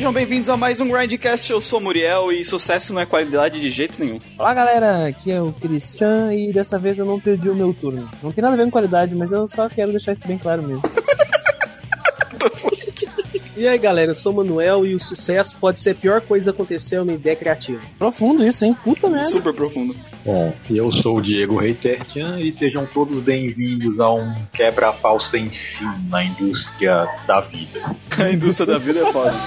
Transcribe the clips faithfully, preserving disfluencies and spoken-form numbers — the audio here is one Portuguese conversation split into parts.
Sejam bem-vindos a mais um Grindcast, eu sou o Muriel e sucesso não é qualidade de jeito nenhum. Olá galera, aqui é o Christian e dessa vez eu não perdi o meu turno. Não tem nada a ver com qualidade, mas eu só quero deixar isso bem claro mesmo. E aí galera, eu sou o Manuel e o sucesso pode ser a pior coisa a acontecer a uma ideia criativa. Profundo isso, hein? Puta merda. Super profundo. Bom, eu sou o Diego Reitertian e sejam todos bem-vindos a um quebra-pau sem fim na indústria da vida. A indústria da vida é foda.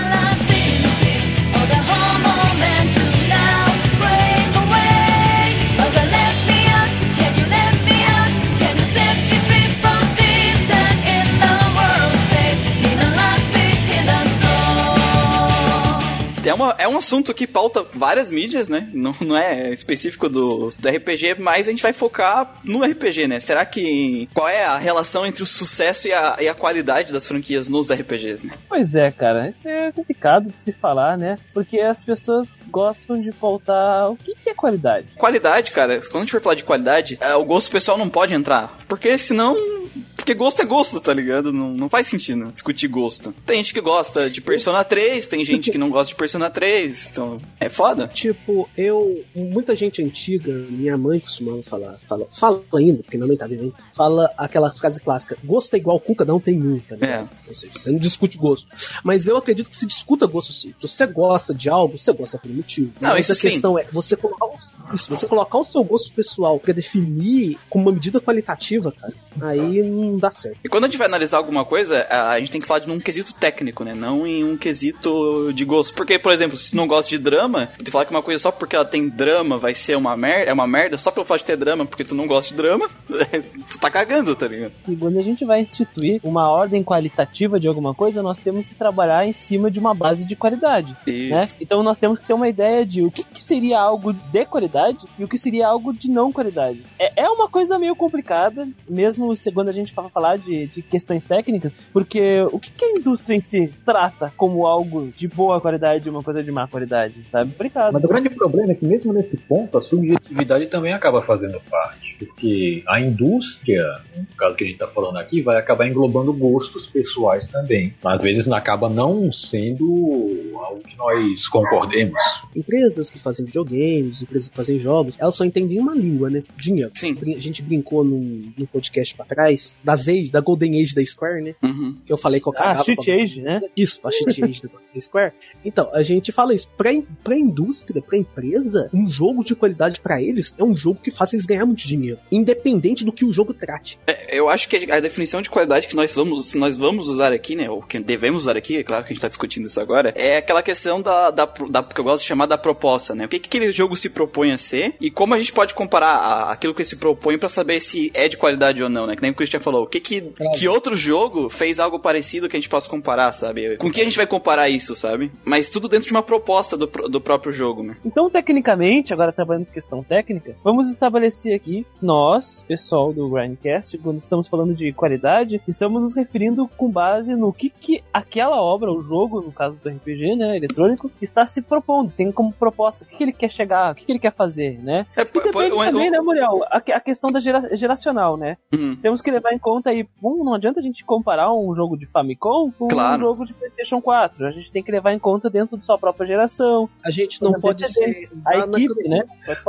É, uma, é um assunto que pauta várias mídias, né? Não, não é específico do, do R P G, mas a gente vai focar no R P G, né? Será que... Qual é a relação entre o sucesso e a, e a qualidade das franquias nos R P Gs, né? Pois é, cara. Isso é complicado de se falar, né? Porque as pessoas gostam de pautar o que, que é qualidade. Qualidade, cara, quando a gente for falar de qualidade, é, o gosto pessoal não pode entrar. Porque senão... Porque gosto é gosto, tá ligado? Não, não faz sentido discutir gosto. Tem gente que gosta de Persona três, tem gente que não gosta de Persona três, então é foda. Tipo, eu... Muita gente antiga, minha mãe costumava falar, fala, fala ainda, porque minha mãe tá vivendo, fala aquela frase clássica, gosto é igual cu, cada um tem um, tá ligado? É. Ou seja, você não discute gosto. Mas eu acredito que se discuta gosto sim. Se você gosta de algo, você gosta por um motivo. Não, Mas isso a questão sim. é, você colocar, o, isso, você colocar o seu gosto pessoal pra definir como uma medida qualitativa, cara, aí não dá certo. E quando a gente vai analisar alguma coisa, a gente tem que falar de um quesito técnico, né? Não em um quesito de gosto. Porque, por exemplo, se tu não gosta de drama, tu falar que uma coisa só porque ela tem drama vai ser uma merda, é uma merda, só pelo fato de ter drama porque tu não gosta de drama, tu tá cagando, tá ligado? E quando a gente vai instituir uma ordem qualitativa de alguma coisa, nós temos que trabalhar em cima de uma base de qualidade. Isso. Né? Então nós temos que ter uma ideia de o que, que seria algo de qualidade e o que seria algo de não qualidade. É, é uma coisa meio complicada, mesmo quando a gente fala falar de, de questões técnicas, porque o que, que a indústria em si trata como algo de boa qualidade e uma coisa de má qualidade, sabe? Complicado. Mas o grande problema é que mesmo nesse ponto, a subjetividade também acaba fazendo parte, porque a indústria, no caso que a gente está falando aqui, vai acabar englobando gostos pessoais também. Às vezes acaba não sendo algo que nós concordemos. Empresas que fazem videogames, empresas que fazem jogos, elas só entendem uma língua, né? Dinheiro. Sim. A gente brincou num, num podcast pra trás, das Age, da Golden Age da Square, né? Uhum. Que eu falei que eu Ah, a Cheat Age, né? Isso, a Cheat Age da Square. Então, a gente fala isso. Pra, pra indústria, pra empresa, um jogo de qualidade pra eles é um jogo que faz eles ganhar muito dinheiro. Independente do que o jogo trate. É, eu acho que a definição de qualidade que nós vamos, nós vamos usar aqui, né? Ou que devemos usar aqui, é claro que a gente tá discutindo isso agora, é aquela questão da, da, da que eu gosto de chamar da proposta, né? O que, que aquele jogo se propõe a ser e como a gente pode comparar a, aquilo que ele se propõe pra saber se é de qualidade ou não, né? Que nem o Christian falou. O que que, claro. Que outro jogo fez algo parecido que a gente possa comparar, sabe? Com que a gente vai comparar isso, sabe? Mas tudo dentro de uma proposta do, do próprio jogo, né? Então, tecnicamente, agora trabalhando com questão técnica, vamos estabelecer aqui, nós, pessoal do Grindcast, quando estamos falando de qualidade, estamos nos referindo com base no que, que aquela obra, o jogo, no caso do R P G, né, eletrônico, está se propondo, tem como proposta, o que, que ele quer chegar, o que, que ele quer fazer, né? É, e depende por, por, também, um, né, Muriel, a, a questão da gera, geracional, né? Uhum. Temos que levar em conta aí, bom, não adianta a gente comparar um jogo de Famicom com claro. um jogo de PlayStation quatro, a gente tem que levar em conta dentro de sua própria geração. A gente não pode ser a equipe, né?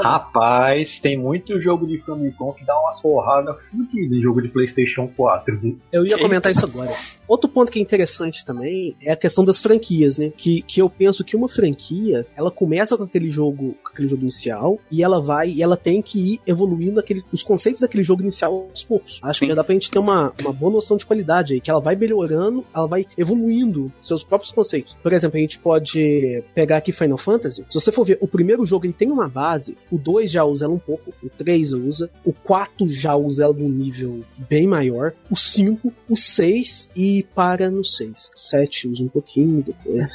Rapaz, tem muito jogo de Famicom que dá umas porradas fodidas em jogo de PlayStation quatro. Viu? Eu ia comentar isso agora. Outro ponto que é interessante também é a questão das franquias, né? Que, que eu penso que uma franquia, ela começa com aquele jogo, com aquele jogo inicial e ela vai, e ela tem que ir evoluindo aquele, os conceitos daquele jogo inicial aos poucos. Acho Sim. que já dá pra gente ter uma, uma boa noção de qualidade aí, que ela vai melhorando, ela vai evoluindo seus próprios conceitos. Por exemplo, a gente pode pegar aqui Final Fantasy. Se você for ver, o primeiro jogo ele tem uma base, o dois já usa ela um pouco, o três usa, o quatro já usa ela num nível bem maior, o cinco, o seis e para no seis. O sete usa um pouquinho depois.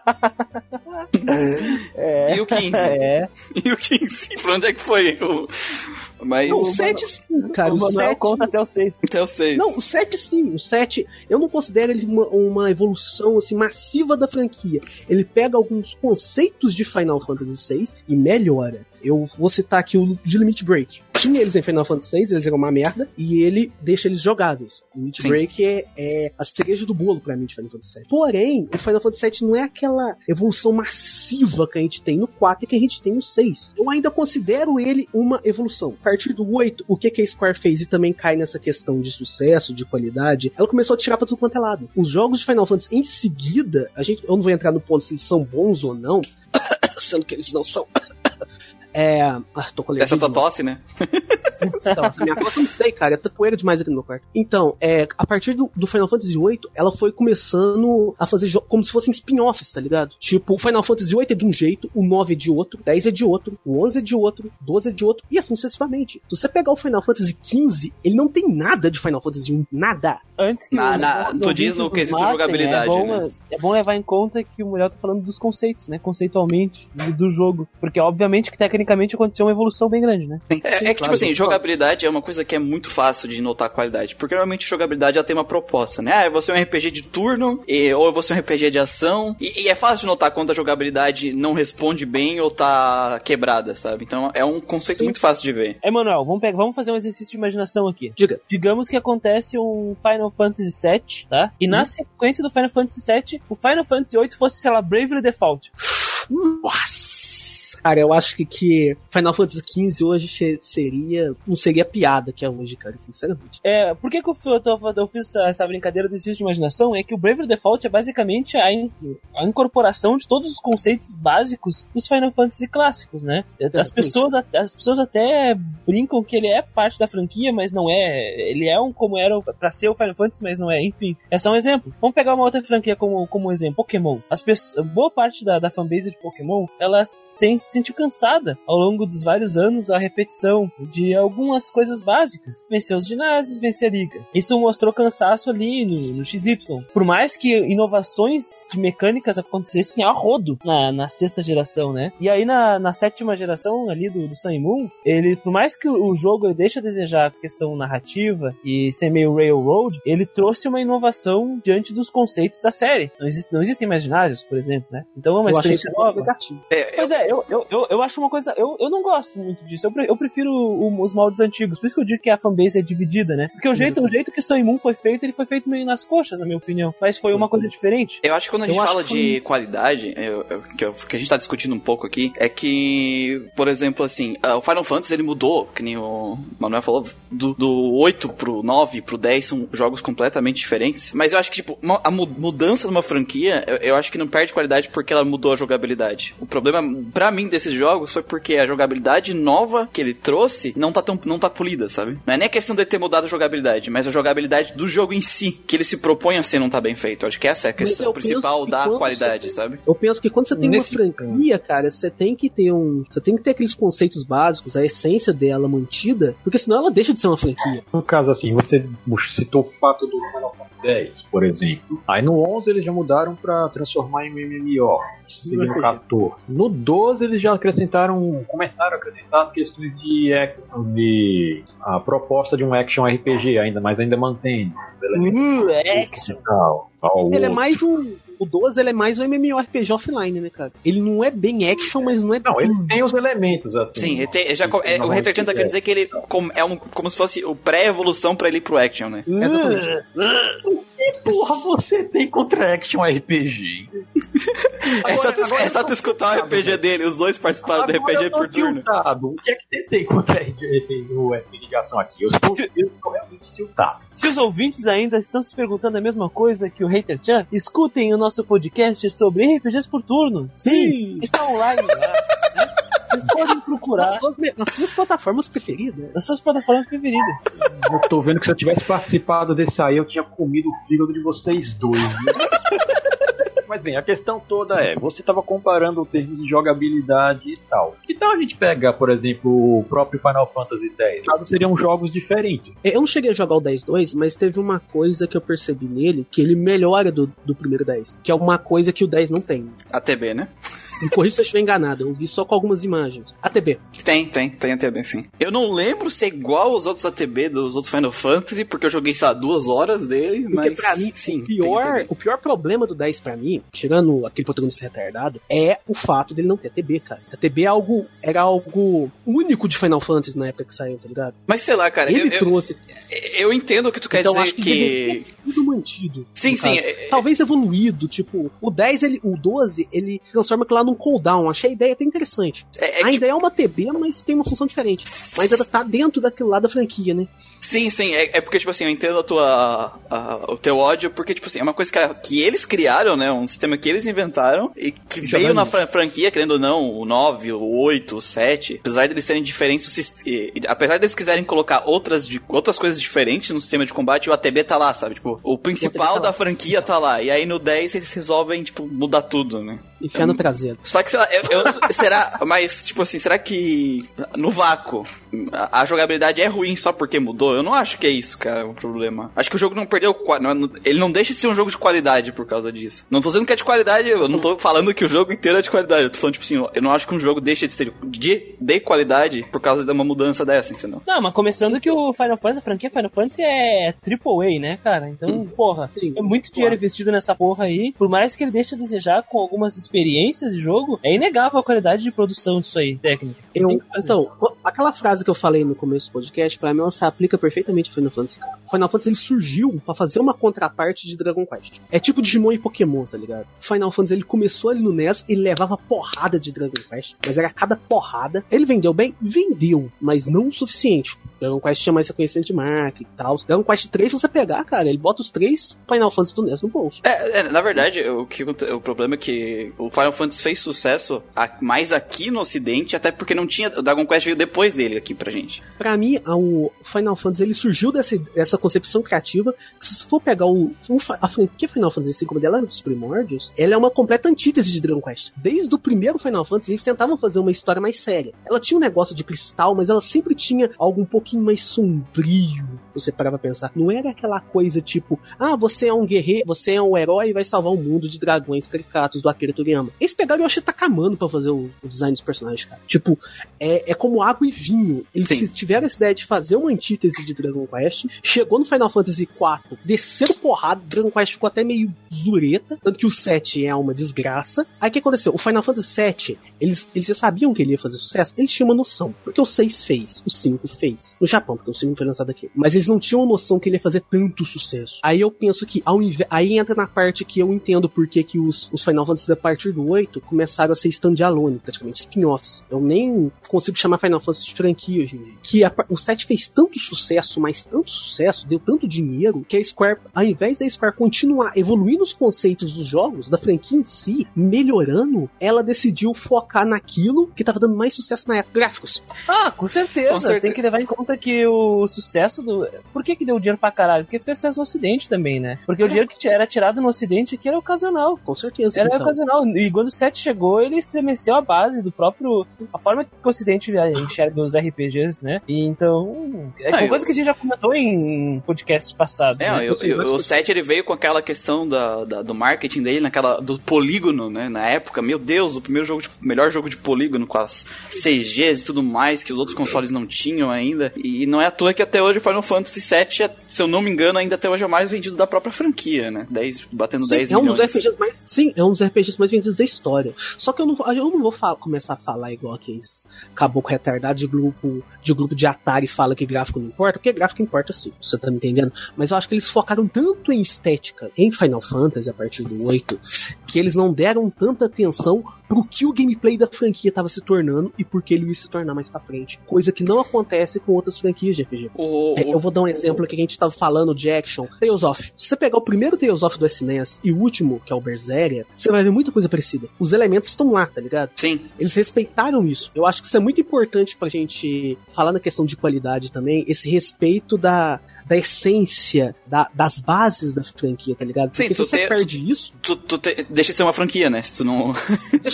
é. E o quinze? É. E o quinze? Pra onde é que foi? O... Mas... Não, o sete sim, cara. O, o sete conta até o seis. Até o seis. Não, o sete sim. O sete, eu não considero ele uma, uma evolução assim, massiva da franquia. Ele pega alguns conceitos de Final Fantasy seis e melhora. Eu vou citar aqui o de Limit Break. tinha eles em Final Fantasy seis, eles eram uma merda, e ele deixa eles jogáveis. O Witch Break é, é a cereja do bolo pra mim de Final Fantasy sete. Porém, o Final Fantasy sete não é aquela evolução massiva que a gente tem no quatro e que a gente tem no seis. Eu ainda considero ele uma evolução. A partir do oito, o que, que a Square fez e também cai nessa questão de sucesso, de qualidade, ela começou a tirar pra tudo quanto é lado. Os jogos de Final Fantasy, em seguida, a gente, eu não vou entrar no ponto se eles são bons ou não, sendo que eles não são. É. Ah, tô com essa tua tosse, né? Então, essa minha tosse eu não sei, cara. Tá poeira demais aqui no meu quarto. Então, é, a partir do, do Final Fantasy oito, ela foi começando a fazer jogos como se fossem spin-offs, tá ligado? Tipo, o Final Fantasy oito é de um jeito, o nove é de outro, o dez é de outro, o onze é de outro, o doze é de outro, e assim sucessivamente. Se você pegar o Final Fantasy quinze, ele não tem nada de Final Fantasy um. Nada. Antes que na, na, tu diz no quesito de jogabilidade, é bom, né? É bom levar em conta que o Muriel tá falando dos conceitos, né? Conceitualmente, do jogo. Porque, obviamente, que tecnicamente aconteceu uma evolução bem grande, né? É, Sim, é que, claro, tipo assim, jogabilidade é uma coisa que é muito fácil de notar a qualidade. Porque, normalmente, jogabilidade já tem uma proposta, né? Ah, eu vou ser um R P G de turno, e, ou eu vou ser um R P G de ação. E, e é fácil de notar quando a jogabilidade não responde bem ou tá quebrada, sabe? Então, é um conceito Sim. muito fácil de ver. Emanuel, vamos, pegar, vamos fazer um exercício de imaginação aqui. Diga. Digamos que acontece um Final Fantasy sete, tá? E hum. na sequência do Final Fantasy sete, o Final Fantasy oito fosse, sei lá, Bravely Default. Nossa! Cara, eu acho que, que Final Fantasy quinze hoje seria... Não seria piada que é hoje, cara, sinceramente. É, por que que eu, eu, eu fiz essa, essa brincadeira do exercício de imaginação? É que o Bravely Default é basicamente a, in, a incorporação de todos os conceitos básicos dos Final Fantasy clássicos, né? As pessoas, as pessoas até brincam que ele é parte da franquia, mas não é. Ele é um como era pra ser o Final Fantasy, mas não é. Enfim, é só um exemplo. Vamos pegar uma outra franquia como, como um exemplo. Pokémon. As pessoas, boa parte da, da fanbase de Pokémon, ela se sentiu cansada ao longo dos vários anos a repetição de algumas coisas básicas. Vencer os ginásios, vencer a liga. Isso mostrou cansaço ali no, no X Y. Por mais que inovações de mecânicas acontecessem a rodo na, na sexta geração, né? E aí na, na sétima geração ali do, do Sun e Moon, ele, por mais que o, o jogo ele deixa a desejar a questão narrativa e ser meio railroad, ele trouxe uma inovação diante dos conceitos da série. Não, existe, não existem mais ginásios, por exemplo, né? Então é uma eu experiência nova. É, pois eu... é, eu, eu, eu, eu acho uma coisa... Eu, eu não gosto muito disso. Eu, eu prefiro o, os moldes antigos. Por isso que eu digo que a fanbase é dividida, né? Porque o jeito, o jeito que Sun e Moon foi feito, ele foi feito meio nas coxas, na minha opinião. Mas foi uma coisa diferente. Eu acho que quando a gente eu fala de foi... qualidade, eu, eu, que, eu, que a gente tá discutindo um pouco aqui, é que, por exemplo, assim, uh, o Final Fantasy, ele mudou, que nem o Manuel falou, do, do oito pro nove, pro dez, são jogos completamente diferentes. Mas eu acho que, tipo, uma, a mudança de uma franquia, eu, eu acho que não perde qualidade porque ela mudou a jogabilidade. O problema, pra mim, desses jogos foi porque a jogabilidade nova que ele trouxe não tá, tão, não tá polida, sabe? Não é nem a questão de ter mudado a jogabilidade, mas a jogabilidade do jogo em si, que ele se propõe a ser, não tá bem feito. Eu acho que essa é a questão principal da qualidade, você, sabe? Eu penso que quando você tem Nesse... uma franquia, cara, você tem que ter um... Você tem que ter aqueles conceitos básicos, a essência dela mantida, porque senão ela deixa de ser uma franquia. No caso, assim, você citou o fato do Final Fantasy dez, por exemplo. Aí no onze eles já mudaram pra transformar em um M M O. No catorze. No doze eles já acrescentaram, começaram a acrescentar as questões de, de a proposta de um action R P G, ainda, mas ainda mantém. Uh, action. Ele é mais um... O doze ele é mais um MMORPG offline, né, cara? Ele não é bem action, mas não é... Não, ele tem os elementos, assim. Sim, ele tem, já, é, o Hater Chan tá querendo dizer que ele é um, como se fosse o pré-evolução pra ele ir pro action, né? Uh, Exatamente. Uh, que porra você tem contra action R P G? Agora, é só tu, é só tu escutar o R P G dele, os dois participaram do R P G por turno. Tiltado. O que é que tem contra o R P G de ação aqui? Eu estou, eu estou realmente tiltado. Se os ouvintes ainda estão se perguntando a mesma coisa que o Hater Chan, escutem o nosso podcast sobre R P Gs por turno. Sim, está online lá. Né? Vocês podem procurar nas suas, nas suas plataformas preferidas. Nas suas plataformas preferidas. Eu tô vendo que se eu tivesse participado desse aí, eu tinha comido o fígado de vocês dois. Né? Mas bem, a questão toda é, você estava comparando o termo de jogabilidade e tal. Que tal a gente pegar, por exemplo, o próprio Final Fantasy dez? Caso seriam jogos diferentes. Eu não cheguei a jogar o dez dois, mas teve uma coisa que eu percebi nele, que ele melhora do, do primeiro dez. Que é uma coisa que o dez não tem. A T B, né? Me corrija se eu estiver enganado, eu vi só com algumas imagens. A T B. Tem, tem, tem A T B, sim. Eu não lembro se é igual aos outros A T B dos outros Final Fantasy, porque eu joguei, sei lá, duas horas dele, porque mas... pra mim, sim, o, pior, o pior problema do dez pra mim, tirando aquele protagonista retardado, é o fato dele não ter A T B, cara. A T B é algo, era algo único de Final Fantasy na época que saiu, tá ligado? Mas sei lá, cara, ele eu, trouxe... Eu, eu entendo o que tu quer então, dizer, acho que... que... tudo mantido. Sim, sim. É... Talvez evoluído, tipo, o dez, ele, o doze, ele transforma aquilo lá num cooldown. Achei a ideia até interessante. É, é Ainda tipo... é uma T B, mas tem uma função diferente. Mas ela tá dentro daquilo lá da franquia, né? Sim, sim, é, é porque, tipo assim, eu entendo a tua, a, o teu ódio, porque, tipo assim, é uma coisa que, que eles criaram, né, um sistema que eles inventaram, e que Já veio na fran- franquia, querendo ou não, o nove, o oito, o sete, apesar de eles serem diferentes, e, e, apesar de eles quiserem colocar outras, de, outras coisas diferentes no sistema de combate, o A T B tá lá, sabe, tipo, o principal o da franquia tá lá, e aí no dez eles resolvem, tipo, mudar tudo, né. Enfiar no traseiro. Só que, sei lá, eu, eu, será, mas, tipo assim, será que no vácuo a, a jogabilidade é ruim só porque mudou? Eu não acho que é isso, cara, o problema. Acho que o jogo não perdeu, não, ele não deixa de ser um jogo de qualidade por causa disso. Não tô dizendo que é de qualidade, eu não tô falando que o jogo inteiro é de qualidade, eu tô falando, tipo assim, eu não acho que um jogo deixa de ser de, de qualidade por causa de uma mudança dessa, entendeu? Não, mas começando que o Final Fantasy, a franquia Final Fantasy é triple A, né, cara? Então, hum. porra, é muito dinheiro investido nessa porra aí, por mais que ele deixe a desejar com algumas experiências de jogo, é inegável a qualidade de produção disso aí, técnica. Eu, então, aquela frase que eu falei no começo do podcast, pra mim ela se aplica perfeitamente ao Final Fantasy. Final Fantasy ele surgiu pra fazer uma contraparte de Dragon Quest. É tipo Digimon e Pokémon, tá ligado? Final Fantasy ele começou ali no N E S e levava porrada de Dragon Quest, mas era cada porrada. Ele vendeu bem? Vendeu, mas não o suficiente. Dragon Quest tinha mais reconhecimento de marca e tal. Dragon Quest três, se você pegar, cara, ele bota os três Final Fantasy do N E S no bolso. É, é na verdade, o, que, o problema é que o Final Fantasy fez sucesso a, mais aqui no ocidente, até porque não tinha, o Dragon Quest veio depois dele aqui pra gente. Pra mim, o Final Fantasy, ele surgiu dessa, dessa concepção criativa, que se você for pegar o, o a franquia Final Fantasy cinco, como dela dos primórdios, ela é uma completa antítese de Dragon Quest. Desde o primeiro Final Fantasy, eles tentavam fazer uma história mais séria. Ela tinha um negócio de cristal, mas ela sempre tinha algo um pouquinho mais sombrio, você parava pra pensar. Não era aquela coisa tipo, ah, você é um guerreiro, você é um herói e vai salvar o mundo de dragões caricatos do Akira Toriyama. Eles pegaram o Yoshi Takamano pra fazer o, o design dos personagens, cara. Tipo, é, é como água e vinho. Eles Sim. tiveram essa ideia de fazer uma antítese de Dragon Quest, chegou no Final Fantasy quatro, desceram porrada, Dragon Quest ficou até meio zureta, tanto que o sete é uma desgraça. Aí o que aconteceu? O Final Fantasy sete, eles, eles já sabiam que ele ia fazer sucesso, eles tinham uma noção, porque o seis fez, o cinco fez, no Japão, porque o cinco foi lançado aqui, mas eles não tinham uma noção que ele ia fazer tanto sucesso. Aí eu penso que, ao inve... aí entra na parte que eu entendo porque que os, os Final Fantasy a partir do oito começaram a ser stand-alone, praticamente spin-offs. Eu nem consigo chamar Final Fantasy de franquia hoje em dia. Que a, o sete fez tanto sucesso, mas tanto sucesso, deu tanto dinheiro, que a Square, ao invés da Square continuar evoluindo os conceitos dos jogos, da franquia em si, melhorando, ela decidiu focar naquilo que tava dando mais sucesso na época, gráficos. Ah, com certeza. Com certeza. Tem que levar em conta que o sucesso do... Por que que deu dinheiro pra caralho? Porque fez sucesso no Ocidente também, né? Porque é. o dinheiro que era tirado no Ocidente aqui era ocasional. Com certeza. Era então. ocasional. E quando o sete chegou, ele estremeceu a base do próprio... A forma que o Ocidente enxerga os R P Gs, né? E então... É uma coisa eu... que a gente já comentou em podcasts passados. É, né? eu, eu, o sete ele veio com aquela questão da, da, do marketing dele, naquela, do polígono, né? Na época, meu Deus, o primeiro jogo de, melhor jogo de polígono com as C Gs e tudo mais que os outros consoles não tinham ainda. E não é à toa que até hoje Final Fantasy sete, se eu não me engano, ainda até hoje é o mais vendido da própria franquia, né? dez, batendo sim, dez é um milhões. Dos R P Gs mais, sim, é um dos R P Gs mais vendidos da história. Só que eu não, eu não vou falar, começar a falar igual aqueles caboclo retardado de grupo, de grupo de Atari fala que gráfico não importa, porque gráfico importa sim, você tá me entendendo? Mas eu acho que eles focaram tanto em estética em Final Fantasy a partir do oito, que eles não deram tanta atenção pro que o gameplay da franquia estava se tornando e por que ele ia se tornar mais pra frente. Coisa que não acontece com outras franquias de R P G. Oh, é, eu vou dar um exemplo que a gente tava falando de action. Tales of. Se você pegar o primeiro Tales of do S N E S e o último, que é o Berseria, você vai ver muita coisa parecida. Os elementos estão lá, tá ligado? Sim. Eles respeitaram isso. Eu acho que isso é muito importante pra gente falar na questão de qualidade também, esse respeito da... da essência, da, das bases da franquia, tá ligado? Sim, porque se você te, perde tu, isso... Tu, tu te, deixa de ser uma franquia, né? Se tu não... deixa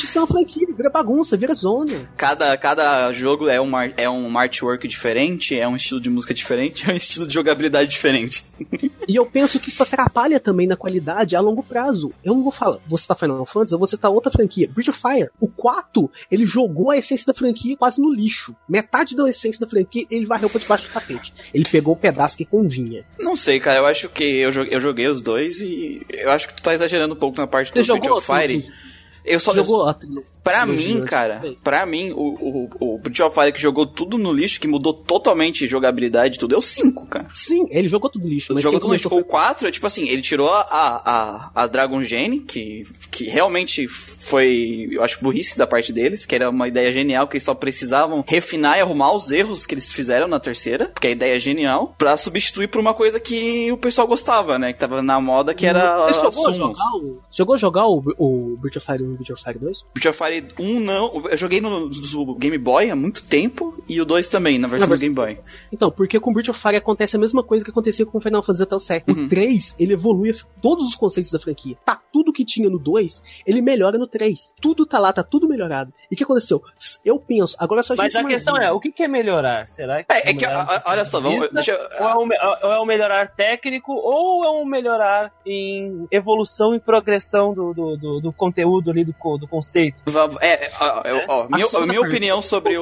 de ser uma franquia, vira bagunça, vira zona. Cada, cada jogo é um, é um artwork diferente, é um estilo de música diferente, é um estilo de jogabilidade diferente. E eu penso que isso atrapalha também na qualidade a longo prazo. Eu não vou falar, vou citar Final Fantasy, eu vou citar outra franquia, Breath of Fire. O quatro, ele jogou a essência da franquia quase no lixo. Metade da essência da franquia, ele varreu pra debaixo do tapete. Ele pegou o pedaço que convinha. Não sei, cara, eu acho que eu joguei, eu joguei os dois e eu acho que tu tá exagerando um pouco na parte Você do Breath of Fire. Tudo? Eu só jogou. Pra mim, cara, pra mim, o, o, o Breath of Fire que jogou tudo no lixo, que mudou totalmente jogabilidade e tudo, é o cinco, cara. Sim, ele jogou tudo no lixo. Ele jogou tudo no lixo. O quatro, é tipo assim, ele tirou a, a, a Dragon Gene, que, que realmente foi, eu acho, burrice da parte deles, que era uma ideia genial, que eles só precisavam refinar e arrumar os erros que eles fizeram na terceira, porque a ideia é genial, pra substituir por uma coisa que o pessoal gostava, né, que tava na moda, que era Você a jogou Summons. jogar o, chegou a jogar o, o Breath of Fire um e o Breath of Fire dois? Breath of Fire um não, eu joguei no, no Game Boy há muito tempo, e o dois também, na versão na do Game Boy. Então, porque com Breath of Fire acontece a mesma coisa que acontecia com o Final Fantasy até o sete. Uhum. O três, ele evolui todos os conceitos da franquia. Tá tudo que tinha no dois, ele melhora no três. Tudo tá lá, tá tudo melhorado. E o que aconteceu? Eu penso, agora só a gente... Mas a questão é, o que é melhorar? Será que É, é que, melhorar olha só, vamos... Deixa eu, ou, é um, ou é um melhorar técnico, ou é um melhorar em evolução e progressão do, do, do, do conteúdo ali, do, do conceito? É, ó, eu, ó, minha, a minha opinião sobre o,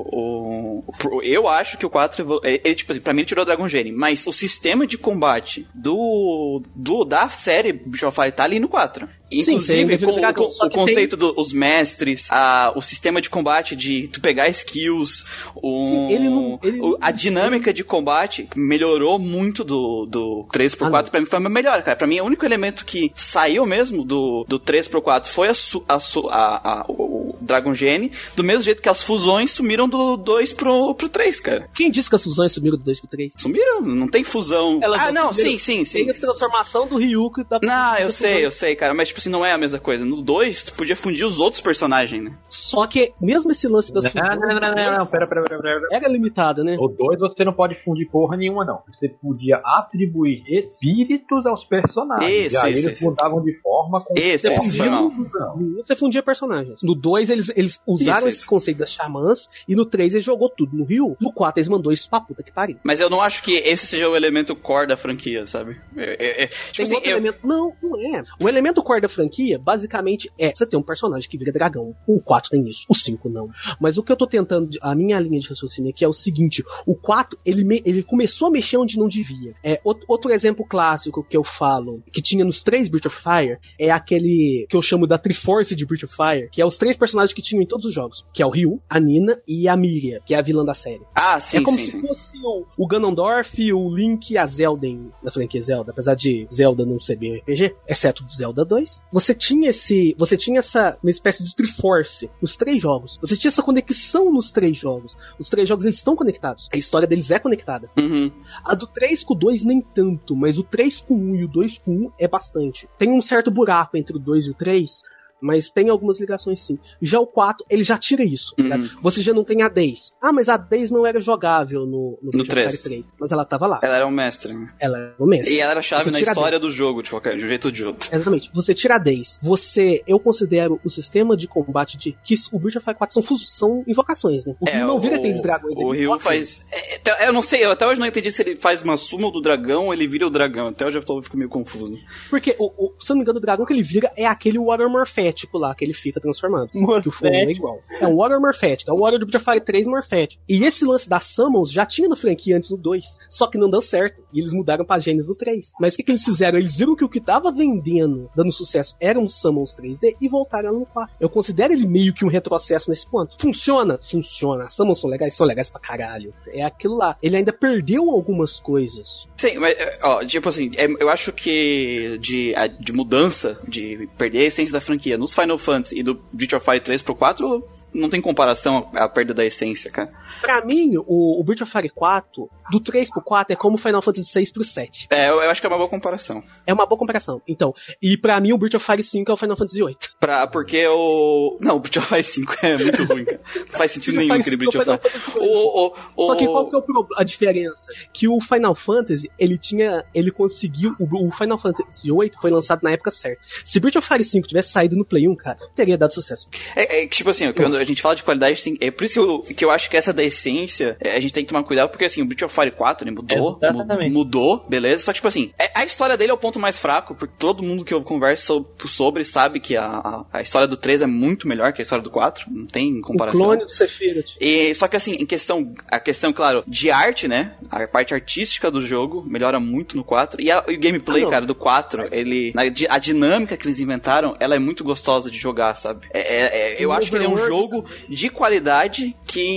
o, o... Eu acho que o quatro... Ele, tipo assim, pra mim ele tirou o Dragon Gene, mas o sistema de combate do, do da série Breath of Fire tá ali no quatro. Inclusive, Sim, com, dragão, com, o conceito tem... dos mestres, a, o sistema de combate de tu pegar skills, o, Sim, ele não, ele o, a dinâmica ele... de combate melhorou muito do, do três por quatro. Ah, pra mim foi uma melhor, cara. Pra mim, o único elemento que saiu mesmo do, do três por quatro foi a, a, a, a, o Dragon Gene, do mesmo jeito que as fusões sumiram do dois pro, pro três, cara. Quem disse que as fusões sumiram do dois pro três? Sumiram? Não tem fusão. Elas ah, não, sumiram. sim, sim, sim. Tem a transformação do Ryuko da... Não, eu sei, eu sei, cara, mas tipo assim, não é a mesma coisa. No dois, tu podia fundir os outros personagens, né? Só que, mesmo esse lance das não, fusões... Não, não, não, não, não, pera, pera, pera, pera. Era limitado, né? O dois você não pode fundir porra nenhuma, não. Você podia atribuir espíritos aos personagens. Esse, e aí esse, eles esse. mudavam de forma... Com esse, você, esse foi mal. Você fundia personagens. No dois, eles, eles usaram isso, esse isso. conceito das xamãs, e no três, eles jogou tudo. No Ryu, no quatro, eles mandou isso pra puta que pariu. Mas eu não acho que esse seja o elemento core da franquia, sabe? É, é, é, tipo Tem assim, outro eu... elemento... Não, não é. O elemento core da franquia, basicamente, é você tem um personagem que vira dragão. O quatro tem isso, o cinco não. Mas o que eu tô tentando, a minha linha de raciocínio aqui é o seguinte, o quatro, ele, me, ele começou a mexer onde não devia. É, outro, outro exemplo clássico que eu falo, que tinha nos três Breath of Fire, é aquele que eu chamo da Triforce de Breath of Fire, que é os três personagens que tinham em todos os jogos, que é o Ryu, a Nina e a Miria, que é a vilã da série. Ah, sim, É como sim, se sim. fosse o, o Ganondorf, o Link e a Zelda em, da franquia Zelda, apesar de Zelda não ser bem R P G, exceto do Zelda dois. Você tinha esse, você tinha essa, uma espécie de Triforce nos três jogos. Você tinha essa conexão nos três jogos. Os três jogos, eles estão conectados. A história deles é conectada. Uhum. A do três com o dois nem tanto, mas o três com um e o dois com um é bastante. Tem um certo buraco entre o dois e o três, mas tem algumas ligações sim. Já o quatro, ele já tira isso. Uhum. Tá? Você já não tem a Daze. Ah, mas a Daze não era jogável no, no, No três. três, mas ela tava lá. Ela era um mestre, né? Ela era o mestre. E ela era chave Você na tira a história do jogo, de qualquer de um jeito ou de outro. Exatamente. Você tira a Daze. Você, eu considero o sistema de combate de que o Breath of Fire quatro são, fus- são invocações, né? O É, Ryu não vira o- aqueles dragões. O ele Ryu invoca faz... É, até- eu não sei, eu até hoje não entendi se ele faz uma suma do dragão ou ele vira o dragão. Até hoje eu tô, fico meio confuso. ele. Porque, o, o, se eu não me engano, o dragão que ele vira é aquele Warrior Morphético lá, que ele fica transformado. Que o fogo é igual. É um Warrior Morphético. É o Warrior do Breath of Fire três Morphético. E esse lance das Summons já tinha na franquia antes no dois. Só que não deu certo. E eles mudaram pra Genesis no três. Mas o que, que eles fizeram? Eles viram que o que tava vendendo, dando sucesso, eram Summons três D e voltaram no quatro. Eu considero ele meio que um retrocesso nesse ponto. Funciona? Funciona. As Summons são legais? São legais pra caralho. É aquilo lá. Ele ainda perdeu algumas coisas. Sim, mas, ó, tipo assim, é, eu acho que de, a, de mudança, de perder a essência da franquia nos Final Fantasy e do Breath of Fire três pro quatro, não tem comparação a perda da essência, cara. Pra mim, o, o Breath of Fire quatro, do três pro quatro, é como o Final Fantasy seis pro sete. É, eu, eu acho que é uma boa comparação. É uma boa comparação. Então, e pra mim, o Breath of Fire cinco é o Final Fantasy oito. Pra, porque o... Não, o Breath of Fire cinco é muito ruim, cara. Não faz sentido nenhum aquele Breath of Fire. O, o, o... Só que qual que é o pro... a diferença? Que o Final Fantasy, ele tinha... Ele conseguiu... O, o Final Fantasy oito foi lançado na época certa. Se Breath of Fire cinco tivesse saído no Play um, cara, teria dado sucesso. É, é tipo assim, quando a gente fala de qualidade, tem, é por isso que eu, que eu acho que essa da essência, é, a gente tem que tomar cuidado, porque assim, o Breath of Fire quatro, ele mudou, Exatamente. mudou, beleza? Só que tipo assim, é, a história dele é o ponto mais fraco, porque todo mundo que eu converso sobre, sobre sabe que a, a, a história do três é muito melhor que a história do quatro, não tem comparação. O clone do Sephiroth. E, só que assim, em questão, a questão, claro, de arte, né, a parte artística do jogo melhora muito no quatro, e, a, e o gameplay, ah, cara, do quatro, ele, a dinâmica que eles inventaram, ela é muito gostosa de jogar, sabe? É, é, é, eu acho que ele é um jogo de qualidade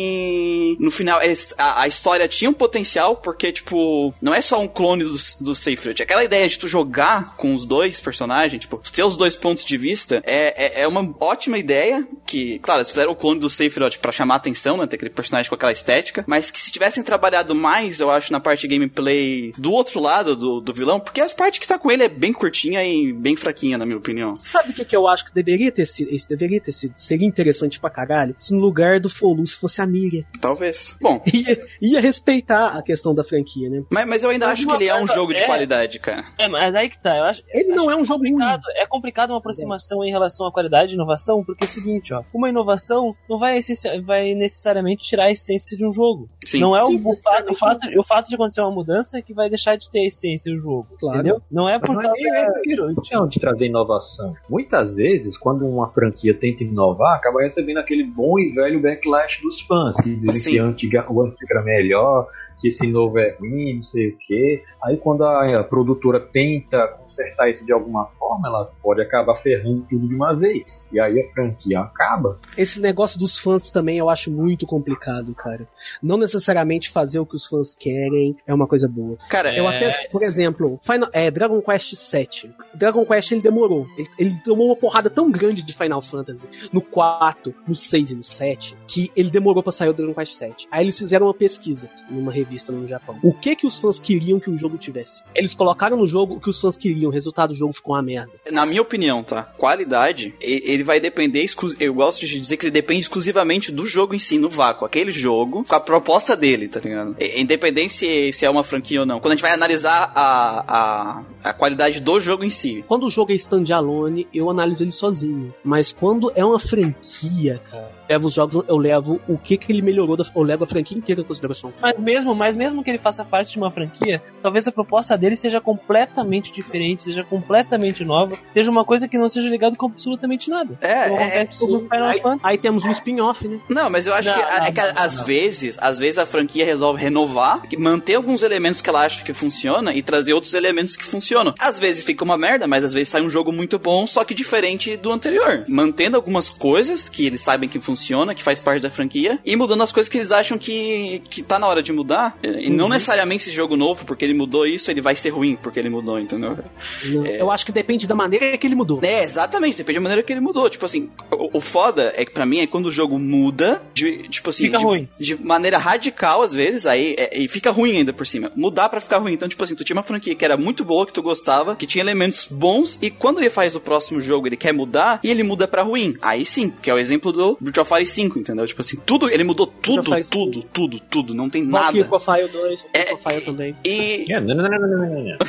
que, no final, a, a história tinha um potencial, porque, tipo, não é só um clone do, do Sephiroth. Aquela ideia de tu jogar com os dois personagens, tipo, ter os dois pontos de vista, é, é, é uma ótima ideia, que, claro, eles fizeram o clone do Sephiroth pra chamar a atenção, né, ter aquele personagem com aquela estética, mas que se tivessem trabalhado mais, eu acho, na parte de gameplay do outro lado do, do vilão, porque as partes que tá com ele é bem curtinha e bem fraquinha, na minha opinião. Sabe o que, que eu acho que deveria ter sido? Isso deveria ter sido. Seria interessante pra caralho se no lugar do Folus fosse a Miriam. Talvez. Bom. Ia, ia respeitar a questão da franquia, né? Mas, mas eu ainda mas acho que ele é um jogo de é, qualidade, cara. É, mas aí que tá. Eu acho, ele acho não é um jogo complicado. É complicado uma aproximação em relação à qualidade e inovação, porque é o seguinte, ó. Uma inovação não vai, vai necessariamente tirar a essência de um jogo. Sim. Não é Sim, o, o, fato, o, fato, o fato de acontecer uma mudança que vai deixar de ter a essência do jogo. Claro. Entendeu? Não é por Mas causa é essa questão de trazer inovação. Muitas vezes, quando uma franquia tenta inovar, acaba recebendo aquele bom e velho backlash dos fãs, que dizem Sim. que antiga, o antigo era melhor, que esse novo é ruim, não sei o quê. Aí quando a, a produtora tenta consertar isso de alguma forma, ela pode acabar ferrando tudo de uma vez. E aí a franquia acaba. Esse negócio dos fãs também eu acho muito complicado, cara. Não necessariamente fazer o que os fãs querem é uma coisa boa. Cara, Eu É. até, por exemplo, Final, é, Dragon Quest sete. Dragon Quest ele demorou. Ele, ele tomou uma porrada tão grande de Final Fantasy no quatro, no seis e no sete, que ele demorou pra sair o Dragon Quest sete. Aí eles fizeram uma pesquisa numa revista no Japão. O que que os fãs queriam que o jogo tivesse? Eles colocaram no jogo o que os fãs queriam. O resultado do jogo ficou uma merda. na minha opinião, tá? Qualidade, e- ele vai depender, exclu- eu gosto de dizer que ele depende exclusivamente do jogo em si, no vácuo. Aquele jogo, com a proposta dele, tá ligado? E- Independente se, se é uma franquia ou não. Quando a gente vai analisar a, a, a qualidade do jogo em si. Quando o jogo é standalone, eu analiso ele sozinho. Mas quando é uma franquia, cara, eu levo os jogos, eu levo o que que ele melhorou, da, eu levo a franquia inteira em consideração. Mas mesmo, mas mesmo que ele faça parte de uma franquia, talvez a proposta dele seja completamente diferente, seja completamente nova, seja uma coisa que não seja ligada com absolutamente nada. É, Como é, acontece com o Final Aí, Fantasy. aí temos um spin-off, né? Não, mas eu acho Não, que, não, é que não, às não. vezes, às vezes a franquia resolve renovar, que- manter alguns elementos que ela acha que funciona e trazer outros elementos que funcionam. Às vezes fica uma merda, mas às vezes sai um jogo muito bom, só que diferente do anterior. Mantendo algumas coisas que eles sabem que funciona, que faz parte da franquia, e mudando as coisas que eles acham que, que tá na hora de mudar. E não necessariamente esse jogo novo, porque ele mudou isso, ele vai ser ruim porque ele mudou, entendeu? Não, Eu acho que depende da maneira que ele mudou. É, exatamente, depende da maneira que ele mudou. Tipo assim, o, o foda é que pra mim é quando o jogo muda, de, tipo assim, Fica de, ruim. de maneira radical, às vezes, aí é, e fica ruim ainda por cima. Mudar pra ficar ruim. Então, tipo assim, tu tinha uma franquia que era muito boa, que tu gostava, que tinha elementos bons, e quando ele faz o próximo jogo, ele quer mudar, e ele muda pra ruim. Aí sim, que é o exemplo do Breath of Fire cinco, entendeu? Tipo assim, tudo, ele mudou tudo, Breath of Fire tudo, tudo, tudo, não tem Valkyrie nada. Profile dois, É, Valkyrie Profile também. E É, não, não, não, não, não, não, não.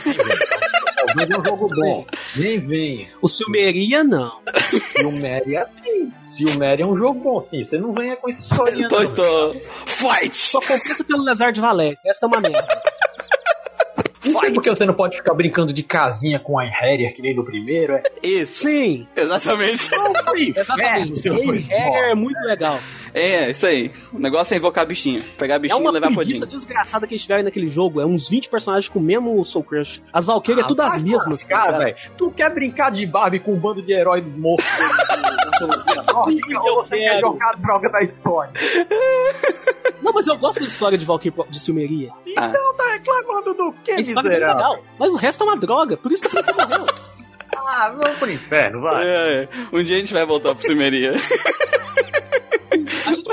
Talvez é um jogo bom. Nem venha. O Silmeria, não. Silmeria sim. Silmeria é um jogo bom, sim. Você não venha com essa historinha, tô, não. tô... Fight! Só compensa pelo Lazar de Valé. Essa é uma merda. Não sei porque você não pode ficar brincando de casinha com a Harrier que nem do primeiro. É Isso, Sim, exatamente. exatamente. seu Ele dois é, é muito legal. É, isso aí. O negócio é invocar bichinho. Pegar É bichinho uma e levar preguiça podinho. desgraçada que eles tiveram naquele jogo. É uns vinte personagens com o mesmo Soul Crush. As Valkyrias é tudo as mesmas. Cara, cara. velho. Tu quer brincar de Barbie com um bando de herói morto? Ou você quer jogar a droga da história? Não, mas eu gosto da história de Valkyrie de Silmeria. Então tá reclamando do que, A história é bem miserável? legal. Mas o resto é uma droga. Por isso que eu morreu. Ah, vamos pro inferno, vai. É, um dia a gente vai voltar pro Sumeria.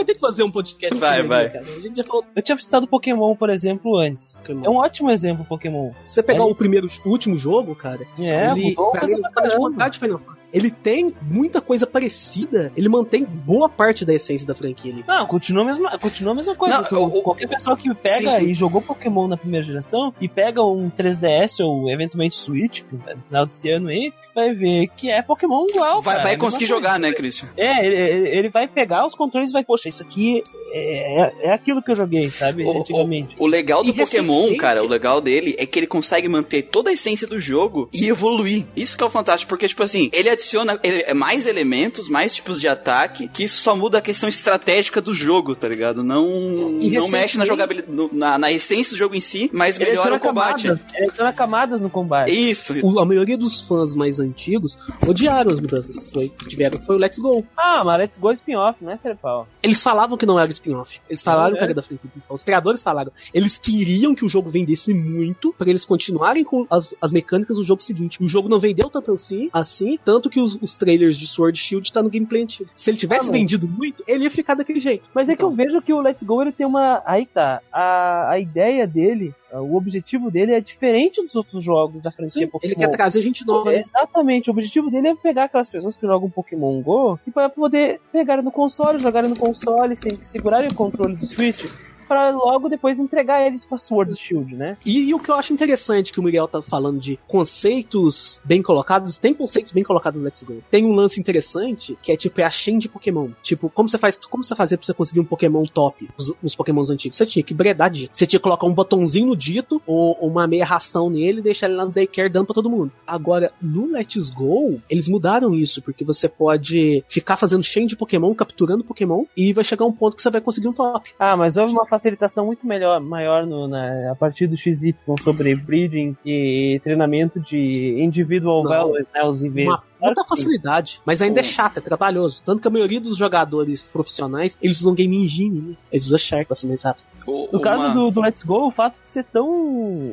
ter que fazer um podcast. Vai, sobre vai. ele, cara. A gente já falou. Eu tinha citado Pokémon, por exemplo, antes. Pokémon. É um ótimo exemplo, Pokémon. Se você pegar Ele- o primeiro, o último jogo, cara, É, ele, mudou pra coisa mim, pra para de caramba. contar de Final Fantasy. Ele tem muita coisa parecida. Ele mantém boa parte da essência da franquia ali. Não, continua a mesma, continua a mesma coisa. Não, Tu- o- o- qualquer pessoa que pega Sim, sim. e jogou Pokémon na primeira geração e pega um três D S ou eventualmente Switch, que vai no final desse ano aí, vai ver que é Pokémon igual. Vai, cara, vai é a mesma conseguir coisa. jogar, né, Christian? É, ele, ele vai pegar os controles e vai, poxa, isso aqui é, é, é aquilo que eu joguei, sabe? O, Antigamente. o, o legal do E Pokémon, recentemente- cara, o legal dele é que ele consegue manter toda a essência do jogo e evoluir. Isso que é o fantástico, porque, tipo assim, ele adiciona ele- mais elementos, mais tipos de ataque, que isso só muda a questão estratégica do jogo, tá ligado? Não, E não mexe na recentemente- jogabilidade, no- na, na essência do jogo em si, mas Ele melhora adiciona o combate. camadas, ele adiciona camadas no combate. Isso. O- a maioria dos fãs mais antigos odiaram as mudanças que, foi, que tiveram. Foi o Let's Go. Ah, mas Let's Go é spin-off, né, Serpal? Eles falavam que não era spin-off. Eles falaram É. que era da franquia principal. Os criadores falaram. Eles queriam que o jogo vendesse muito pra eles continuarem com as, as mecânicas do jogo seguinte. O jogo não vendeu tanto assim, assim tanto que os, os trailers de Sword Shield tá no gameplay antigo. Se ele tivesse Ah, mas- vendido muito, ele ia ficar daquele jeito. Mas é que eu Então, vejo que o Let's Go, ele tem uma... Aí tá, a, a ideia dele, o objetivo dele é diferente dos outros jogos da franquia sim, Pokémon. ele quer trazer gente nova, É, né? exatamente, o objetivo dele é pegar aquelas pessoas que jogam Pokémon Go e para poder pegar no console, jogarem no console, sem segurarem o controle do Switch, pra logo depois entregar eles pra Sword Shield, né? E, e o que eu acho interessante que o Miguel tá falando de conceitos bem colocados, tem conceitos bem colocados no Let's Go. Tem um lance interessante que é tipo é a chain de Pokémon. Tipo, como você faz, como você fazia pra você conseguir um Pokémon top, os, os Pokémons antigos? Você tinha que bredar dito. Você tinha que colocar um botãozinho no dito ou uma meia ração nele e deixar ele lá no daycare dando pra todo mundo. Agora, no Let's Go, eles mudaram isso, porque você pode ficar fazendo chain de Pokémon, capturando Pokémon, e vai chegar um ponto que você vai conseguir um top. Ah, mas houve uma facilitação muito melhor, maior no, na, a partir do X Y sobre breeding e treinamento de individual Não. values, né? Os Uma níveis. muita facilidade, mas ainda é Sim. chato, é trabalhoso. Tanto que a maioria dos jogadores profissionais, eles usam Game Engine, né? Eles usam Shark pra ser mais rápido. O- No uma- caso do, do Let's Go, o fato de ser tão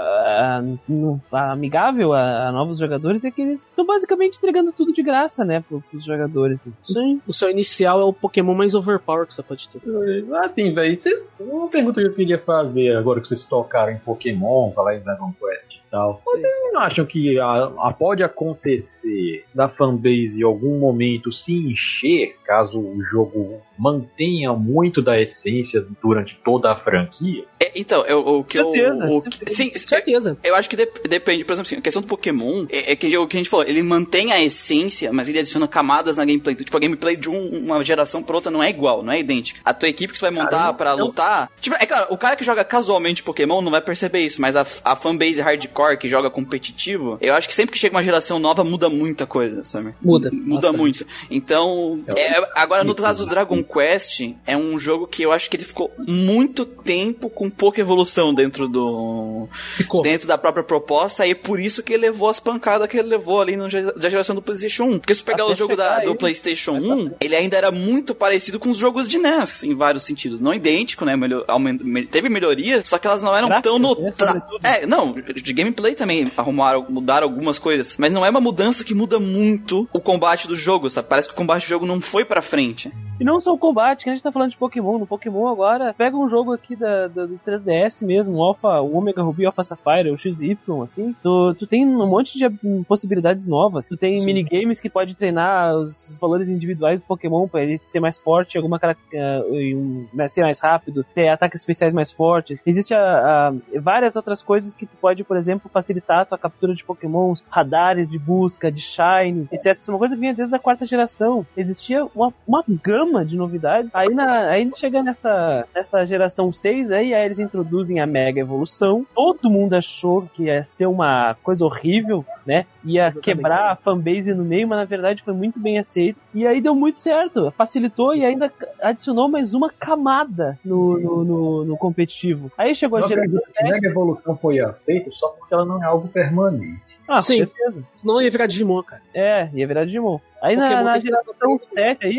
ah, no- amigável a, a novos jogadores é que eles estão basicamente entregando tudo de graça, né, pro, pros jogadores. Sim. O seu inicial é o Pokémon mais overpower que você pode ter. Assim, velho, vocês- uma pergunta que eu queria fazer agora que vocês tocaram em Pokémon, falar em Dragon Quest e tal. Vocês não acham que a, a- pode acontecer da fanbase em algum momento se encher, caso o jogo mantenha muito da essência durante toda a franquia? É, então, é o, o que eu. Certeza, o- certeza. sim, Com certeza. eu acho que dep- depende, por exemplo, assim, a questão do Pokémon é, é que o que a gente falou, ele mantém a essência, mas ele adiciona camadas na gameplay. Então, tipo, a gameplay de um- uma geração pra outra não é igual, não é idêntica. A tua equipe que você vai montar Cara, pra não- lutar. Tipo, é claro, o cara que joga casualmente Pokémon não vai perceber isso, mas a, a fanbase hardcore que joga competitivo, eu acho que sempre que chega uma geração nova muda muita coisa, sabe? Muda. Muda bastante. muito. Então, é, agora no caso do Dragon Quest, é um jogo que eu acho que ele ficou muito tempo com pouca evolução dentro do Ficou. dentro da própria proposta, e é por isso que ele levou as pancadas que ele levou ali no, ge- da geração do PlayStation um. Porque se pegar Até o jogo da, chegar do aí. PlayStation um, ele ainda era muito parecido com os jogos de N E S, em vários sentidos. Não idêntico, né? Melhor, aument, me- teve melhorias, só que elas não eram Gráficos, tão né, notáveis. sobretudo. É, não, de gameplay também arrumaram, mudaram algumas coisas, mas não é uma mudança que muda muito o combate do jogo, sabe? Parece que o combate do jogo não foi pra frente. E não só o combate, que a gente tá falando de Pokémon. No Pokémon agora, pega um jogo aqui da, da- do três D S mesmo, o Alpha, o Omega Ruby, Alpha Sapphire, o X Y, assim. Tu, tu tem um monte de hum, possibilidades novas. Tu tem Sim. minigames que pode treinar os, os valores individuais do Pokémon pra ele ser mais forte, alguma cara, uh, e um, né, ser mais rápido, ter ataques especiais mais fortes. Existem várias outras coisas que tu pode, por exemplo, facilitar a tua captura de Pokémons, radares de busca, de Shine, etcétera. Isso é uma coisa que vinha desde a quarta geração. Existia uma, uma gama de novidades. Aí, na, aí chega nessa, nessa geração seis, aí, aí eles introduzem a Mega Evolução. Todo mundo achou que ia ser uma coisa horrível, né? Ia Exatamente. quebrar a fanbase no meio, mas na verdade foi muito bem aceito. E aí deu muito certo. Facilitou e ainda adicionou mais uma camada no, no, no, no competitivo. Aí chegou Eu a geração... acredito que a Mega Evolução foi aceita só porque ela não é algo permanente. Ah, Sim. com certeza. Senão ia virar Digimon, cara. É, ia virar Digimon. Aí na, Pokémon na tem que geração sete aí,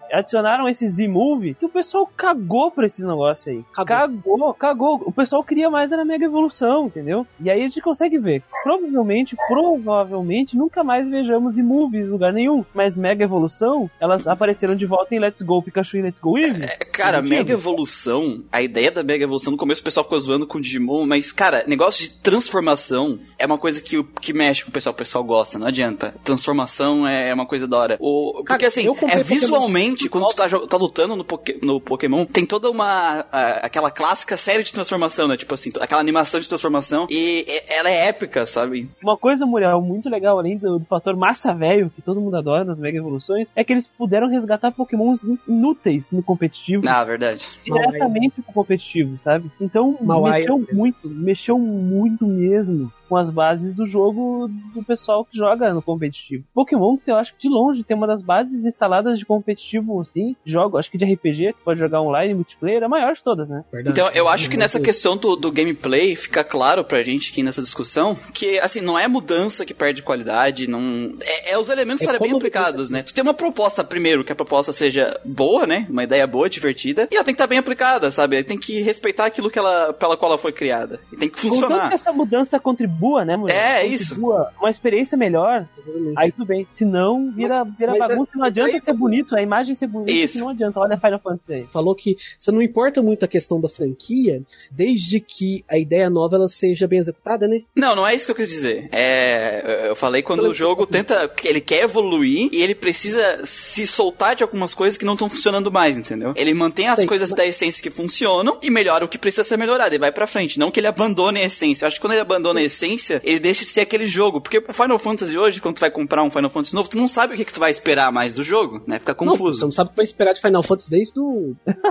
adicionaram esse Z-Move que o pessoal cagou pra esse negócio aí. Cagou, cagou. O pessoal queria mais era Mega Evolução, entendeu? E aí a gente consegue ver. Provavelmente, provavelmente, nunca mais vejamos Z-Move em lugar nenhum. Mas Mega Evolução, elas apareceram de volta em Let's Go Pikachu e Let's Go Eevee. É, cara, Mega Evolução, a ideia da Mega Evolução, no começo o pessoal ficou zoando com o Digimon, mas, cara, negócio de transformação é uma coisa que, que mexe com o pessoal, o pessoal gosta, não adianta. Transformação é uma coisa da hora. O, porque, cara, assim, é visualmente, Pokémon... quando tu tá, tá lutando no, poké, no Pokémon, tem toda uma, a, aquela clássica série de transformação, né? Tipo assim, aquela animação de transformação, e ela é épica, sabe? Uma coisa, Muriel, muito legal, além do, do fator massa velho, que todo mundo adora nas Mega Evoluções, é que eles puderam resgatar Pokémons inúteis no competitivo. Ah, verdade. Diretamente pro competitivo, sabe? Então, Mawai mexeu muito, mexeu muito mesmo com as bases do jogo do pessoal que joga no competitivo. Pokémon, eu acho que de longe tem uma das bases instaladas de competitivo, assim, jogo, acho que de R P G, que pode jogar online, multiplayer, a maior de todas, né? Verdade. Então, eu acho que nessa questão do, do gameplay, fica claro pra gente aqui nessa discussão, que, assim, não é mudança que perde qualidade, não... É, é os elementos é estarem bem aplicados, né? Tu tem uma proposta, primeiro, que a proposta seja boa, né? Uma ideia boa, divertida, e ela tem que estar bem aplicada, sabe? Tem que respeitar aquilo que ela, pela qual ela foi criada. E tem que funcionar. Contanto que essa mudança contribui boa, né, mulher? É, isso. Uma experiência melhor, aí tudo bem. Se não, vira, vira bagunça, é, não adianta é, ser bonito, a imagem ser bonita, isso. Não adianta. Olha Final Fantasy aí. Falou que você não importa muito a questão da franquia, desde que a ideia nova ela seja bem executada, né? Não, não é isso que eu quis dizer. É, eu falei quando o jogo tenta, ele quer evoluir e ele precisa se soltar de algumas coisas que não estão funcionando mais, entendeu? Ele mantém as Sei, coisas mas... da essência que funcionam e melhora o que precisa ser melhorado, ele vai pra frente, não que ele abandone a essência. Eu acho que quando ele abandona a essência, ele deixa de ser aquele jogo, porque o Final Fantasy hoje, quando tu vai comprar um Final Fantasy novo, tu não sabe o que, que tu vai esperar mais do jogo, né? Fica confuso. Não, você não sabe o que vai esperar de Final Fantasy desde o...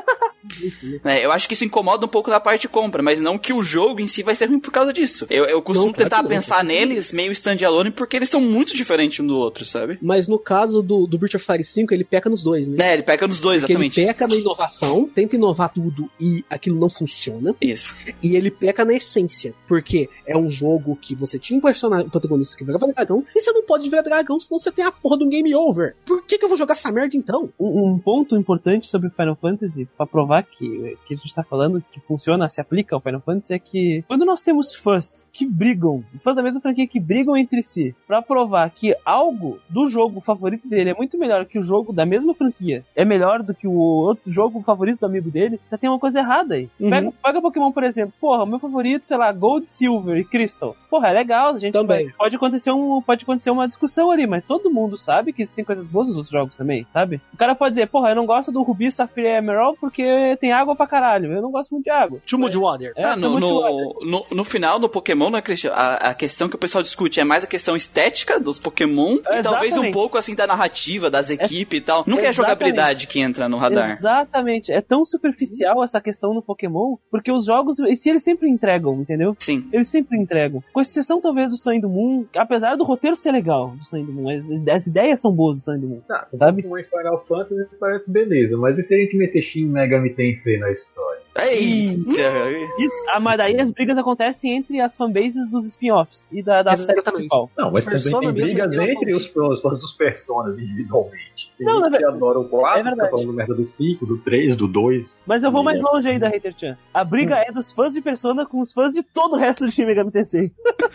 é, eu acho que isso incomoda um pouco na parte de compra, mas não que o jogo em si vai ser ruim por causa disso. Eu, eu costumo não, tentar não, pensar não. neles meio standalone, porque eles são muito diferentes um do outro, sabe? Mas no caso do, do Breath of Fire cinco, ele peca nos dois, né? É, ele peca nos dois, porque exatamente. Ele peca na inovação, tenta inovar tudo e aquilo não funciona. Isso. E ele peca na essência, porque é um jogo que você tinha um personagem, um protagonista que virava dragão, e você não pode virar dragão senão você tem a porra de um game over. Por que que eu vou jogar essa merda então? Um, um ponto importante sobre Final Fantasy, pra provar que, que a gente tá falando que funciona, se aplica ao Final Fantasy, é que quando nós temos fãs que brigam, fãs da mesma franquia que brigam entre si, pra provar que algo do jogo favorito dele é muito melhor que o jogo da mesma franquia, é melhor do que o outro jogo favorito do amigo dele, já tem uma coisa errada aí. Uhum. Pega, pega Pokémon, por exemplo. Porra, o meu favorito, sei lá, Gold, Silver e Crystal. Porra, é legal, a gente também. Pode acontecer, um, pode acontecer uma discussão ali, mas todo mundo sabe que existem coisas boas nos outros jogos também, sabe? O cara pode dizer, porra, eu não gosto do Ruby, Sapphire e Emerald porque tem água pra caralho. Eu não gosto muito de água. Too much water. É, ah, no, no, water. No, no final, no Pokémon, né, Christian, a, a questão que o pessoal discute é mais a questão estética dos Pokémon é, e talvez um pouco, assim, da narrativa, das equipes é, e tal. Nunca é a jogabilidade que entra no radar. Exatamente. É tão superficial essa questão no Pokémon, porque os jogos, e se eles sempre entregam, entendeu? Sim. Eles sempre entregam. Com exceção, talvez, do Sun do Moon, apesar do roteiro ser legal do Sun do Moon, as, as ideias são boas do Sun do Moon. Tá, sabe? Como é Final Fantasy parece beleza, mas e se a gente meter Shin Megami Tensei na história? Eita! Isso, ah, mas daí as brigas acontecem entre as fanbases dos spin-offs e da, da série principal. Não, mas também tem brigas entre os fãs dos personas individualmente. Tem não, gente que adora o quatro, é tá falando merda do cinco, do três, do dois. Mas eu vou mais longe aí da Hater-chan. A briga hum. é dos fãs de Persona com os fãs de todo o resto do Shin Megami Tensei.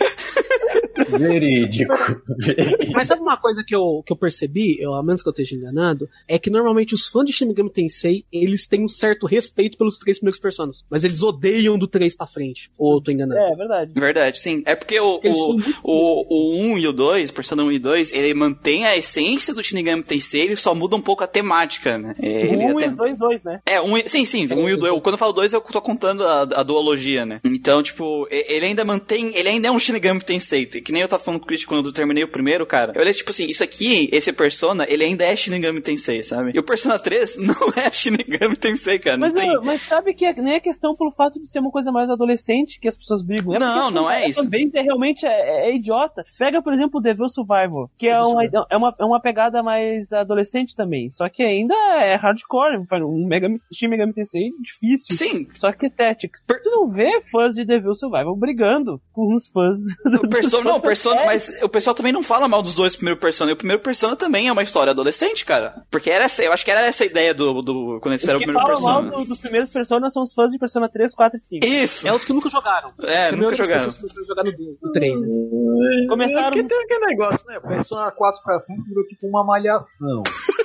Verídico. Mas sabe uma coisa que eu, que eu percebi, eu, a menos que eu esteja enganado, é que normalmente os fãs de Shin Megami Tensei, eles têm um certo respeito pelos três primeiros personagens, mas eles odeiam do três pra frente. Ou eu tô enganado? É, verdade. Verdade, sim. É porque o, o, o, o um e o dois, Persona um e dois, ele mantém a essência do Shin Megami Tensei, ele só muda um pouco a temática, né? Ele o um até... e o dois, dois, né? É, um, sim, sim, o um e o dois. Quando eu falo dois, eu tô contando a, a duologia, né? Então, tipo, ele ainda mantém, ele ainda é um Shin Megami Tensei, que nem eu tava falando com o Christian quando eu terminei o primeiro, cara. Eu olhei, tipo assim, isso aqui, esse Persona, ele ainda é Shin Megami Tensei, sabe? E o Persona três não é Shin Megami Tensei, cara. Não mas, tem... eu, mas sabe que nem é questão pelo fato de ser uma coisa mais adolescente que as pessoas brigam. É não, não é isso. Também é, realmente é, é idiota. Pega, por exemplo, o Devil Survival, que é uma, é, uma, é uma pegada mais adolescente também. Só que ainda é hardcore. Um Megami, Shin Megami Tensei difícil. Sim. Só que é Tactics. Per... Tu não vê fãs de Devil Survival brigando com os fãs... O Persona, não, Persona, mas o pessoal também não fala mal dos dois primeiros Persona. E o primeiro Persona também é uma história adolescente, cara. Porque era essa, eu acho que era essa a ideia do, do quando eles fizeram o primeiro Persona. Os que falam mal dos primeiros Persona são os fãs de Persona três, quatro e cinco. Isso! É os que nunca jogaram. É, nunca jogaram. As pessoas que jogaram no três, né? Começaram... Porque tem aquele negócio, né? Persona quatro pra frente virou tipo uma malhação.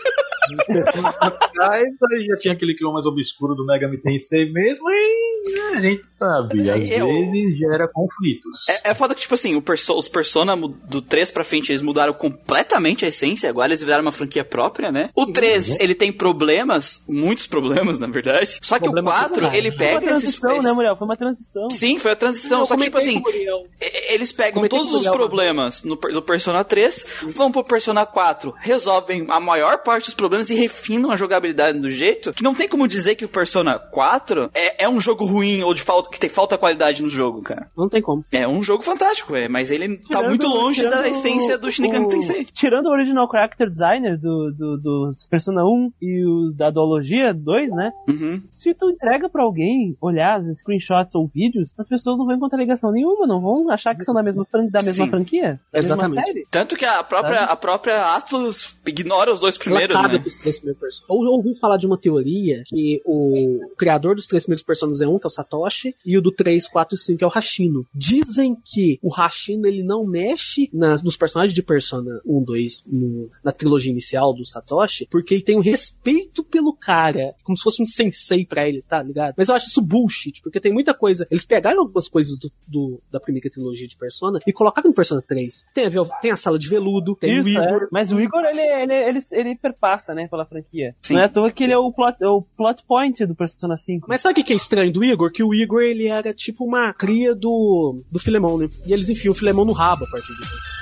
Aí já tinha aquele clima mais obscuro do Megami Tensei mesmo e né, a gente sabe, às eu... vezes gera conflitos. É, é foda que, tipo assim, o perso- os Persona do três pra frente, eles mudaram completamente a essência, agora eles viraram uma franquia própria, né? O três, uhum. ele tem problemas, muitos problemas, na verdade, só que Problema o quatro, ele pega foi uma transição, esses... né, Muriel? Foi uma transição. Sim, foi a transição, Não, só que, tipo assim, eles pegam todos os problemas no, do Persona três, vão pro Persona quatro, resolvem a maior parte dos problemas e refinam a jogabilidade do jeito que não tem como dizer que o Persona quatro é, é um jogo ruim ou de falta, que tem falta qualidade no jogo, cara. Não tem como. É um jogo fantástico, é, mas ele tirando, tá muito longe da o, essência do Shin Megami Tensei. Tirando o original character designer do, do, dos Persona um e os da duologia dois, né? Uhum. Se tu entrega pra alguém olhar os screenshots ou vídeos, as pessoas não vão encontrar ligação nenhuma, não vão achar que são da mesma, fran- da mesma franquia, da Exatamente. mesma série. Tanto que a própria, a própria Atlus ignora os dois primeiros, né? Dos três primeiros personagens. Ou eu ouvi falar de uma teoria que o criador dos três primeiros personagens é um, que é o Satoshi, e o do três, quatro e cinco é o Hashino. Dizem que o Hashino, ele não mexe nas, nos personagens de Persona um, dois, no, na trilogia inicial do Satoshi, porque ele tem um respeito pelo cara, como se fosse um sensei pra ele, tá ligado? Mas eu acho isso bullshit, porque tem muita coisa, eles pegaram algumas coisas do, do, da primeira trilogia de Persona e colocaram no Persona três. Tem a, tem a sala de veludo, tem isso, o Igor. É. Mas o Igor, ele, ele, ele, ele perpassa, né, pela franquia. Sim. Não é à toa que ele é o plot, é o plot point do Persona cinco. Mas sabe o que é estranho do Igor? Que o Igor, ele era tipo uma cria do, do Filemon, né? E eles enfiam o Filemon no rabo a partir disso.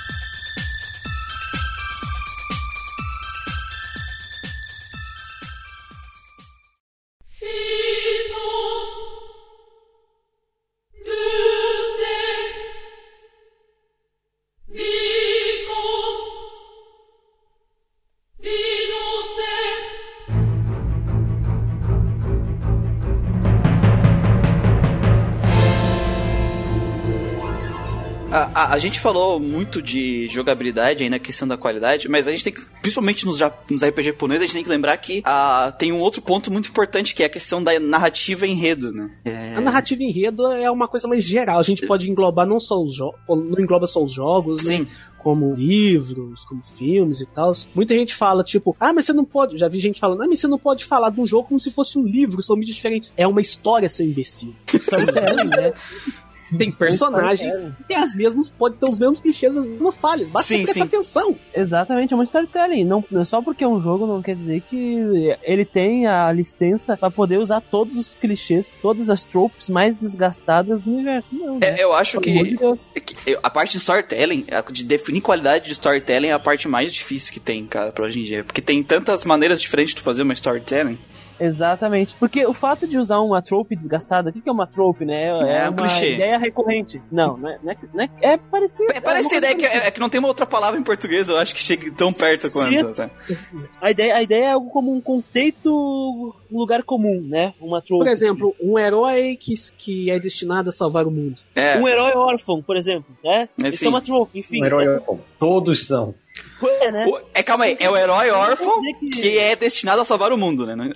A, a, a gente falou muito de jogabilidade aí na questão da qualidade, mas a gente tem que, principalmente nos, nos R P G japoneses, a gente tem que lembrar que a, tem um outro ponto muito importante, que é a questão da narrativa e enredo, né? É... A narrativa e enredo é uma coisa mais geral, a gente pode englobar não só os jogos, não engloba só os jogos, Sim. né? Como livros, como filmes e tal. Muita gente fala, tipo, ah, mas você não pode... Já vi gente falando, ah, mas você não pode falar de um jogo como se fosse um livro, são mídias diferentes. É uma história, seu imbecil. Então, é, né? Tem personagens que tem as mesmas, pode ter os mesmos clichês, as mesmas falhas. Basta sim, prestar sim. atenção. Exatamente, é uma storytelling. Não, só porque é um jogo não quer dizer que ele tem a licença pra poder usar todos os clichês, todas as tropes mais desgastadas do universo. Não, né? É, eu acho que, de que a parte de storytelling, de definir qualidade de storytelling é a parte mais difícil que tem, cara, pra hoje em dia. Porque tem tantas maneiras diferentes de tu fazer uma storytelling. Exatamente, porque o fato de usar uma trope desgastada, o que é uma trope, né? É, é um uma clichê. Ideia recorrente. Não, não é, não é, não é, é parecido. É parecido, é, é, que, é, é que não tem uma outra palavra em português, eu acho que chega tão perto quanto. Sabe? A ideia, a ideia é algo como um conceito, um lugar comum, né? Uma trope. Por exemplo, um herói que, que é destinado a salvar o mundo. É. Um herói órfão, por exemplo, né? É, Isso é uma trope, enfim. Um herói é, órfão. Todos são. É, né? O, é, calma aí, é o herói órfão que... que é destinado a salvar o mundo, né?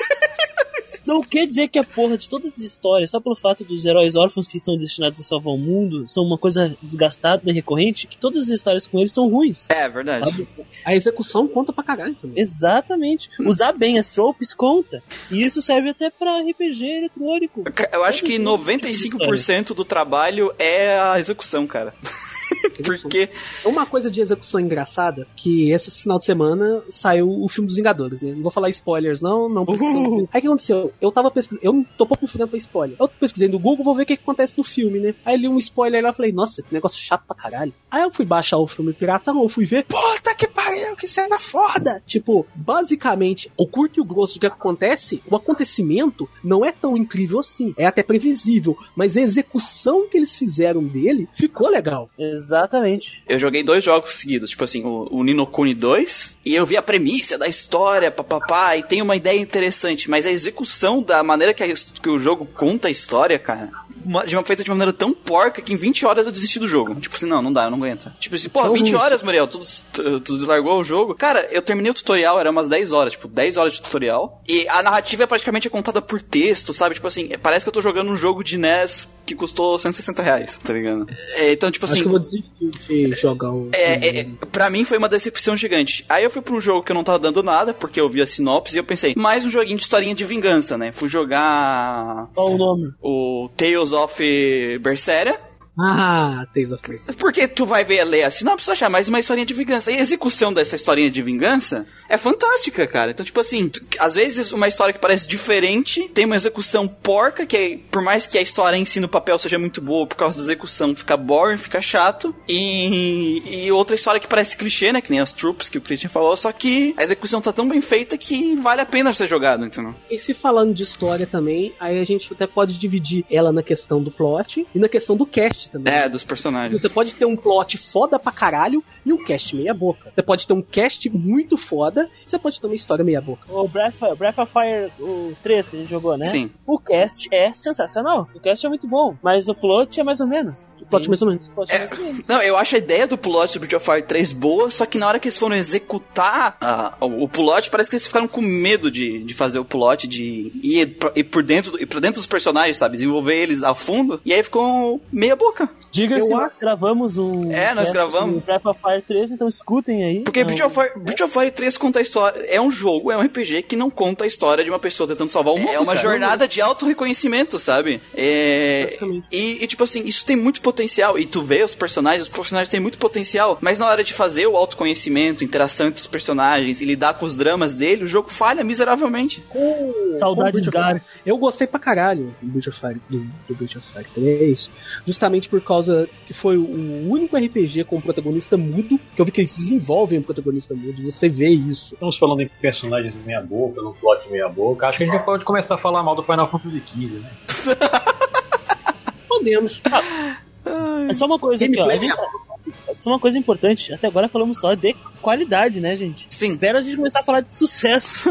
Não quer dizer que a porra de todas as histórias, só pelo fato dos heróis órfãos que são destinados a salvar o mundo, são uma coisa desgastada e recorrente, que todas as histórias com eles são ruins. É, verdade. Sabe? A execução conta pra caralho também. Exatamente. Usar bem as tropes conta. E isso serve até pra R P G eletrônico. Eu acho que noventa e cinco por cento do trabalho é a execução, cara. Porque uma coisa de execução engraçada, que esse final de semana saiu o filme dos Vingadores, né? Não vou falar spoilers, não, não precisa. Uhum. Aí o que aconteceu? Eu tava pesquisando, eu não tô pouco fudendo pra spoiler. Eu pesquisei no Google, vou ver o que, que acontece no filme, né? Aí li um spoiler lá e falei, nossa, que negócio chato pra caralho. Aí eu fui baixar o filme pirata, eu fui ver, puta que pariu, que cena foda! Tipo, basicamente, o curto e o grosso do que acontece, o acontecimento não é tão incrível assim, é até previsível, mas a execução que eles fizeram dele ficou legal. Exatamente. Eu joguei dois jogos seguidos, tipo assim, o, o Ni no Kuni dois, e eu vi a premissa da história, papapá, e tem uma ideia interessante, mas a execução da maneira que, a, que o jogo conta a história, cara, uma, de uma, feita de uma maneira tão porca que em vinte horas eu desisti do jogo. Tipo assim, não, não dá, eu não aguento. Tipo assim, porra, vinte horas, Muriel, tu, tu, tu largou o jogo. Cara, eu terminei o tutorial, era umas dez horas, tipo, dez horas de tutorial. E a narrativa é praticamente contada por texto, sabe? Tipo assim, parece que eu tô jogando um jogo de N E S que custou cento e sessenta reais, tá ligado? É, então, tipo assim... Acho que eu vou desistir de jogar o... É, é, pra mim foi uma decepção gigante. Aí eu fui pra um jogo que eu não tava dando nada, porque eu vi a sinopse e eu pensei, mais um joguinho de historinha de vingança, né? Fui jogar... Qual o nome? O Tales of Berseria. Ah, Tales of Berseria. Porque tu vai ver, ler a sinopse, achar mais uma historinha de vingança. E a execução dessa historinha de vingança é fantástica, cara. Então, tipo assim, tu, às vezes uma história que parece diferente, tem uma execução porca, que é, por mais que a história em si no papel seja muito boa, por causa da execução fica boring, fica chato. E, e outra história que parece clichê, né, que nem as Troops que o Christian falou, só que a execução tá tão bem feita que vale a pena ser jogado, entendeu? E se falando de história também, aí a gente até pode dividir ela na questão do plot e na questão do cast também. É, dos personagens. Você pode ter um plot foda pra caralho e um cast meia boca. Você pode ter um cast muito foda e você pode ter uma história meia boca. O Breath, Breath of Fire o três que a gente jogou, né? Sim. O cast é sensacional. O cast é muito bom, mas o plot é mais ou menos. O plot é mais ou menos. O plot é, é mais ou menos. Não, eu acho a ideia do plot do Breath of Fire três boa, só que na hora que eles foram executar uh, o, o plot, parece que eles ficaram com medo de, de fazer o plot, de ir, pra, ir por dentro, ir pra dentro dos personagens, sabe? Desenvolver eles a fundo, e aí ficou meia boca. Diga-se, nós gravamos um... É, nós gravamos. Breath of Fire três, então escutem aí. Porque Breath of Fire, Breath of Fire três conta a história... É um jogo, é um R P G que não conta a história de uma pessoa tentando salvar o mundo. É uma cara, jornada de auto-reconhecimento, sabe? É... E, e, tipo assim, isso tem muito potencial. E tu vê os personagens, os personagens têm muito potencial. Mas na hora de fazer o autoconhecimento, interação entre os personagens e lidar com os dramas dele, o jogo falha miseravelmente. Uh, Saudade de Gar. Eu gostei pra caralho do Breath of Fire, do, do Breath of Fire três. Justamente por causa que foi o único R P G com o protagonista mudo, que eu vi que eles desenvolvem o protagonista mudo, você vê isso. Estamos falando em personagens meia boca, no plot meia boca, acho que a gente já pode começar a falar mal do Final Fantasy quinze, né? Podemos. É só uma coisa aqui, ó. A gente, é só uma coisa importante. Até agora falamos só de qualidade, né, gente? Sim. Espero a gente começar a falar de sucesso.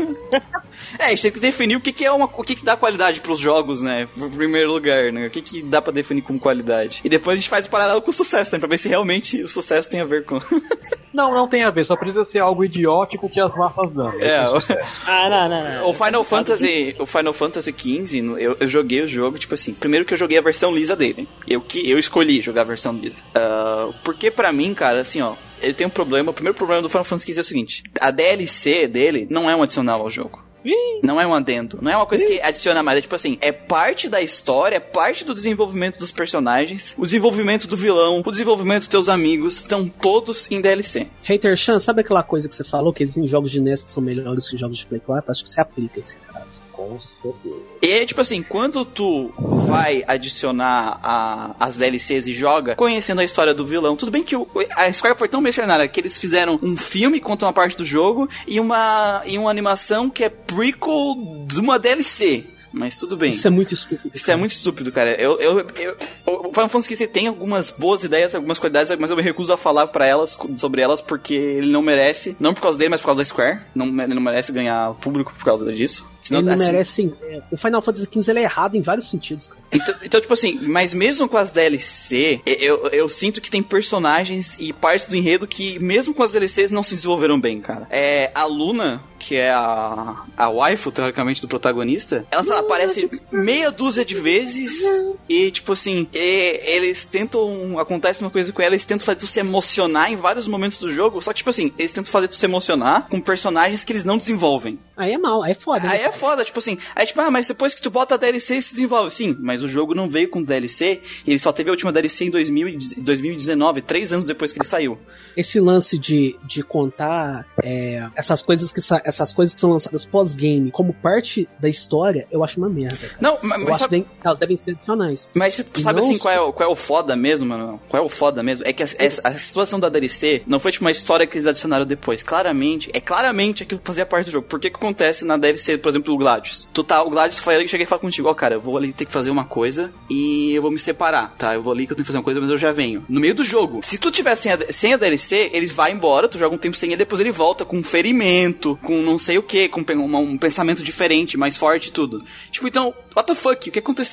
É, a gente tem que definir o que, que é uma, o que, que dá qualidade pros jogos, né? Em primeiro lugar, né? O que, que dá pra definir como qualidade. E depois a gente faz o paralelo com o sucesso, né? Pra ver se realmente o sucesso tem a ver com... Não, não tem a ver. Só precisa ser algo idiótico que as massas amam. É, o... Ah, não, não, não. O Final Fantasy, o Final Fantasy quinze, eu, eu joguei o jogo, tipo assim, primeiro que eu joguei a versão lisa dele. Eu, que, eu escolhi jogar a versão lisa. Uh, porque pra mim, cara, assim, ó, ele tem um problema. O primeiro problema do Final Fantasy quinze é o seguinte: a D L C dele não é um adicional ao jogo. Não é um adendo, não é uma coisa que adiciona mais, é tipo assim, é parte da história, é parte do desenvolvimento dos personagens, o desenvolvimento do vilão, o desenvolvimento dos teus amigos, estão todos em D L C. Hater Chan, sabe aquela coisa que você falou, que existem jogos de N E S que são melhores que jogos de Play quatro? Acho que se aplica esse caso. Com certeza. E tipo assim, quando tu vai adicionar a, as D L Cs e joga, conhecendo a história do vilão, tudo bem que o, a Square foi tão mercenária que eles fizeram um filme que conta uma parte do jogo e uma, e uma animação que é prequel de uma D L C. Mas tudo bem. Isso é muito estúpido. Isso cara. é muito estúpido, cara. Eu, eu, eu, o Final Fantasy quinze tem algumas boas ideias, algumas qualidades, mas eu me recuso a falar pra elas, sobre elas, porque ele não merece. Não por causa dele, mas por causa da Square. Não, ele não merece ganhar público por causa disso. Senão, ele não assim, merece, sim. É, o Final Fantasy quinze ele é errado em vários sentidos, cara. Então, então, tipo assim, mas mesmo com as D L C, eu, eu sinto que tem personagens e partes do enredo que, mesmo com as D L Cs, não se desenvolveram bem, cara. É, a Luna, que é a, a waifu, teoricamente, do protagonista, ela só aparece meia dúzia de vezes e, tipo assim, e, eles tentam, acontece uma coisa com ela, eles tentam fazer tu se emocionar em vários momentos do jogo, só que, tipo assim, eles tentam fazer tu se emocionar com personagens que eles não desenvolvem. Aí é mal, aí é foda, né? Aí é foda, tipo assim, aí tipo, ah, mas depois que tu bota a D L C, ele se desenvolve. Sim, mas o jogo não veio com D L C, e ele só teve a última D L C em dois mil e dezenove, três anos depois que ele saiu. Esse lance de, de contar é, essas, coisas que, essas coisas que são lançadas pós-game como parte da história, eu acho uma merda, cara. Não, mas... Eu acho sabe... que elas devem ser adicionais. Mas sabe assim, qual é, o, qual é o foda mesmo, mano? Qual é o foda mesmo? É que a, a, a situação da D L C não foi tipo uma história que eles adicionaram depois. Claramente, é claramente aquilo que fazia parte do jogo. Por que que acontece na D L C, por exemplo, o Gladius? Tu tá, o Gladius foi ali que cheguei a falar contigo, ó, oh, cara, eu vou ali ter que fazer uma coisa e eu vou me separar, tá? Eu vou ali que eu tenho que fazer uma coisa, mas eu já venho. No meio do jogo. Se tu tiver sem a, sem a D L C, ele vai embora, tu joga um tempo sem ele, depois ele volta com um ferimento, com não sei o que, com um, um pensamento diferente, mais forte e tudo. Tipo, então, what the fuck? O que aconteceu?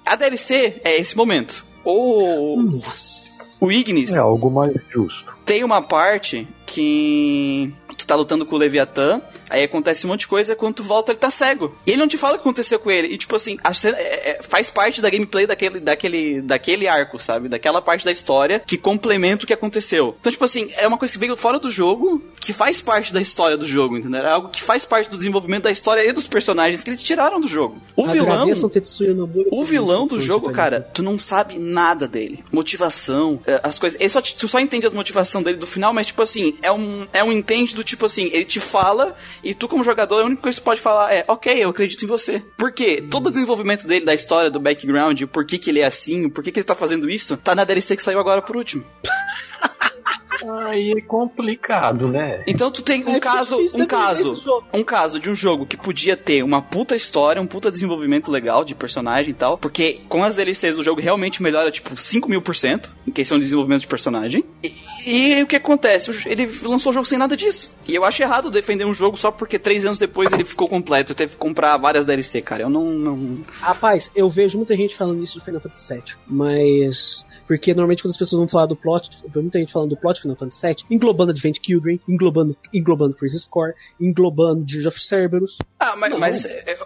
A D L C é esse momento. Ou Nossa. o Ignis É algo mais justo. tem uma parte que tu tá lutando com o Leviatã, aí acontece um monte de coisa, quando tu volta ele tá cego. E ele não te fala o que aconteceu com ele. E tipo assim, a cena é, é, faz parte da gameplay daquele, daquele, daquele arco, sabe? Daquela parte da história que complementa o que aconteceu. Então tipo assim, é uma coisa que veio fora do jogo, que faz parte da história do jogo, entendeu? É algo que faz parte do desenvolvimento da história e dos personagens que eles tiraram do jogo. O vilão... O vilão do jogo, cara, tu não sabe nada dele. Motivação, as coisas... Ele só, tu só entende as motivações dele do final, mas tipo assim, é um, é um entende do tipo assim, ele te fala e tu como jogador, a única coisa que tu pode falar é, ok, eu acredito em você. Por quê? Todo o desenvolvimento dele, da história, do background, o porquê que ele é assim, o porquê que ele tá fazendo isso, tá na D L C que saiu agora por último. Aí é complicado, né? Então tu tem um É caso, um caso, um caso de um jogo que podia ter uma puta história, um puta desenvolvimento legal de personagem e tal, porque com as D L Cs o jogo realmente melhora tipo cinco mil por cento em questão de desenvolvimento de personagem. E, e o que acontece? Ele lançou o jogo sem nada disso. E eu acho errado defender um jogo só porque três anos depois ele ficou completo. Eu teve que comprar várias D L C, cara. Eu não, não... Rapaz, eu vejo muita gente falando isso do Final Fantasy sete, mas... Porque normalmente quando as pessoas vão falar do plot, eu vejo muita gente falando do plot do Final Fantasy sete, englobando Advent Children, englobando, englobando Crisis Core, englobando Gears of Cerberus. Ah, mas, mas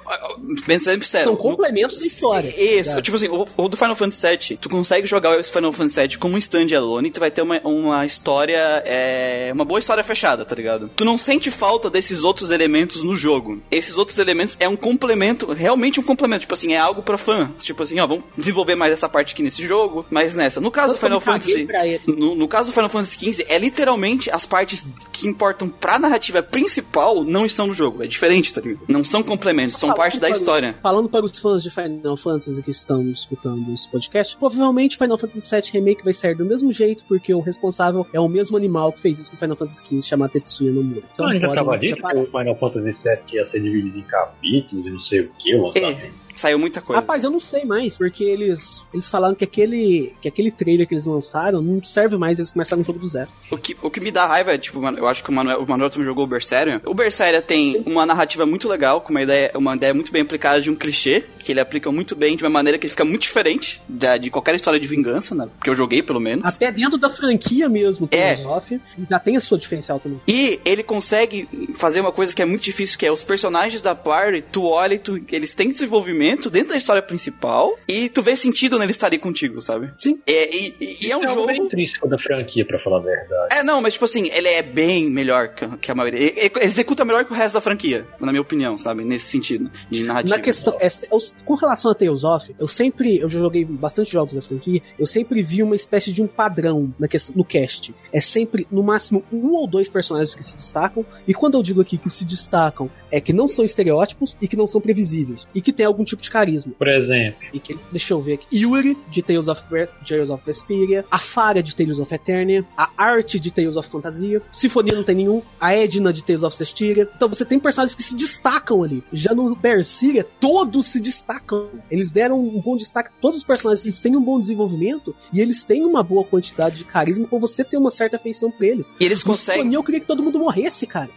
bem sincero, são complementos da história. Isso, tá? tipo assim, o, o do Final Fantasy sete, tu consegue jogar esse Final Fantasy sete como um standalone e tu vai ter uma, uma história, é, uma boa história fechada, tá ligado? Tu não sente falta desses outros elementos no jogo. Esses outros elementos é um complemento, realmente um complemento, tipo assim, é algo pra fã. Tipo assim, ó, vamos desenvolver mais essa parte aqui nesse jogo, mais nessa. No caso do Final Fantasy, no, no caso do Final Fantasy quinze, é literalmente as partes que importam pra narrativa principal não estão no jogo. É diferente, tá ligado? Não são complementos, são parte da história. Os, falando para os fãs de Final Fantasy que estão escutando esse podcast, provavelmente Final Fantasy sete Remake vai sair do mesmo jeito, porque o responsável é o mesmo animal que fez isso com Final Fantasy quinze, chamado Tetsuya Nomura. Então, então já tava dito que o Final Fantasy sete ia ser dividido em capítulos e não sei o que, lançado. É. Saiu muita coisa. Rapaz, eu não sei mais, porque eles, eles falaram que aquele, que aquele trailer que eles lançaram não serve mais, eles começaram o jogo do zero. O que, o que me dá raiva é, tipo, eu acho que o Manuel, o Manuel também jogou o Berseria. O Berseria tem uma narrativa muito legal, com uma ideia, uma ideia muito bem aplicada de um clichê, que ele aplica muito bem, de uma maneira que ele fica muito diferente de, de qualquer história de vingança, né? Que eu joguei, pelo menos. Até dentro da franquia mesmo, é. Off, já tem a sua diferencial também. E ele consegue fazer uma coisa que é muito difícil, que é os personagens da party, tu olha e tu, eles têm desenvolvimento dentro da história principal e tu vê sentido neles estarem contigo, sabe? Sim. É, e, e, e é um é jogo... É intrínseco da franquia, pra falar a verdade. É, não, mas tipo assim, ele é bem melhor que, que a maioria. Ele executa melhor que o resto da franquia, na minha opinião, sabe? Nesse sentido, de narrativa. Na questão, é, com relação a Tales of, eu sempre, eu já joguei bastante jogos da franquia, eu sempre vi uma espécie de um padrão na questão, no cast. É sempre, no máximo, um ou dois personagens que se destacam, e quando eu digo aqui que se destacam, é que não são estereótipos e que não são previsíveis, e que tem algum tipo de carisma. Por exemplo. E que, deixa eu ver aqui. Yuri, de Tales of, Tales of Vesperia, a Farah, de Tales of Eternia, a Art, de Tales of Fantasia, Sinfonia não tem nenhum, a Edna, de Tales of Cestiria. Então você tem personagens que se destacam ali. Já no Berseria, todos se destacam. Eles deram um bom destaque. Todos os personagens, eles têm um bom desenvolvimento e eles têm uma boa quantidade de carisma pra você ter uma certa afeição pra eles. E eles conseguem... Sinfonia, eu queria que todo mundo morresse, cara.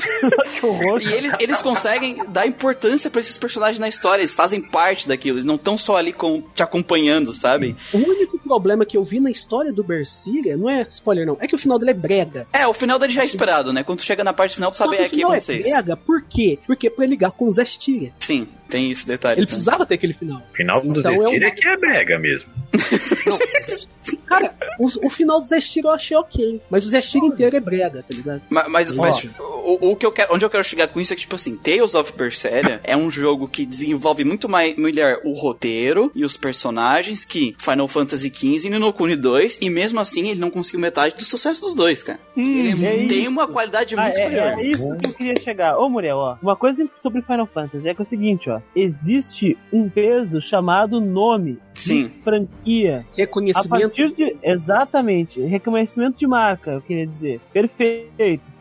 Que horror. E eles, eles conseguem dar importância pra esses personagens na história. Eles fazem parte daquilo. Eles não estão só ali com, te acompanhando, sabe? O único problema que eu vi na história do Berseria, não é spoiler não, é que o final dele é brega. É, o final dele já é esperado, né? Quando tu chega na parte final, tu sabe é aqui com vocês. É brega, por quê? Porque é pra ligar com o Zestiria. Sim, tem esse detalhe. Ele né? precisava ter aquele final. O final do então Zestiria é, um... é que é brega mesmo. Não, cara, o, o final do Zestiria eu achei ok, mas o Zestiria inteiro é brega, tá ligado? Mas, mas, mas o, o que eu quero, onde eu quero chegar com isso é que, tipo assim, Tales of Berseria é um jogo que desenvolve muito mais, melhor o roteiro e os personagens que Final Fantasy quinze e Ni no Kuni dois, e mesmo assim ele não conseguiu metade do sucesso dos dois, cara. Hum, ele é tem isso. Uma qualidade muito ah, superior. É, é isso que eu queria chegar. Ô, Muriel, ó, uma coisa sobre Final Fantasy é que é o seguinte, ó, existe um peso chamado nome. Sim. De franquia. Reconhecimento. A partir de, exatamente. Reconhecimento de marca, eu queria dizer. Perfeito.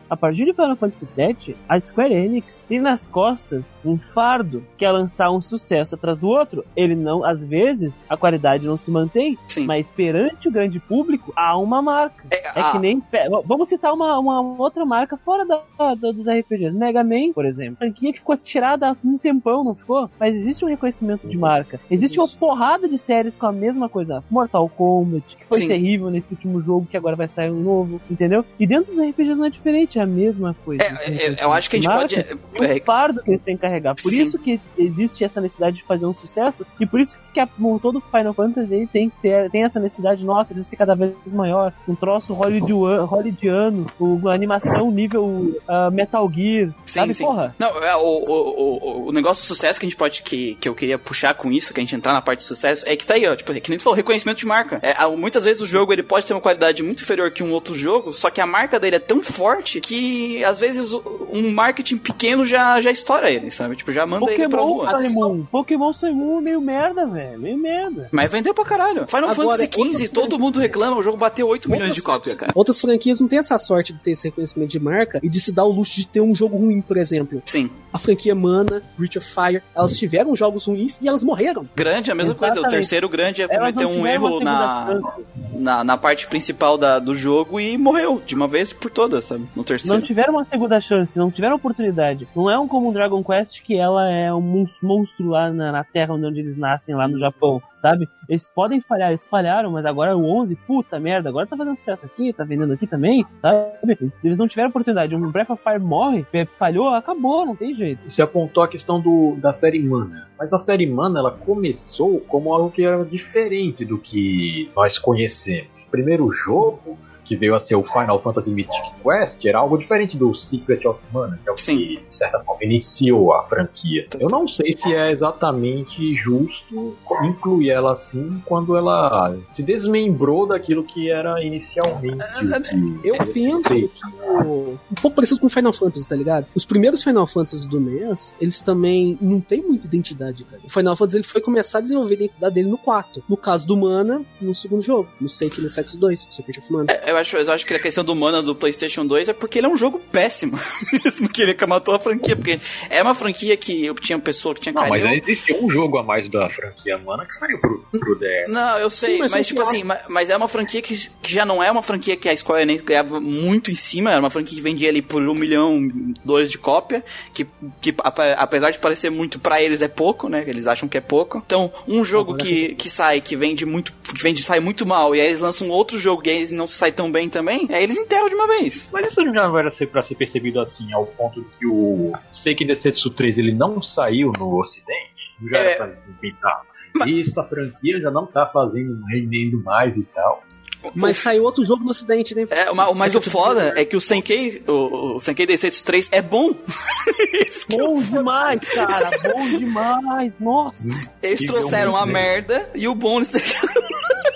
A partir de Final Fantasy sete, a Square Enix tem nas costas um fardo que é lançar um sucesso atrás do outro. Ele não, às vezes, a qualidade não se mantém, Sim. mas perante o grande público, há uma marca. É, É a- que nem... Vamos citar uma, uma outra marca fora da, da- dos R P Gs. Mega Man, por exemplo. Franquia que ficou tirada há um tempão, não ficou? Mas existe um reconhecimento de marca. Existe uma porrada de séries com a mesma coisa. Mortal Kombat, que foi Sim. terrível nesse último jogo, que agora vai sair um novo, entendeu? E dentro dos R P Gs não é diferente, é a mesma coisa. É, é, eu acho que a gente Marca, pode. É um é, fardo que eles têm que carregar. Por Sim. isso que existe essa necessidade de fazer um sucesso, e por isso que a, todo Final Fantasy ele tem, que ter, tem essa necessidade, nossa, ele ser cada vez maior, um troço hollywoodiano, hollywoodiano uma animação nível uh, Metal Gear, Sim, sabe, sim. porra? Não, é, o, o, o, o negócio do sucesso que a gente pode, que, que eu queria puxar com isso, que a gente entrar na parte de sucesso, é que tá aí, ó, tipo, que nem tu falou, reconhecimento de marca. É, há- muitas vezes o jogo, ele pode ter uma qualidade muito inferior que um outro jogo, só que a marca dele é tão forte que, às vezes, o- um marketing pequeno já, já estoura ele, sabe? Tipo, já manda ele pra Pokémon lua. Sun Moon, Pokémon Sun Moon é meio merda, velho, meio merda. Mas vendeu pra caralho. Final Agora, Fantasy quinze, outras todo mundo reclama, o jogo bateu oito milhões de cópias, cara. Outras franquias não têm essa sorte de ter esse reconhecimento de marca e de se dar o luxo de ter um jogo ruim, por exemplo. Sim. A franquia Mana, Breath of Fire, elas tiveram jogos ruins e elas morreram. Grande, é a mesma coisa. O Exatamente. terceiro grande é Elas cometer não um tiveram uma erro segunda na, chance. na, na parte principal da, do jogo e morreu de uma vez por todas, sabe? No terceiro. Não tiveram uma segunda chance, não tiveram oportunidade. Não é um como um Dragon Quest que ela é um mons- monstro lá na, na terra onde eles nascem, lá no Japão, sabe? Eles podem falhar, eles falharam, mas agora o onze, puta merda, agora tá fazendo sucesso aqui, tá vendendo aqui também, sabe? Eles não tiveram oportunidade. Um Breath of Fire morre, falhou, acabou, não tem jeito. Você apontou a questão do, da série Mana. Mas a série Mana, ela começou como algo que era diferente do que nós conhecemos. O primeiro jogo, que veio a ser o Final Fantasy Mystic Quest, era algo diferente do Secret of Mana, que é o Sim. que, de certa forma, iniciou a franquia. Eu não sei se é exatamente justo incluir ela assim quando ela se desmembrou daquilo que era inicialmente. o que Eu era penso feito. que o... um pouco parecido com Final Fantasy, tá ligado? Os primeiros Final Fantasy do N E S, eles também não têm muita identidade, cara. O Final Fantasy ele foi começar a desenvolver a identidade dele no quatro. No caso do Mana, no segundo jogo. No Seiken no Setsu dois, Secret of Mana. É, eu acho, eu acho que a questão do Mana do PlayStation dois é porque ele é um jogo péssimo. Mesmo que ele matou a franquia. Porque é uma franquia que eu tinha pessoa que tinha Não, mas carinho. existe um jogo a mais da franquia Mana que saiu pro, pro D S. Não, eu sei, Sim, mas mas, eu tipo acho- assim, ma- mas é uma franquia que, que já não é uma franquia que a Square Enix ganhava muito em cima, era uma franquia que vendia ali por um milhão, dois de cópia, que, que apa- apesar de parecer muito, pra eles é pouco, né, eles acham que é pouco. Então, um jogo Agora que, que sai, que vende muito, que vende, sai muito mal, e aí eles lançam um outro jogo e aí não sai tão bem também, aí eles enterram de uma vez. Mas isso já não era ser pra ser percebido assim, ao ponto de que o Seiken Densetsu três ele não saiu no ocidente, não já É. era pra pintar. E essa franquia já não tá fazendo, rendendo mais e tal. Mas saiu outro jogo no ocidente, né? É, ma- mas o Secret of foda Mana. é que o Senkei, o, o Senkei Densetsu três é bom. Isso que Bom demais, cara, bom demais, nossa. Eles Que trouxeram a realmente, merda e o bom eles deixaram.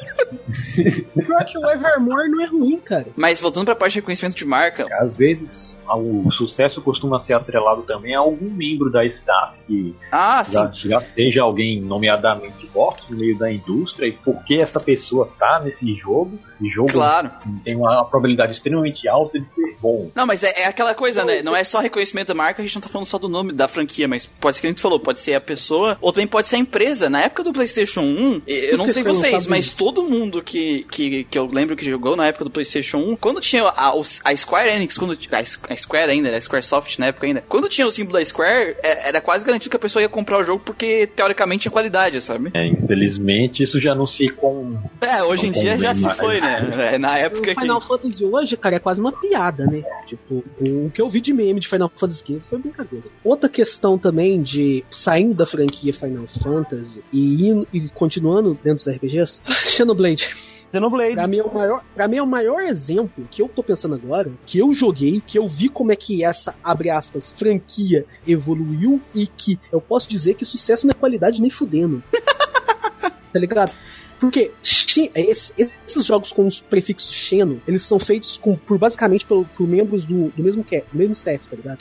Pior que o Evermore não é ruim, cara. Mas voltando pra parte de reconhecimento de marca, Às vezes o sucesso costuma ser atrelado também a algum membro da staff que ah, sim. já, já seja alguém nomeadamente forte no meio da indústria e porque essa pessoa tá nesse jogo, esse jogo Claro. tem uma probabilidade extremamente alta de ser bom. Não, mas é, é aquela coisa, né? Não é só reconhecimento da marca, a gente não tá falando só do nome da franquia, mas pode ser que a gente falou, pode ser a pessoa, ou também pode ser a empresa. Na época do PlayStation um, eu não sei vocês, mas todo mundo que, que, que eu lembro que jogou na época do PlayStation um, quando tinha a, os- a Square Enix, quando, a, a Square ainda, a Squaresoft na época ainda, quando tinha o símbolo da Square, é- era quase garantido que a pessoa ia comprar o jogo porque, teoricamente, tinha qualidade, sabe? É, infelizmente isso já não se com É, hoje em Não dia já convém se mais. foi, né? É, na O época que... Final Fantasy hoje, cara, é quase uma piada, né? Tipo, o que eu vi de meme de Final Fantasy quinze foi brincadeira. Outra questão também de saindo da franquia Final Fantasy e, indo, e continuando dentro dos R P Gs, Xenoblade. Xenoblade. Pra mim, é o maior, pra mim é o maior exemplo que eu tô pensando agora, que eu joguei, que eu vi como é que essa, abre aspas, franquia evoluiu e que eu posso dizer que sucesso não é qualidade nem fudendo. Tá ligado? Porque Xe- esse- esses jogos com os prefixos Xeno, eles são feitos com, por basicamente por, por membros do, do mesmo, ca- do mesmo staff, tá ligado? Sim.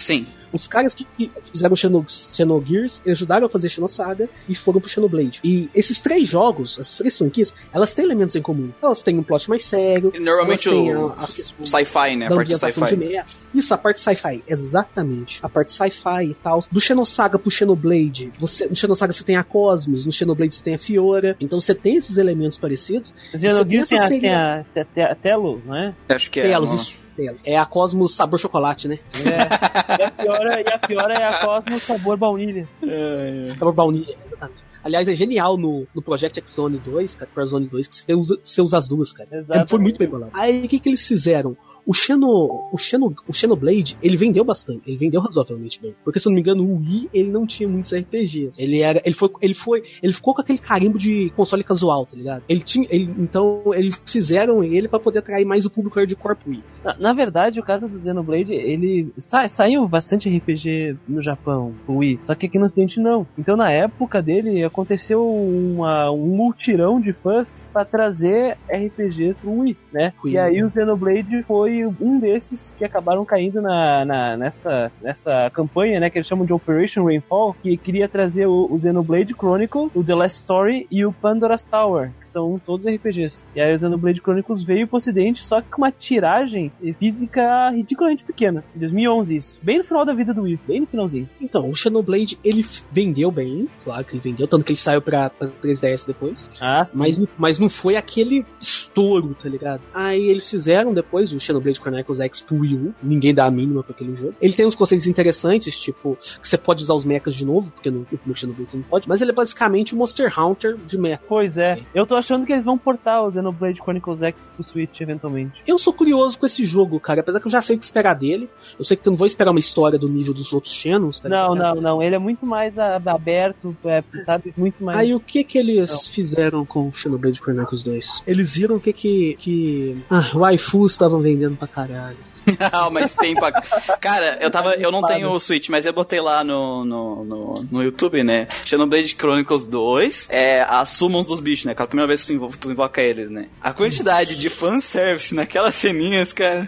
Os caras que fizeram Xeno, Xenogears ajudaram a fazer Xenosaga e foram pro Xenoblade. E esses três jogos, essas três franquias, elas têm elementos em comum. Elas têm um plot mais sério. E normalmente o, a, a, o sci-fi, né? A parte sci-fi. Isso, a parte sci-fi, exatamente. A parte sci-fi e tal. Do Xenosaga pro Xenoblade, você, no Xenosaga você tem a Cosmos, no Xenoblade você tem a Fiora. Então você tem esses elementos parecidos. O Xenogears tem, seria... tem a, tem a, a Telo, não é? Acho que é. Telos, isso. É a Cosmos sabor chocolate, né? É. E a Fiora, e a Fiora é a Cosmos sabor baunilha. É, é. Sabor baunilha, exatamente. Aliás, é genial no, no Project X Zone dois, cara, Core Zone dois, que você usa, você usa as duas, cara. É, foi muito bem bolado. Aí, o que que eles fizeram? O Xeno, o Xeno, o Xenoblade, ele vendeu bastante, ele vendeu razoavelmente bem. Porque, se eu não me engano, o Wii, ele não tinha muitos R P Gs. Ele era, ele foi, ele foi, ele ficou com aquele carimbo de console casual, tá ligado? Ele tinha, ele, então, eles fizeram ele pra poder atrair mais o público hardcore pro Wii. Na, na verdade, o caso do Xenoblade, ele sa, saiu bastante R P G no Japão, pro Wii, só que aqui no Ocidente não. Então, na época dele, aconteceu uma, um multirão de fãs pra trazer R P Gs pro Wii, né? Wii. E aí o Xenoblade foi um desses que acabaram caindo na, na, nessa, nessa campanha, né, que eles chamam de Operation Rainfall, que queria trazer o, o Xenoblade Chronicles, o The Last Story e o Pandora's Tower, que são todos R P Gs. E aí o Xenoblade Chronicles veio pro ocidente, só que com uma tiragem física ridiculamente pequena. Em dois mil e onze isso. Bem no final da vida do Wii, bem no finalzinho. Então, o Xenoblade, ele vendeu bem, claro que ele vendeu, tanto que ele saiu pra, pra três D S depois. Ah, sim. Mas, mas não foi aquele estouro, tá ligado? Aí eles fizeram depois o Xenoblade Chronicles X pro Wii U, ninguém dá a mínima pra aquele jogo. Ele tem uns conceitos interessantes, tipo, que você pode usar os mechas de novo, porque no, no Xenoblade você não pode, mas ele é basicamente o Monster Hunter de mecha. Pois é, eu tô achando que eles vão portar o Xenoblade Chronicles X pro Switch eventualmente. Eu sou curioso com esse jogo, cara, apesar que eu já sei o que esperar dele. Eu sei que eu não vou esperar uma história do nível dos outros Xenos, tá Não, ligado? não, não, ele é muito mais aberto, é, sabe, muito mais... Aí o que que eles não. fizeram com o Xenoblade Chronicles dois? Eles viram o que que... que... Ah, waifus estavam vendendo pra caralho. Não, mas tem pra... Cara, eu tava. Eu não tenho o Switch, mas eu botei lá no, no, no, no YouTube, né? Xenoblade Chronicles dois, é as summons dos bichos, né? Aquela primeira vez que tu invoca, tu invoca eles, né? A quantidade de fanservice naquelas ceninhas, cara.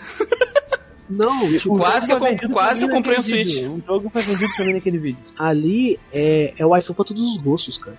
Não, tipo, quase que eu, com, quase eu comprei um Switch. O jogo foi vendido pra mim naquele vídeo. Ali é, é o iPhone pra todos os gostos, cara.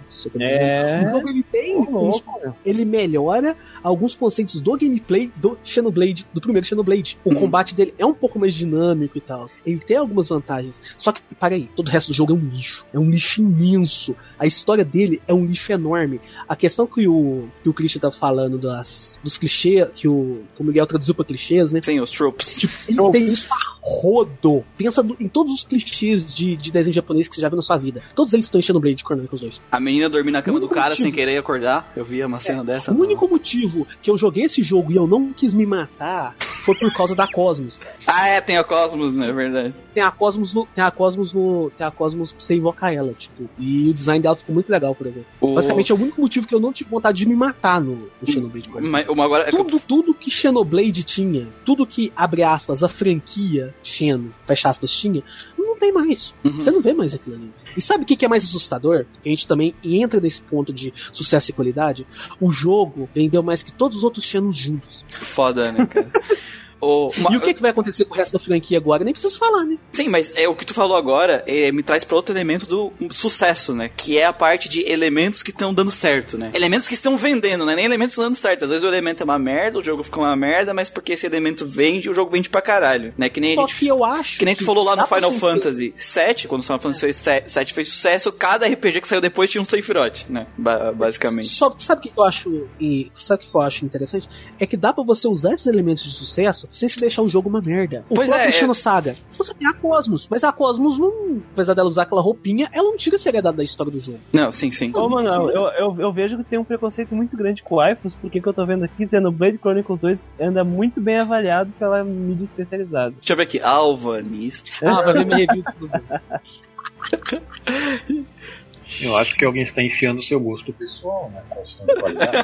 É. O jogo ele tem. Oh, ele melhora alguns conceitos do gameplay do Xenoblade, do primeiro Xenoblade. O hum. combate dele é um pouco mais dinâmico e tal. Ele tem algumas vantagens. Só que, para aí, todo o resto do jogo é um lixo. É um lixo imenso. A história dele é um lixo enorme. A questão que o, que o Christian tá falando das, dos clichês, que o, que o Miguel traduziu pra clichês, né? Sim, os tropes. Tipo, ele tem isso a rodo. Pensa do, em todos os clichês de, de desenho japonês que você já viu na sua vida. Todos eles estão em Xenoblade Chronicles dois. A menina dormir na cama do cara motivo. sem querer acordar. Eu vi uma cena é, dessa. O único motivo que eu joguei esse jogo e eu não quis me matar foi por causa da Cosmos, cara. Ah, é, tem a Cosmos, né? É verdade. Tem a Cosmos no, tem a Cosmos no, tem a Cosmos pra você invocar ela, tipo. E o design dela ficou muito legal, por exemplo. O... Basicamente é o único motivo que eu não tive vontade de me matar no, no Xenoblade. Mas, uma agora... Tudo, tudo que Xenoblade tinha, tudo que, abre aspas, a franquia Xeno, fecha aspas, tinha, não tem mais. Uhum. Você não vê mais aquilo ali. E sabe o que é mais assustador? A gente também entra nesse ponto de sucesso e qualidade. O jogo vendeu mais que todos os outros Xenos juntos. Foda, né, cara? O, uma... E o que, que vai acontecer com o resto da franquia agora? Nem preciso falar, né? Sim, mas é, o que tu falou agora é, me traz pra outro elemento do sucesso, né? Que é a parte de elementos que estão dando certo, né? Elementos que estão vendendo, né? Nem elementos dando certo. Às vezes o elemento é uma merda, o jogo fica uma merda, mas porque esse elemento vende, o jogo vende pra caralho, né? Que nem Só a gente... que eu acho que nem tu que falou lá no Final ser... Fantasy sete, quando o Final Fantasy é. sete fez sucesso, cada R P G que saiu depois tinha um Sephiroth, né? Ba- basicamente. Só, sabe o que eu acho e sabe o que eu acho interessante? É que dá pra você usar esses elementos de sucesso sem se deixar o jogo uma merda. O pois próprio é, Xenosaga. É... Você tem a Cosmos, mas a Cosmos não, apesar dela usar aquela roupinha, ela não tira a seriedade da história do jogo. Não, sim, sim. Ô, Manuel, eu, eu, eu vejo que tem um preconceito muito grande com waifus, porque que eu tô vendo aqui, Xenoblade Chronicles dois anda muito bem avaliado pela mídia especializada. Deixa eu ver aqui, Alvanista. Ah, vai ver minha review tudo. Eu acho que alguém está enfiando o seu gosto pessoal, né? Questão de qualidade.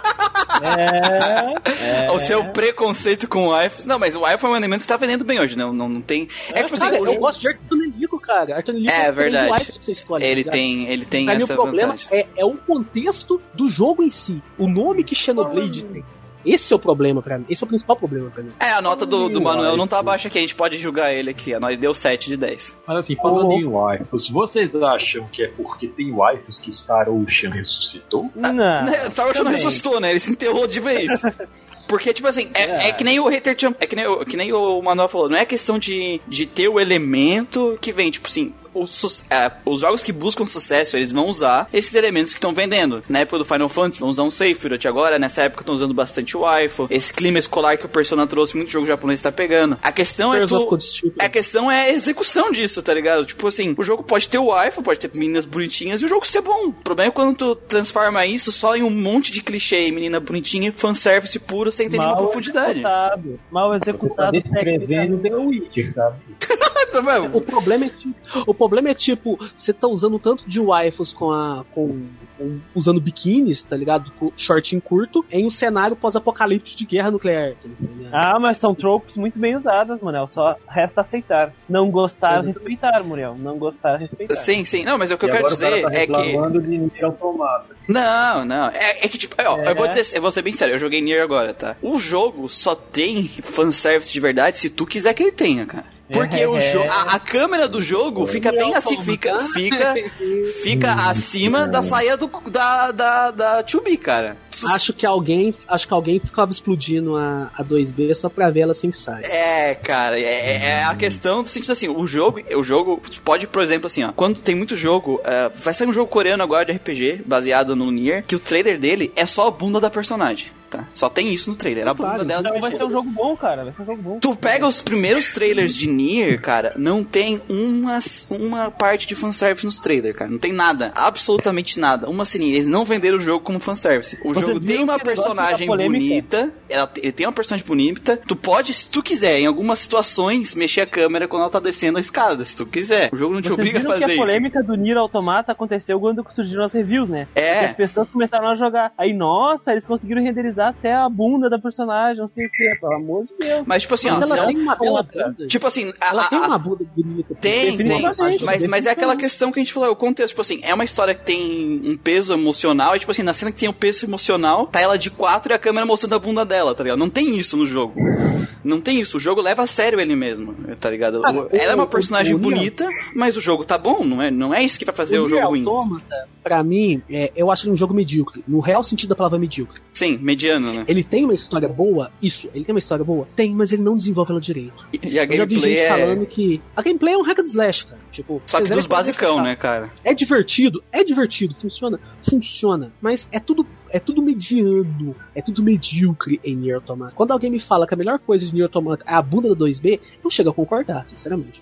É, é. O seu preconceito com o waifus. Não, mas o waifu é um elemento que tá vendendo bem hoje, não, não, não tem... É tipo cara, assim... eu o... gosto de Arthur Nelico, cara. Arthur Nelico é, é verdade. Que você escolhe, ele, tá tem, ele tem pra essa mim, o problema vantagem. É, é o contexto do jogo em si. O nome que Xenoblade tem. Esse é o problema pra mim. Esse é o principal problema pra mim. É, a nota do, do Manuel não tá baixa aqui, a gente pode julgar ele aqui. A nota deu sete de dez. Mas assim, falando oh. em waifus, vocês acham que é porque tem waifus que Star Ocean ressuscitou? Não. Ah, Star Ocean não ressuscitou, né? Ele se enterrou de vez. Porque, tipo assim, é, é. é que nem o hater é que nem, o, que nem o Manuel falou, não é questão de, de ter o elemento que vem, tipo assim, os, é, os jogos que buscam sucesso, eles vão usar esses elementos que estão vendendo. Na época do Final Fantasy, vão usar um Sephiroth agora, nessa época estão usando bastante o waifu, esse clima escolar que o Persona trouxe, muito jogo japonês tá pegando. A questão é tu, a questão é a execução disso, tá ligado? Tipo assim, o jogo pode ter o waifu, pode ter meninas bonitinhas e o jogo ser bom. O problema é quando tu transforma isso só em um monte de clichê, menina bonitinha, fanservice puro, sem ter mal nenhuma profundidade. Executado, mal executado. Você tá descrevendo The Witcher, sabe? o, problema é tipo, o problema é tipo, você tá usando tanto de waifus com a. Com, com, usando biquínis, tá ligado? Com shortinho curto, em um cenário pós-apocalíptico de guerra nuclear. Tá ah, mas são tropes muito bem usadas, Muriel. Só resta aceitar. Não gostar, Exatamente. respeitar, Muriel. Não gostar, respeitar. Sim, sim. Não, mas o que e eu quero dizer tá é que. De Nier Automata. Não, não. É, é que tipo, ó, é. eu, vou dizer, eu vou ser bem sério, eu joguei Nier agora, tá? O jogo só tem fanservice de verdade se tu quiser que ele tenha, cara. Porque é, o jo- a, a câmera do jogo fica bem assim, fica fica, fica acima da saia do, da, da, da dois B, cara. Acho que alguém, acho que alguém ficava explodindo a, a dois B só pra ver ela sem saia. É, cara, é, é a questão do sentido assim, o jogo, o jogo pode, por exemplo, assim, ó, quando tem muito jogo, uh, vai sair um jogo coreano agora de R P G, baseado no Nier, que o trailer dele é só a bunda da personagem. Tá. Só tem isso no trailer, a bunda claro, dela. Então vai ser um jogo bom, cara. Vai ser um jogo bom. Tu pega os primeiros trailers de Nier, cara, não tem uma, uma parte de fanservice nos trailers, cara. Não tem nada. Absolutamente nada. Uma sininha. Eles não venderam o jogo como fanservice. O Você jogo tem uma personagem bonita. Ela, ele tem uma personagem bonita. Tu pode, se tu quiser, em algumas situações, mexer a câmera quando ela tá descendo a escada. Se tu quiser. O jogo não te Vocês obriga a fazer isso. Que a polêmica isso. do Nier Automata aconteceu quando surgiram as reviews, né? É. Porque as pessoas começaram a jogar. Aí, nossa, eles conseguiram renderizar até a bunda da personagem, não sei o que, pelo amor de Deus. Mas, tipo assim, mas ó, ela não, tem uma bela bunda. Tipo assim, a, ela a, tem uma bunda bonita. Tem, tem. Mas, mas é aquela questão que a gente falou, o contexto, tipo assim, é uma história que tem um peso emocional, e tipo assim, na cena que tem um peso emocional, tá ela de quatro e a câmera mostrando a bunda dela, tá ligado? Não tem isso no jogo. Não tem isso. O jogo leva a sério ele mesmo, tá ligado? Ah, o, ela é uma personagem o, o, bonita, mas o jogo tá bom, não é, não é isso que vai fazer o, o jogo ruim. Pra mim, é, eu acho ele um jogo medíocre. No real sentido da palavra medíocre. Sim, mediano, né? Ele tem uma história boa, isso, ele tem uma história boa? Tem, mas ele não desenvolve ela direito. E, e a eu gameplay já vi gente é... falando que... A gameplay é um hack and slash, cara. Tipo, só que dos basicão, né, cara? É divertido, é divertido, funciona, funciona, mas é tudo... É tudo mediano, é tudo medíocre em Nier Automata. Quando alguém me fala que a melhor coisa de Nier Automata é a bunda da dois B, eu chego a concordar, sinceramente.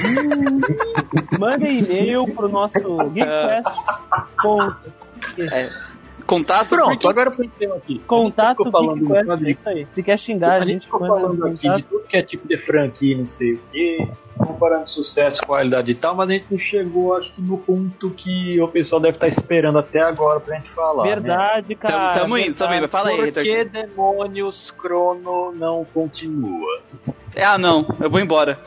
Manda e-mail pro nosso GeekQuest com... É. Contato? Pronto, agora eu entendo aqui. Contato, GeekQuest, é isso aí. Se quer xingar, a gente, a gente ficou falando aqui de tudo que é tipo de franquia, não sei o que, comparando sucesso, qualidade e tal, mas a gente não chegou, acho que no ponto que o pessoal deve estar esperando até agora pra gente falar. Verdade, né? cara. Tamo, tamo indo, tamo indo. Fala aí, Por que demônios Chrono não continua? Ah, não. Eu vou embora.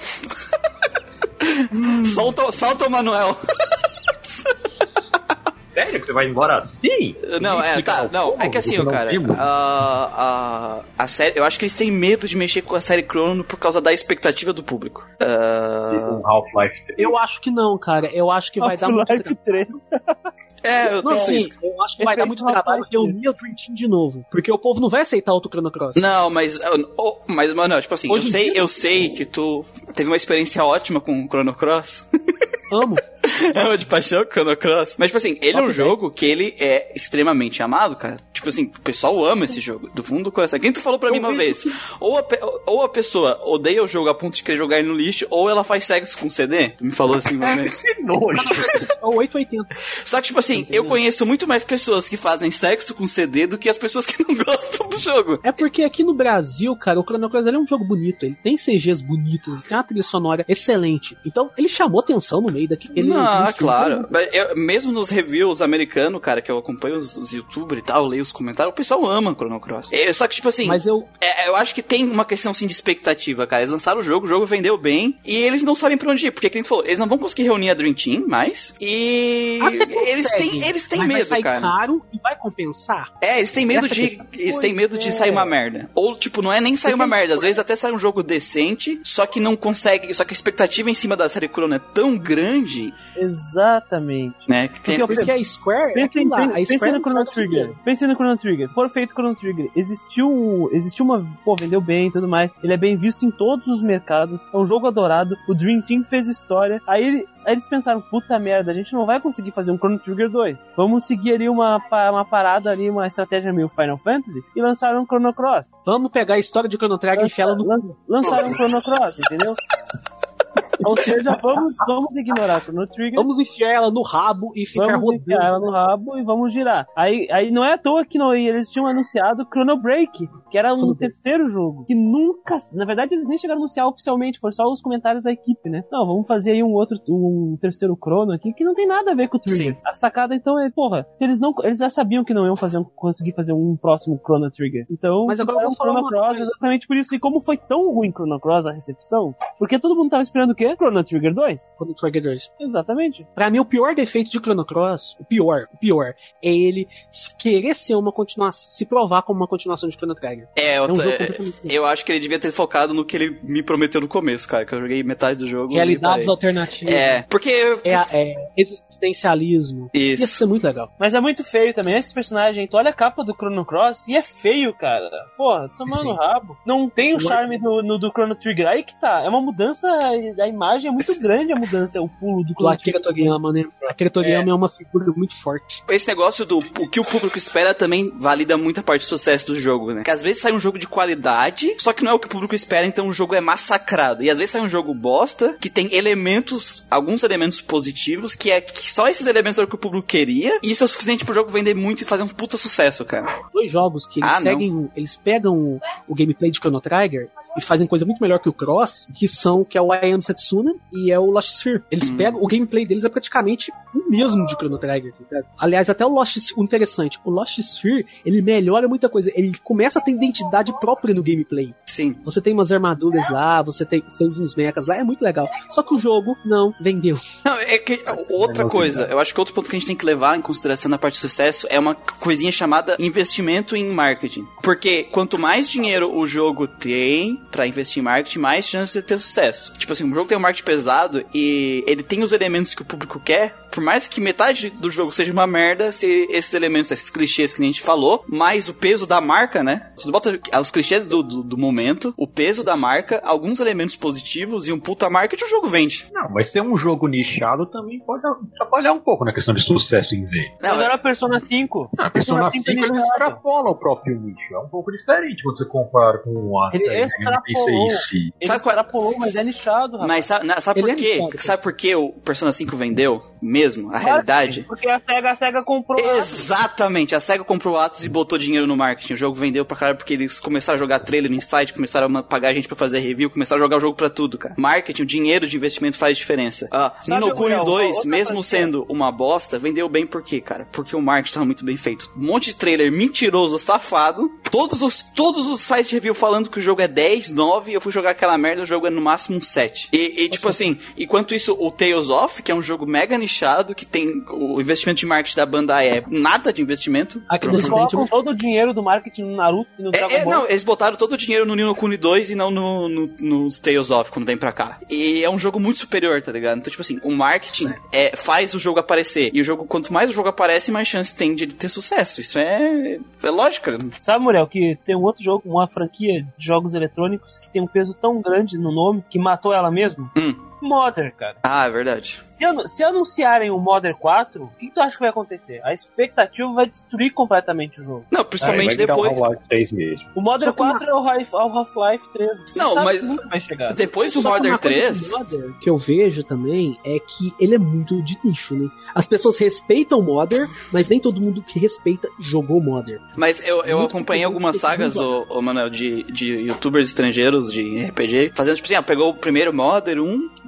hum. solta, solta o Manuel. Sério que você vai embora assim? Não, é, tá, não, é que assim, ó, cara, a, a, a série, eu acho que eles têm medo de mexer com a série Chrono por causa da expectativa do público. Uh... Half-Life três. Eu acho que não, cara, eu acho que vai dar muito Half-Life três. É, eu não, sim, isso. eu acho que vai dar muito trabalho reunir o Dream Team de novo. Porque o povo não vai aceitar outro Chrono Cross. Não, mas, oh, mas mano, tipo assim, eu sei, dia... eu sei que tu teve uma experiência ótima com o Chrono Cross. Amo. Ama de paixão com o Chrono Cross. Mas, tipo assim, ele é um jogo que ele é extremamente amado, cara. Tipo assim, o pessoal ama esse jogo, do fundo do coração. Quem tu falou pra mim uma vez? Ou a, ou a pessoa odeia o jogo a ponto de querer jogar ele no lixo, ou ela faz sexo com C D. Tu me falou assim uma vez. Que nojo. Ou oito e oitenta. Só que, tipo assim, eu conheço muito mais pessoas que fazem sexo com C D do que as pessoas que não gostam do jogo. É porque aqui no Brasil, cara, o Chrono Cross ele é um jogo bonito. Ele tem C Gs bonitos, ele tem uma trilha sonora excelente. Então, ele chamou atenção no meio daqui. Ele não, claro. Eu, mesmo nos reviews americanos, cara, que eu acompanho os, os youtubers e tal, leio os comentários, o pessoal ama Chrono Cross. É, só que, tipo assim, mas eu... É, eu acho que tem uma questão, assim, de expectativa, cara. Eles lançaram o jogo, o jogo vendeu bem, e eles não sabem pra onde ir. Porque, como a gente falou, eles não vão conseguir reunir a Dream Dream Team mais. E eles têm, eles têm mas medo, vai sair cara. caro e vai compensar. É, eles têm medo Essa de. questão. Eles têm medo de sair uma merda. Ou, tipo, não é nem sair uma merda. Às vezes até sai um jogo decente, só que não consegue. Só que a expectativa em cima da série Chrono é tão grande. Exatamente. Né? Que tem Porque, essa... porque a Square. Pensem, é lá, a pensem Square no Chrono Trigger. Pensem no Chrono Trigger. Por feito Chrono Trigger. Existiu, existiu uma. Pô, vendeu bem e tudo mais. Ele é bem visto em todos os mercados. É um jogo adorado. O Dream Team fez história. Aí, ele, aí eles pensaram: puta merda, a gente não vai conseguir fazer um Chrono Trigger dois. Vamos seguir ali uma, uma parada ali, uma estratégia meio Final Fantasy. E lançaram um Chrono Cross. Vamos pegar a história de Chrono Trigger e enfiar ela no. Lan, lançaram um Chrono Cross, entendeu? Ou seja, vamos, vamos ignorar a Chrono Trigger. Vamos enfiar ela no rabo e ficar vamos rodando. enfiar ela no rabo e vamos girar. Aí, aí não é à toa que não, eles tinham anunciado Chrono Break, que era um terceiro jogo. Que nunca... Na verdade, eles nem chegaram a anunciar oficialmente, foram só os comentários da equipe, né? Não, vamos fazer aí um outro, um terceiro Chrono aqui, que não tem nada a ver com o Trigger. Sim. A sacada, então, é, porra, eles, não, eles já sabiam que não iam fazer um, conseguir fazer um próximo Chrono Trigger. Então, mas agora vamos falar Chrono Cross exatamente por isso. E como foi tão ruim Chrono Cross a recepção? Porque todo mundo tava esperando o quê? Chrono Trigger dois? Chrono Trigger dois. Exatamente. Pra mim, o pior defeito de Chrono Cross, o pior, o pior, é ele querer ser uma continuação, se provar como uma continuação de Chrono Trigger. É, eu, é um tô, jogo é, eu acho que ele devia ter focado no que ele me prometeu no começo, cara, que eu joguei metade do jogo. Realidades alternativas. É, porque... É, é existencialismo. Isso. Ia ser muito legal. Mas é muito feio também, esse personagem. Tu olha a capa do Chrono Cross e é feio, cara. Porra, tomando rabo. Não tem o charme do, no, do Chrono Trigger. Aí que tá. É uma mudança, a imagem é muito grande. A mudança, o pulo do Chrono Trigger. O Akira Toriyama, né? O Akira Toriyama é. é uma figura muito forte. Esse negócio do o que o público espera também valida muito a parte do sucesso do jogo, né? Porque às vezes sai um jogo de qualidade, só que não é o que o público espera, então o jogo é massacrado. E às vezes sai um jogo bosta, que tem elementos, alguns elementos positivos, que é que só esses elementos eram o que o público queria, e isso é o suficiente pro jogo vender muito e fazer um puta sucesso, cara. Dois jogos que eles ah, seguem, eles pegam o, o gameplay de Chrono Trigger e fazem coisa muito melhor que o Cross, que são, que é o I Am Setsuna e é o Lost Sphere. Eles hum. pegam, o gameplay deles é praticamente o mesmo de Chrono Trigger. Tá? Aliás, até o Lost Sphere, interessante, o Lost Sphere, ele melhora muita coisa, ele começa a ter identidade própria no gameplay. Sim. Você tem umas armaduras lá, você tem, tem uns mechas lá, é muito legal. Só que o jogo, não, vendeu. Não, é que outra coisa, eu acho que outro ponto que a gente tem que levar em consideração na parte de sucesso é uma coisinha chamada investimento em marketing. Porque quanto mais dinheiro o jogo tem pra investir em marketing, mais chance de ter sucesso. Tipo assim, um jogo tem um marketing pesado e ele tem os elementos que o público quer, por mais que metade do jogo seja uma merda, se esses elementos, esses clichês que a gente falou, mais o peso da marca, né? Você bota os clichês do, do, do momento, o peso da marca, alguns elementos positivos e um puta marketing, o jogo vende. Não, mas ser um jogo nichado também pode atrapalhar um pouco na questão de sucesso em vez. Não, mas era a Persona cinco. Não, a Persona, Persona cinco ele extrapola o próprio nicho. É um pouco diferente quando você compara com a ele série extrapolou. Ele sabe extrapolou, mas é nichado, rapaz. Mas sabe, não, sabe por quê? É sabe por que o Persona cinco vendeu mesmo? A claro, realidade? Porque a SEGA, a SEGA comprou Exatamente, a SEGA comprou o Atlus e botou dinheiro no marketing. O jogo vendeu pra caralho porque eles começaram a jogar trailer no site, começaram a pagar gente pra fazer review, começaram a jogar o jogo pra tudo, cara. Marketing, o dinheiro de investimento faz diferença. Uh, Ni no Kuni dois, mesmo sendo uma bosta, vendeu bem por quê, cara? Porque o marketing tava muito bem feito. Um monte de trailer mentiroso, safado. Todos os, todos os sites de review falando que o jogo é dez, nove, eu fui jogar aquela merda, o jogo é no máximo um sete. E, e tipo assim, enquanto isso, o Tales of, que é um jogo mega nichado, que tem o investimento de marketing da Bandai é nada de investimento. Aqui eles colocam todo o dinheiro do marketing no Naruto e no Dragon é, é, Ball. Não, eles botaram todo o dinheiro no Ni no Kuni dois e não no, no, nos Tales of, quando vem pra cá. E é um jogo muito superior, tá ligado? Então, tipo assim, o marketing é, faz o jogo aparecer. E o jogo, quanto mais o jogo aparece, mais chance tem de ele ter sucesso. Isso é, é lógica. Sabe, Muriel, que tem um outro jogo, uma franquia de jogos eletrônicos que tem um peso tão grande no nome que matou ela mesma? Hum. Modern, cara. Ah, é verdade. Se, se anunciarem o Modern quatro, o que tu acha que vai acontecer? A expectativa vai destruir completamente o jogo. Não, principalmente ah, depois. O Half-Life três mesmo. O Modern quatro é o Half-Life três. Você não, mas nunca vai chegar. Depois do Modern três. Modern, que eu vejo também é que ele é muito de nicho, né? As pessoas respeitam o Modern, mas nem todo mundo que respeita jogou Modern. Mas eu, eu acompanhei algumas sagas, ô, ô Manuel, de, de youtubers estrangeiros de R P G, fazendo tipo assim, ah, pegou o primeiro Modern um,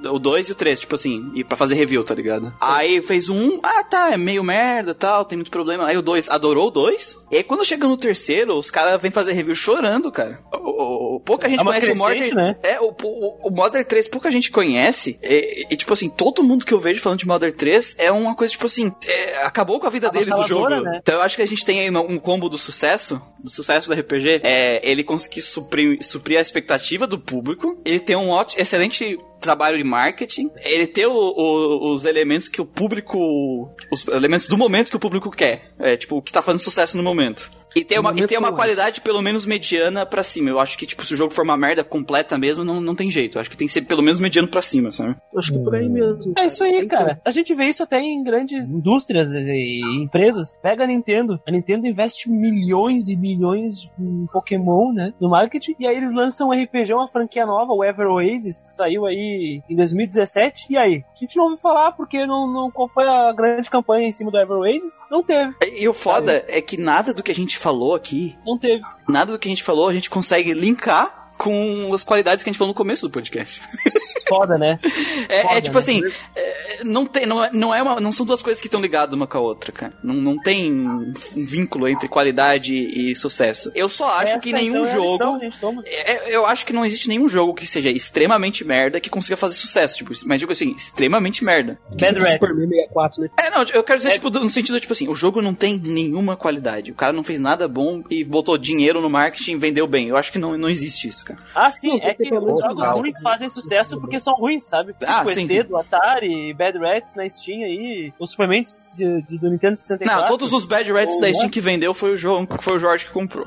o dois e o três, tipo assim, e pra fazer review, tá ligado? Aí fez um, ah tá, é meio merda e tal, tem muito problema. Aí o dois adorou o dois. E aí quando chega no terceiro, os caras vêm fazer review chorando, cara. O, o, pouca gente é conhece o Modern... Né? É, o, o, o Modern três pouca gente conhece. E, e tipo assim, todo mundo que eu vejo falando de Modern três é uma coisa, tipo assim, é, acabou com a vida deles o jogo. Né? Então eu acho que a gente tem aí um combo do sucesso, do sucesso do R P G, é ele conseguir suprir, suprir a expectativa do público, ele tem um ótimo, excelente trabalho de marketing, ele ter o, o, os elementos que o público, os elementos do momento que o público quer, é tipo, o que tá fazendo sucesso no momento. E tem uma, e tem uma qualidade pelo menos mediana pra cima. Eu acho que, tipo, se o jogo for uma merda completa mesmo, não, não tem jeito. Eu acho que tem que ser pelo menos mediano pra cima, sabe? Acho que por aí mesmo. É isso aí, cara. A gente vê isso até em grandes indústrias e empresas. Pega a Nintendo. A Nintendo investe milhões e milhões em Pokémon, né? No marketing. E aí eles lançam um R P G, uma franquia nova, o Ever Oasis, que saiu aí em dois mil e dezessete. E aí? A gente não ouviu falar porque não, não, qual foi a grande campanha em cima do Ever Oasis? Não teve. E, e o foda sabe? É que nada do que a gente falou aqui, não teve. Nada do que a gente falou, a gente consegue linkar com as qualidades que a gente falou no começo do podcast. Foda, né? É, Foda, é tipo né? assim, é, não, tem, não, é, não, é uma, não são duas coisas que estão ligadas uma com a outra, cara. Não, não tem um vínculo entre qualidade e sucesso. Eu só acho Essa, que nenhum então, jogo... É lição, é, eu acho que não existe nenhum jogo que seja extremamente merda que consiga fazer sucesso. Tipo, mas digo assim, extremamente merda. Bad Rats. sessenta e quatro, né? É, não, eu quero dizer, é... tipo, no sentido, tipo assim, o jogo não tem nenhuma qualidade. O cara não fez nada bom e botou dinheiro no marketing e vendeu bem. Eu acho que não, não existe isso, cara. Ah, sim, é que os jogos ruins fazem sucesso porque são ruins, sabe? Ah, o sim, E T sim. do Atari, Bad Rats na Steam aí, os suplementos de, de, do Nintendo sessenta e quatro. Não, todos os Bad Rats da Steam que vendeu foi o, João, foi o Jorge que comprou.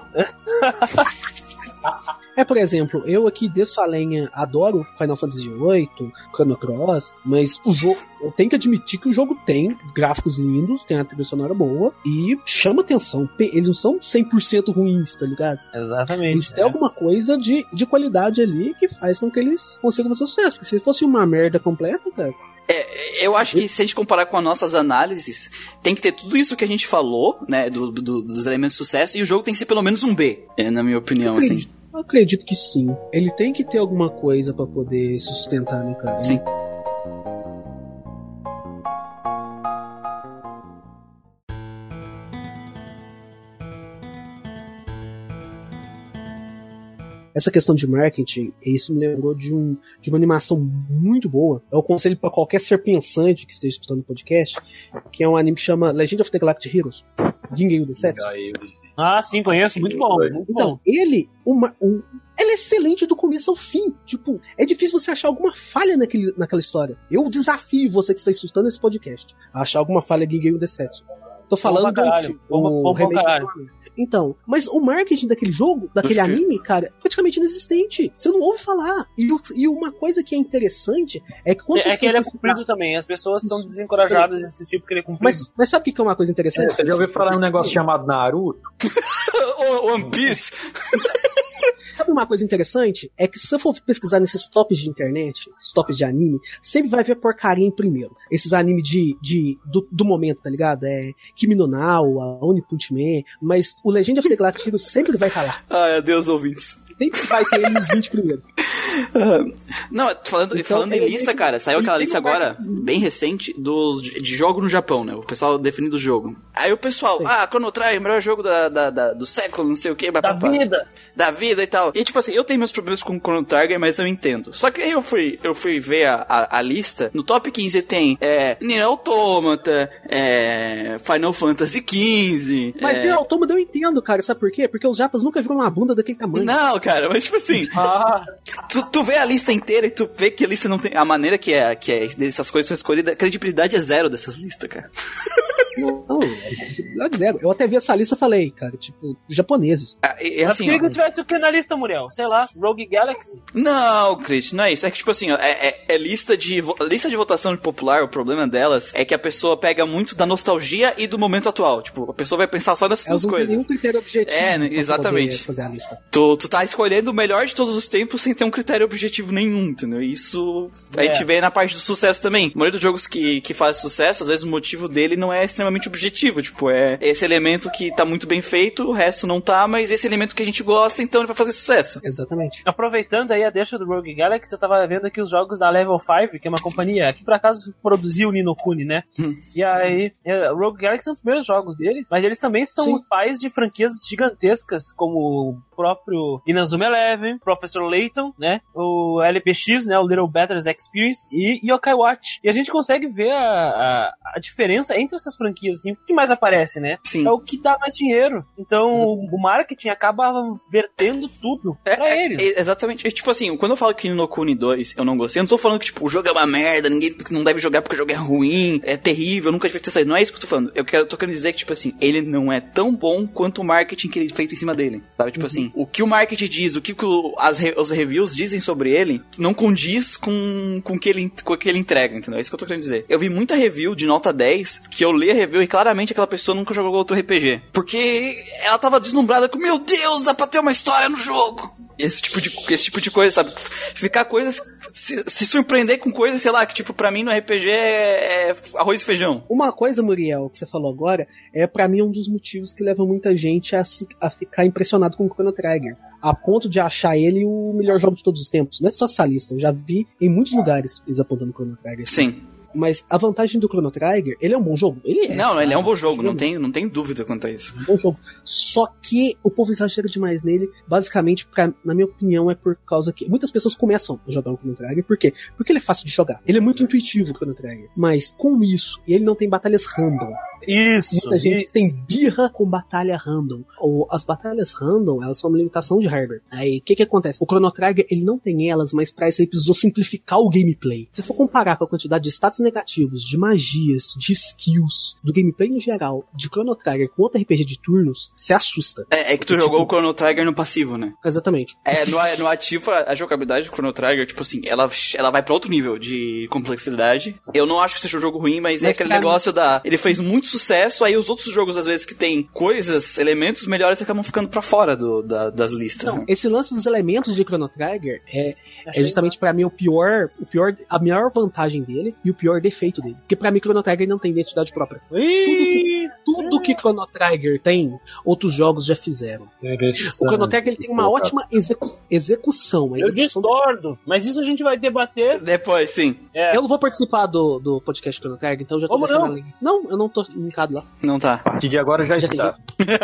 É, por exemplo, eu aqui desço a lenha, adoro Final Fantasy oito, Chrono Cross, mas o jogo, eu tenho que admitir que o jogo tem gráficos lindos, tem a trilha sonora boa e chama atenção. Eles não são cem por cento ruins, tá ligado? Exatamente. Eles têm é. alguma coisa de, de qualidade ali que faz com que eles consigam fazer sucesso. Porque se fosse uma merda completa, cara... É, eu acho que se a gente comparar com as nossas análises, tem que ter tudo isso que a gente falou, né, do, do, dos elementos de sucesso, e o jogo tem que ser pelo menos um B, na minha opinião, assim. Eu acredito que sim. Ele tem que ter alguma coisa pra poder sustentar, né, cara? Sim. Essa questão de marketing, isso me lembrou de, um, de uma animação muito boa. Eu aconselho pra qualquer ser pensante que esteja escutando o podcast, que é um anime que chama Legend of the Galactic Heroes. Gingai Densetsu. Ah, sim, conheço. Muito bom. Muito então, bom. ele, uma, um, ele é excelente do começo ao fim. Tipo, é difícil você achar alguma falha naquele, naquela história. Eu desafio você que está escutando esse podcast a achar alguma falha em Gingai Densetsu. Tô falando do tipo, o remake. Então, mas o marketing daquele jogo, daquele Oxi. anime, cara, é praticamente inexistente. Você não ouve falar. E, o, e uma coisa que é interessante é que quando É, é que ele é comprido também. As pessoas são desencorajadas de assistir porque ele é comprido. Mas, mas sabe o que é uma coisa interessante? É, você já ouviu falar em um negócio chamado Naruto? One Piece. Sabe uma coisa interessante? É que se você for pesquisar nesses tops de internet, esses tops de anime, sempre vai ver porcaria em primeiro. Esses animes de, de, do, do momento, tá ligado? É Kimi no Nao, a One Punch Man, mas o Legend of the Galactic Heroes sempre vai falar. Ai, adeus, ouvintes. Sempre vai ter ele nos vinte primeiro. Uh, não, falando, Então, falando em ele- lista, cara, saiu ele aquela tem lista um agora, bem recente, dos, de, de jogo no Japão, né? O pessoal definindo o jogo. Aí o pessoal, Sim. ah, Chrono Trigger, melhor jogo da, da, da- do século, não sei o que, Da vida. da vida e tal. E tipo assim, eu tenho meus problemas com o Chrono Trigger, mas eu entendo. Só que aí eu fui, eu fui ver a, a, a lista, no top quinze tem é, Nier Automata, é, Final Fantasy quinze. Mas é... Nier Automata eu entendo, cara. Sabe por quê? Porque os japas nunca viram uma bunda daquele tamanho. Não, cara, mas tipo assim, Ah, tu, tu vê a lista inteira e tu vê que a lista não tem. A maneira que é, que é dessas coisas são escolhidas, a credibilidade é zero dessas listas, cara. Não, não, é zero. Eu até vi essa lista e falei, cara, tipo, japoneses. Ah, e, e mas assim, por que que ó, não tivesse o que na lista, Muriel? Sei lá, Rogue Galaxy? não, Chris, não é isso. É que, tipo assim, ó, é, é- é lista de vo- lista de votação de popular, o problema delas é que a pessoa pega muito da nostalgia e do momento atual. Tipo, a pessoa vai pensar só nessas Elas duas não têm nenhum coisas. critério objetivo. É, né, pra exatamente. poder fazer a lista. Tu, tu tá escolhendo o melhor de todos os tempos sem ter um critério objetivo nenhum, entendeu? E isso a É. gente vê na parte do sucesso também. A maioria dos jogos que, que faz sucesso, às vezes o motivo dele não é extremamente extremamente objetivo, tipo, é esse elemento que tá muito bem feito, o resto não tá, mas esse elemento que a gente gosta, então ele vai fazer sucesso. Exatamente. Aproveitando aí a deixa do Rogue Galaxy, eu tava vendo aqui os jogos da Level cinco, que é uma companhia que por acaso produziu o Ni no Kuni, né? Hum. E aí, é, o Rogue Galaxy são os primeiros jogos deles, mas eles também são Sim. os pais de franquias gigantescas, como o próprio Inazuma Eleven, Professor Layton, né? O L P X, né? O Little Battlers Experience e Yokai Watch. E a gente consegue ver a, a, a diferença entre essas franquias, assim, o que mais aparece, né? Sim. É o que dá mais dinheiro. Então, o marketing acaba vertendo tudo É, pra é, eles. é, exatamente. É, tipo assim, quando eu falo que no Kuni dois eu não gostei, eu não tô falando que, tipo, o jogo é uma merda, ninguém não deve jogar porque o jogo é ruim, é terrível, nunca devia ter saído. Não é isso que eu tô falando. Eu quero, tô querendo dizer que, tipo assim, ele não é tão bom quanto o marketing que ele feito em cima dele. Sabe? Tipo uhum. assim, o que o marketing diz, o que o, as, os reviews dizem sobre ele, não condiz com, com, que ele, com o que ele entrega, entendeu? É isso que eu tô querendo dizer. Eu vi muita review de nota dez, que eu li a review e claramente aquela pessoa nunca jogou outro R P G. Porque ela tava deslumbrada com, meu Deus, dá pra ter uma história no jogo. Esse tipo de, esse tipo de coisa, sabe? Ficar coisas... Se, se surpreender com coisas, sei lá, que tipo, pra mim no R P G é, é arroz e feijão. Uma coisa, Muriel, que você falou agora, é pra mim um dos motivos que leva muita gente a, se, a ficar impressionado com o Chrono Trigger. A ponto de achar ele o melhor jogo de todos os tempos. Não é só essa lista, eu já vi em muitos lugares eles apontando o Chrono Trigger. Sim. Mas a vantagem do Chrono Trigger, ele é um bom jogo. Ele é. Não, ele é um bom jogo, não tem, não tem dúvida quanto a isso. É um bom jogo. Só que o povo exagera demais nele, basicamente, pra, na minha opinião, é por causa que muitas pessoas começam a jogar o Chrono Trigger. Por quê? Porque ele é fácil de jogar. Ele é muito intuitivo, o Chrono Trigger. Mas com isso, ele não tem batalhas random. Isso, Muita gente isso. tem birra com batalha random. Ou as batalhas random, elas são uma limitação de hardware. Aí, o que que acontece? O Chrono Trigger, ele não tem elas, mas pra isso ele precisou simplificar o gameplay. Se for comparar com a quantidade de status negativos, de magias, de skills, do gameplay no geral, de Chrono Trigger com outro R P G de turnos, se assusta. É, é que tu Porque, jogou tipo, o Chrono Trigger no passivo, né? Exatamente. É, no, no ativo, a jogabilidade do Chrono Trigger, tipo assim, ela, ela vai pra outro nível de complexidade. Eu não acho que seja um jogo ruim, mas, mas é aquele negócio mim... da... Ele fez muito sucesso, aí os outros jogos, às vezes, que tem coisas, elementos melhores, acabam ficando pra fora do, da, das listas. Não, né? Esse lance dos elementos de Chrono Trigger é, é justamente pra mim o pior, o pior, a maior vantagem dele e o pior defeito dele. Porque pra mim Chrono Trigger não tem identidade própria. Tudo que, tudo que Chrono Trigger tem, outros jogos já fizeram. O Chrono Trigger ele tem uma ótima execu- execução. Eu discordo, mas isso a gente vai debater depois, sim. É. Eu não vou participar do, do podcast Chrono Trigger, então já tô Como não? a linha. Não, eu não tô linkado lá. Não tá. A partir de agora já, já está.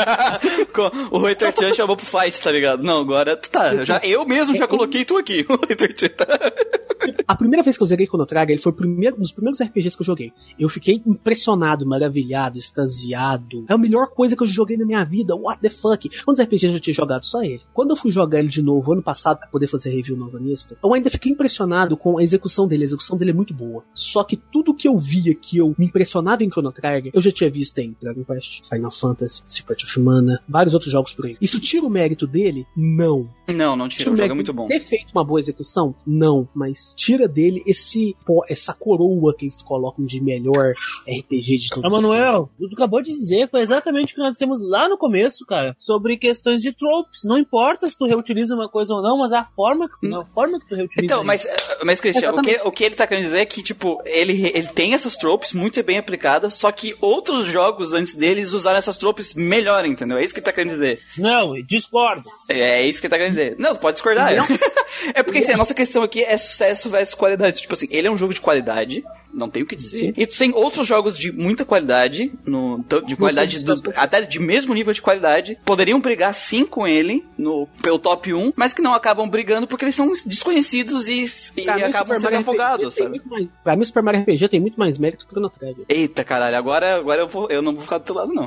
O Hater Chan chamou pro fight, tá ligado? Não, agora tu tá. Eu, já, eu mesmo já coloquei tu aqui. O Hater Chan tá... A primeira vez que eu zerei Chrono Trigger, ele foi o primeiro, um dos primeiros R P Gs que eu joguei. Eu fiquei impressionado, maravilhado, extasiado. É a melhor coisa que eu joguei na minha vida. What the fuck? Quantos R P Gs eu tinha jogado? Só ele. Quando eu fui jogar ele de novo, ano passado, pra poder fazer review nova nisso, eu ainda fiquei impressionado com a execução dele. A execução dele é muito boa. Só que tudo que eu via que eu me impressionava em Chrono Trigger, eu já tinha visto em Dragon Quest, Final Fantasy, Secret of Mana, vários outros jogos por aí. Isso tira o mérito dele? Não. Não, não tira. O jogo é muito bom. Ter feito uma boa execução? Não. Mas tira dele esse, pô, essa coroa que eles colocam de melhor R P G de todos. Ah, Manuel, o que tu acabou de dizer foi exatamente o que nós dissemos lá no começo, cara, sobre questões de tropes. Não importa se tu reutiliza uma coisa ou não, mas a forma que, a forma que tu reutiliza. Então, mas, mas Cristian, o que, o que ele tá querendo dizer é que, tipo, ele, ele tem essas tropes muito bem aplicadas, só que outros jogos antes deles usaram essas tropes melhor, entendeu? É isso que ele tá querendo dizer. Não, discordo. É, é isso que ele tá querendo dizer. Não, pode discordar. Não. É porque, assim, a nossa questão aqui é sucesso versus qualidade. Tipo assim, ele é um jogo de qualidade, não tem o que dizer. Sim. E tu tem outros jogos de muita qualidade, no, de qualidade, do, até de mesmo nível de qualidade, poderiam brigar sim com ele, no, pelo top um, mas que não acabam brigando porque eles são desconhecidos e, e acabam sendo afogados, sabe? Mais, pra mim, o Super Mario R P G tem muito mais mérito que o Chrono Trigger. Eita, caralho, agora, agora eu, vou, eu não vou ficar do teu lado, não.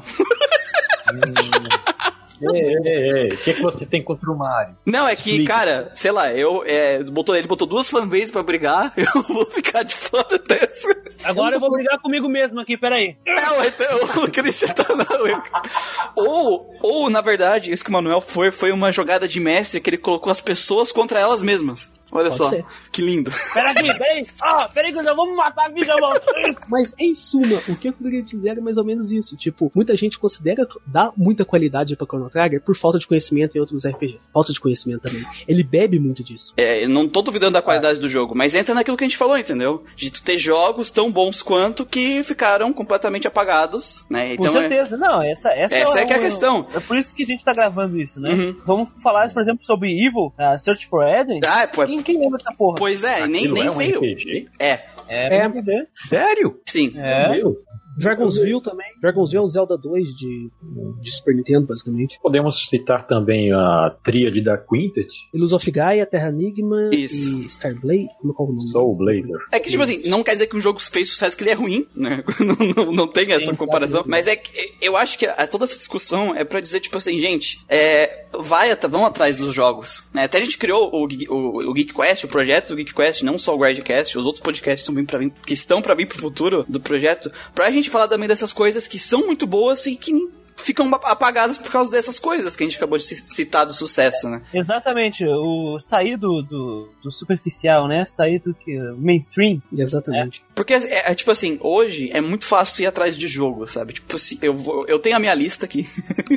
Ei, ei, ei, o que, é que você tem contra o Mario? Não, é que, Explica. cara, sei lá, eu, é, botou, ele botou duas fanbases pra brigar, eu vou ficar de fora dessa. Agora eu vou brigar comigo mesmo aqui, peraí. É, então, o Christian tá na... Ou, ou, na verdade, isso que o Manuel foi, foi uma jogada de mestre que ele colocou as pessoas contra elas mesmas. Olha Pode só, ser. que lindo. Pera aqui, peraí. Ah, peraí que eu já vou me matar aqui, já volto. Mas, em suma, o que eu queria dizer é mais ou menos isso. Tipo, muita gente considera dar muita qualidade pra Chrono Trigger por falta de conhecimento em outros R P Gs. Falta de conhecimento também. Ele bebe muito disso. É, eu não tô duvidando da qualidade do jogo, mas entra naquilo que a gente falou, entendeu? De tu ter jogos tão bons quanto que ficaram completamente apagados, né? Então Com certeza. É... Não, essa, essa, essa é, é, que é a um, questão. É por isso que a gente tá gravando isso, né? Uhum. Vamos falar, por exemplo, sobre Evil, uh, Search for Eden. Ah, pô, quem, quem lembra dessa porra? Pois é, nem, nem é um veio. R P G? É. É, É. é. Sério? Sim. É. Meu. Dragonsville também. Dragonsville é um Zelda dois de, de Super Nintendo, basicamente. Podemos citar também a tríade da Quintet, Ilus of Gaia, Terra Enigma Isso. e Starblade. Como qual é o nome? Soul Blazer. É que, tipo assim, não quer dizer que um jogo fez sucesso que ele é ruim, né? não, não, não tem essa Sim, comparação. claro. Mas é que eu acho que a, toda essa discussão é pra dizer, tipo assim, gente, é, vai, vão atrás dos jogos. Né? Até a gente criou o, o, o Geek Quest, o projeto do Geek Quest, não só o Grindcast, os outros podcasts são bem pra vir, que estão pra vir pro futuro do projeto, pra gente falar também dessas coisas que são muito boas e que ficam apagadas por causa dessas coisas que a gente acabou de citar do sucesso, né? Exatamente, o sair do, do, do superficial, né? Sair do que mainstream. Exatamente. É. Porque, é, é, tipo assim, hoje é muito fácil ir atrás de jogo, sabe? Tipo assim, eu, vou, eu tenho a minha lista aqui.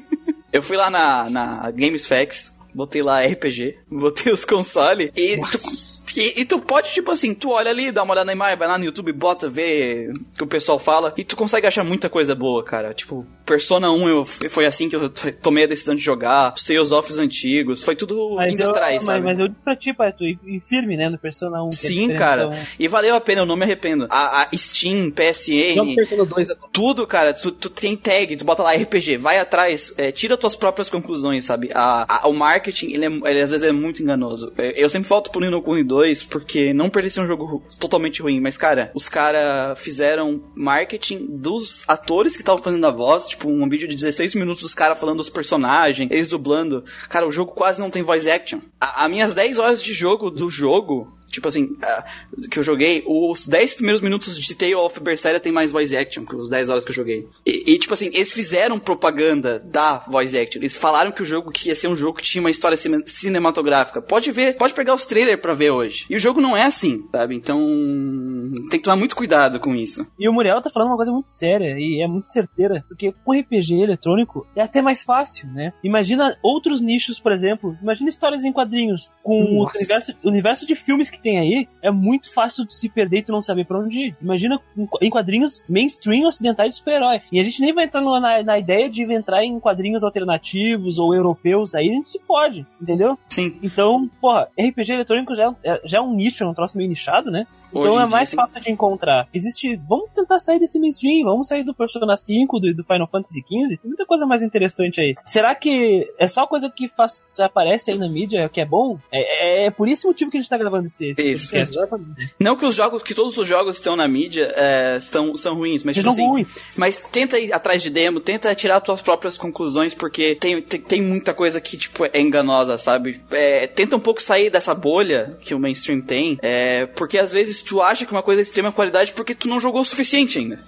Eu fui lá na, na GamesFAQs, botei lá R P G, botei os consoles e... E, e tu pode, tipo assim, tu olha ali, dá uma olhada na imagem, vai lá no YouTube, bota, vê o que o pessoal fala, e tu consegue achar muita coisa boa, cara. Tipo, Persona um eu, foi assim que eu tomei a decisão de jogar, os Tales of os antigos, foi tudo mas indo eu, atrás, mas, sabe? Mas eu digo pra ti, pai, tu ir firme, né, no Persona um. Sim, cara, e valeu a pena, eu não me arrependo. A, a Steam, P S N, Persona dois é tudo, cara, tu, tu tem tag, tu bota lá R P G, vai atrás, é, tira tuas próprias conclusões, sabe? A, a, o marketing, ele, é, ele às vezes é muito enganoso. Eu sempre volto pro Nino Kuni dois, porque não por ele ser um jogo totalmente ruim, mas, cara, os caras fizeram marketing dos atores que estavam fazendo a voz, tipo, um vídeo de dezesseis minutos dos caras falando dos personagens, eles dublando. Cara, o jogo quase não tem voice action. A, a minhas dez horas de jogo do jogo... Tipo assim, uh, que eu joguei, os dez primeiros minutos de Tale of Berseria tem mais voice action que os dez horas que eu joguei. E, e, tipo assim, eles fizeram propaganda da voice action. Eles falaram que o jogo que ia ser um jogo que tinha uma história cine- cinematográfica. Pode ver, pode pegar os trailers pra ver hoje. E o jogo não é assim, sabe? Então, tem que tomar muito cuidado com isso. E o Muriel tá falando uma coisa muito séria e é muito certeira, porque com R P G eletrônico é até mais fácil, né? Imagina outros nichos, por exemplo, imagina histórias em quadrinhos, com o universo, universo de filmes que tem aí, é muito fácil de se perder e tu não saber pra onde ir. Imagina em quadrinhos mainstream ocidentais de super-herói. E a gente nem vai entrar na, na ideia de entrar em quadrinhos alternativos ou europeus, aí a gente se fode, entendeu? Sim. Então, porra, R P G eletrônico já é, já é um nicho, é um troço meio nichado, né? Então Hoje é mais dia, fácil de encontrar. Existe... Vamos tentar sair desse mainstream, vamos sair do Persona cinco, do, do Final Fantasy quinze. Tem muita coisa mais interessante aí. Será que é só coisa que faz, aparece aí na mídia que é bom? É, é, é por esse motivo que a gente tá gravando esse, esse Isso. podcast. Não que os jogos, que todos os jogos que estão na mídia é, estão, são ruins, mas tipo São assim, ruins. mas tenta ir atrás de demo, tenta tirar tuas próprias conclusões, porque tem, tem, tem muita coisa que, tipo, é enganosa, sabe? É, tenta um pouco sair dessa bolha que o mainstream tem, é, porque às vezes tu acha que uma coisa é de extrema qualidade porque tu não jogou o suficiente ainda.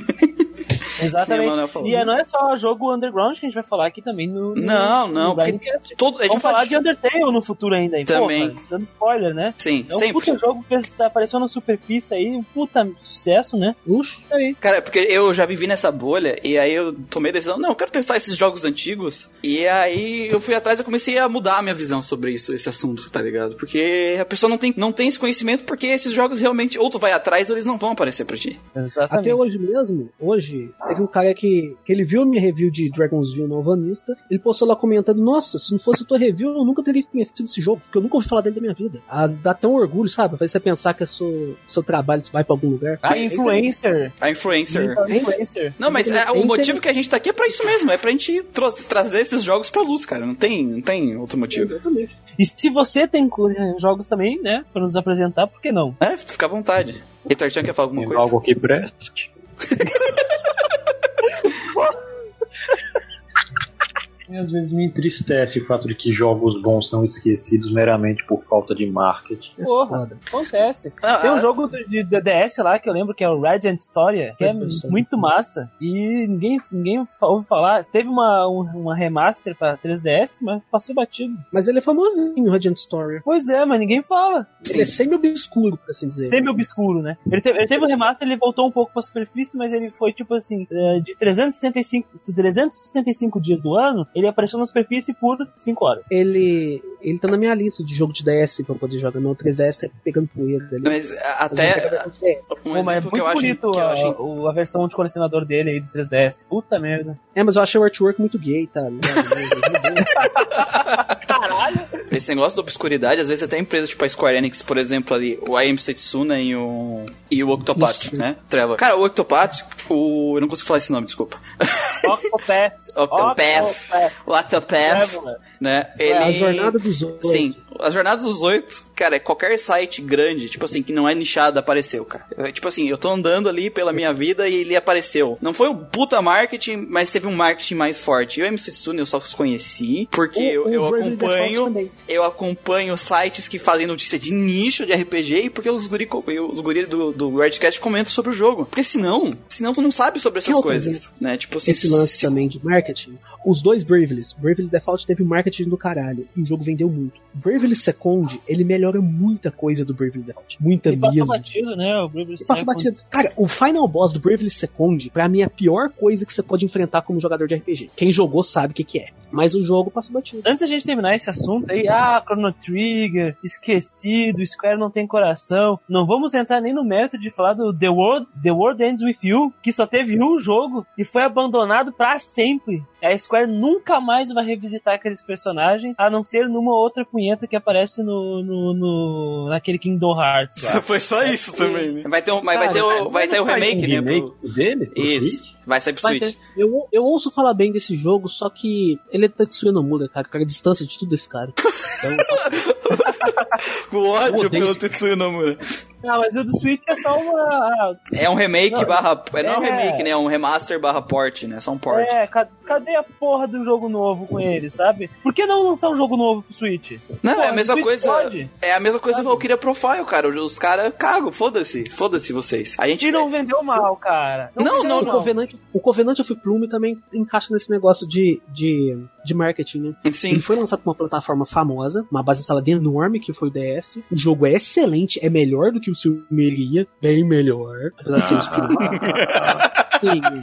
Exatamente. E não é só jogo underground que a gente vai falar aqui também no... no não, não, no porque todo, a gente vamos falar de Undertale no futuro ainda, hein? Também. Pô, dando spoiler, né? Sim, é um sempre. puta jogo que apareceu na superfície aí, um puta sucesso, né? Uxa, aí. Cara, porque eu já vivi nessa bolha e aí eu tomei a decisão, não, eu quero testar esses jogos antigos. E aí eu fui atrás e comecei a mudar a minha visão sobre isso, esse assunto, tá ligado? Porque a pessoa não tem, não tem esse conhecimento porque esses jogos realmente, ou tu vai atrás ou eles não vão aparecer pra ti. Exatamente. Até hoje mesmo, hoje, teve um cara que, que ele viu a minha review de Dragonsville Novanista, ele postou lá comentando, nossa, se não fosse a tua review, eu nunca teria conhecido esse jogo, porque eu nunca ouvi falar dele da minha vida. As, dá tão orgulho, sabe? Faz você pensar que é seu, seu trabalho vai pra algum lugar. A influencer. A influencer. A influencer. Não, mas é, o motivo que a gente tá aqui é pra isso mesmo, é pra gente tra- trazer esses jogos pra luz, cara. Não tem, não tem outro motivo. Exatamente. E se você tem jogos também, né, pra nos apresentar, por que não? É, fica à vontade. E Tarchan quer falar alguma Sim, coisa? algo que preste. E às vezes me entristece o fato de que jogos bons são esquecidos meramente por falta de marketing. Porra, acontece. Tem um jogo de D S lá que eu lembro que é o Radiant Story, que é muito massa. E ninguém, ninguém ouve falar. Teve uma, uma remaster pra três D S, mas passou batido. Mas ele é famosinho, o Radiant Story. Pois é, mas ninguém fala. Ele Sim. é semi-obscuro, por assim dizer. Semi-obscuro, né? Ele teve, ele teve um remaster, ele voltou um pouco pra superfície, mas ele foi tipo assim, de trezentos e sessenta e cinco, trezentos e sessenta e cinco dias do ano, ele apareceu na superfície por cinco horas. Ele, ele tá na minha lista de jogo de D S pra eu poder jogar. Meu três D S tá pegando poeira ali. Mas até... Um Pô, mas é muito que eu bonito acho, a, eu acho... a versão de colecionador dele aí do três D S. Puta merda. É, mas eu achei o artwork muito gay, tá? Caralho. Esse negócio da obscuridade, às vezes até empresa tipo a Square Enix, por exemplo, ali, o I Am Setsuna e o, e o Octopath, Isso. né? Trevor. Cara, o Octopath, o... eu não consigo falar esse nome, desculpa. Octopath. Octopath. O Octopath, né? Ele... É a jornada dos oito. Sim, a jornada dos oito, cara, é qualquer site grande, tipo assim, que não é nichado, apareceu, cara. É, tipo assim, eu tô andando ali pela minha vida e ele apareceu. Não foi um puta marketing, mas teve um marketing mais forte. Eu e o M C Tsune eu só os conheci porque o, eu, eu acompanho eu acompanho sites que fazem notícia de nicho de R P G e porque os guri, os guri do, do Redcast comentam sobre o jogo. Porque senão, senão tu não sabe sobre essas que coisas, né? Tipo assim, esse lance se... também de marketing. Os dois Bravely's, Bravely Default teve marketing do caralho e o jogo vendeu muito. Bravely Second, ele melhora muita coisa do Bravely Default. Muita mesmo. Ele passa batido, né? O Bravely Second. Passa batido. Cara, o final boss do Bravely Second, pra mim, é a pior coisa que você pode enfrentar como jogador de R P G. Quem jogou sabe o que que é. Mas o jogo passa batido. Antes da gente terminar esse assunto aí, ah, Chrono Trigger, esquecido, Square não tem coração. Não vamos entrar nem no mérito de falar do The World, The World Ends With You, que só teve um jogo e foi abandonado pra sempre. A Square nunca mais vai revisitar aqueles personagens, a não ser numa outra punheta que aparece no, no, no naquele Kingdom Hearts lá. Foi só isso é, também, né? Vai ter um, mas vai ter o, vai ter o remake, né? Remake pro... dele? Pro isso. Switch? Vai sair pro vai Switch. Eu, eu ouço falar bem desse jogo, só que ele é Tetsuya Nomura, cara. Cara, a distância de tudo desse cara. Então, com ódio pelo Tetsuya Nomura. Não, mas o do Switch é só uma... É um remake não, barra... É, não é um remake, né? É um remaster barra port, né? Só um port. É, cadê a porra do jogo novo com ele, sabe? Por que não lançar um jogo novo pro Switch? Não, porra, é a mesma coisa... Pode. É a mesma coisa do Valkyria Profile, cara. Os caras cagam, foda-se. Foda-se vocês. A gente... E não vendeu mal, cara. Não, não, não. não. O Covenant, o Covenant of Plume também encaixa nesse negócio de, de, de marketing, né? Sim. Ele foi lançado por uma plataforma famosa, uma base instalada enorme, que foi o D S. O jogo é excelente, é melhor do que o Silmeria. Bem melhor. Apesar de ser um Sim.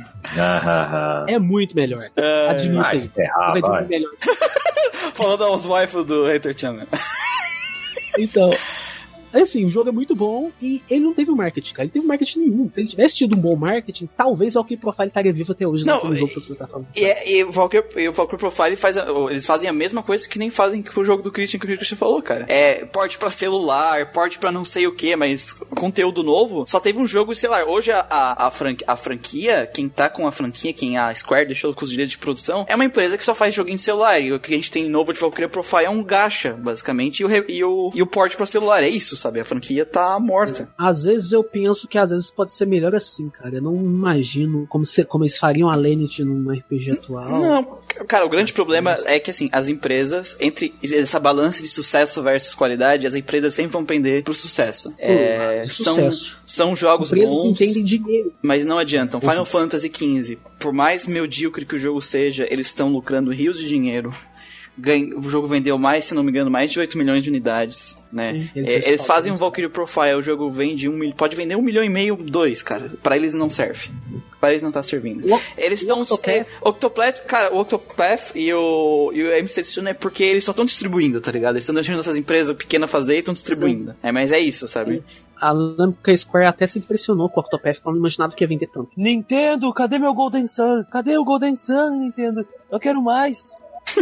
É muito melhor. É, Admito. Vai vai. Vai melhor. Falando aos wife do Hater Channel. Então, assim, o jogo é muito bom e ele não teve marketing, cara. Ele teve marketing nenhum. Se ele tivesse tido um bom marketing, talvez o Valkyrie Profile estaria vivo até hoje. Não, e, jogo e, e, o Valkyrie, e o Valkyrie Profile faz a, eles fazem a mesma coisa que nem fazem com o jogo do Christian, que o Christian falou, cara. É porte pra celular, porte pra não sei o que, mas conteúdo novo. Só teve um jogo, sei lá, hoje a, a, a, franquia, a franquia, quem tá com a franquia, quem a Square deixou com os direitos de produção, é uma empresa que só faz joguinho de celular. E o que a gente tem novo de Valkyrie Profile é um gacha, basicamente, e o, e o, e o porte pra celular. É isso, sabe? A franquia tá morta. Às vezes eu penso que às vezes pode ser melhor assim, cara. Eu não imagino como, se, como eles fariam a Lenit num R P G atual. Não, cara, o grande problema é que, assim, as empresas, entre essa balança de sucesso versus qualidade, as empresas sempre vão pender pro sucesso. É, uh, são, sucesso. São jogos empresas bons, entendem dinheiro. Mas não adiantam. Final Fantasy quinze, por mais medíocre que o jogo seja, eles estão lucrando rios de dinheiro. Ganha, o jogo vendeu mais, se não me engano, mais de oito milhões de unidades, né? Sim, eles, é, eles fazem um Valkyrie Profile, o jogo vende um, pode vender um milhão e meio, dois, cara. Pra eles não serve. Pra eles não tá servindo. O, eles estão... É, Octopath, cara, o Octopath e o, e o M C Tsune é porque eles só estão distribuindo, tá ligado? Eles estão deixando essas empresas pequenas fazer e estão distribuindo. É, mas é isso, sabe? A Lampica Square até se impressionou com o Octopath, porque eu não imaginava que ia vender tanto. Nintendo, cadê meu Golden Sun? Cadê o Golden Sun, Nintendo? Eu quero mais.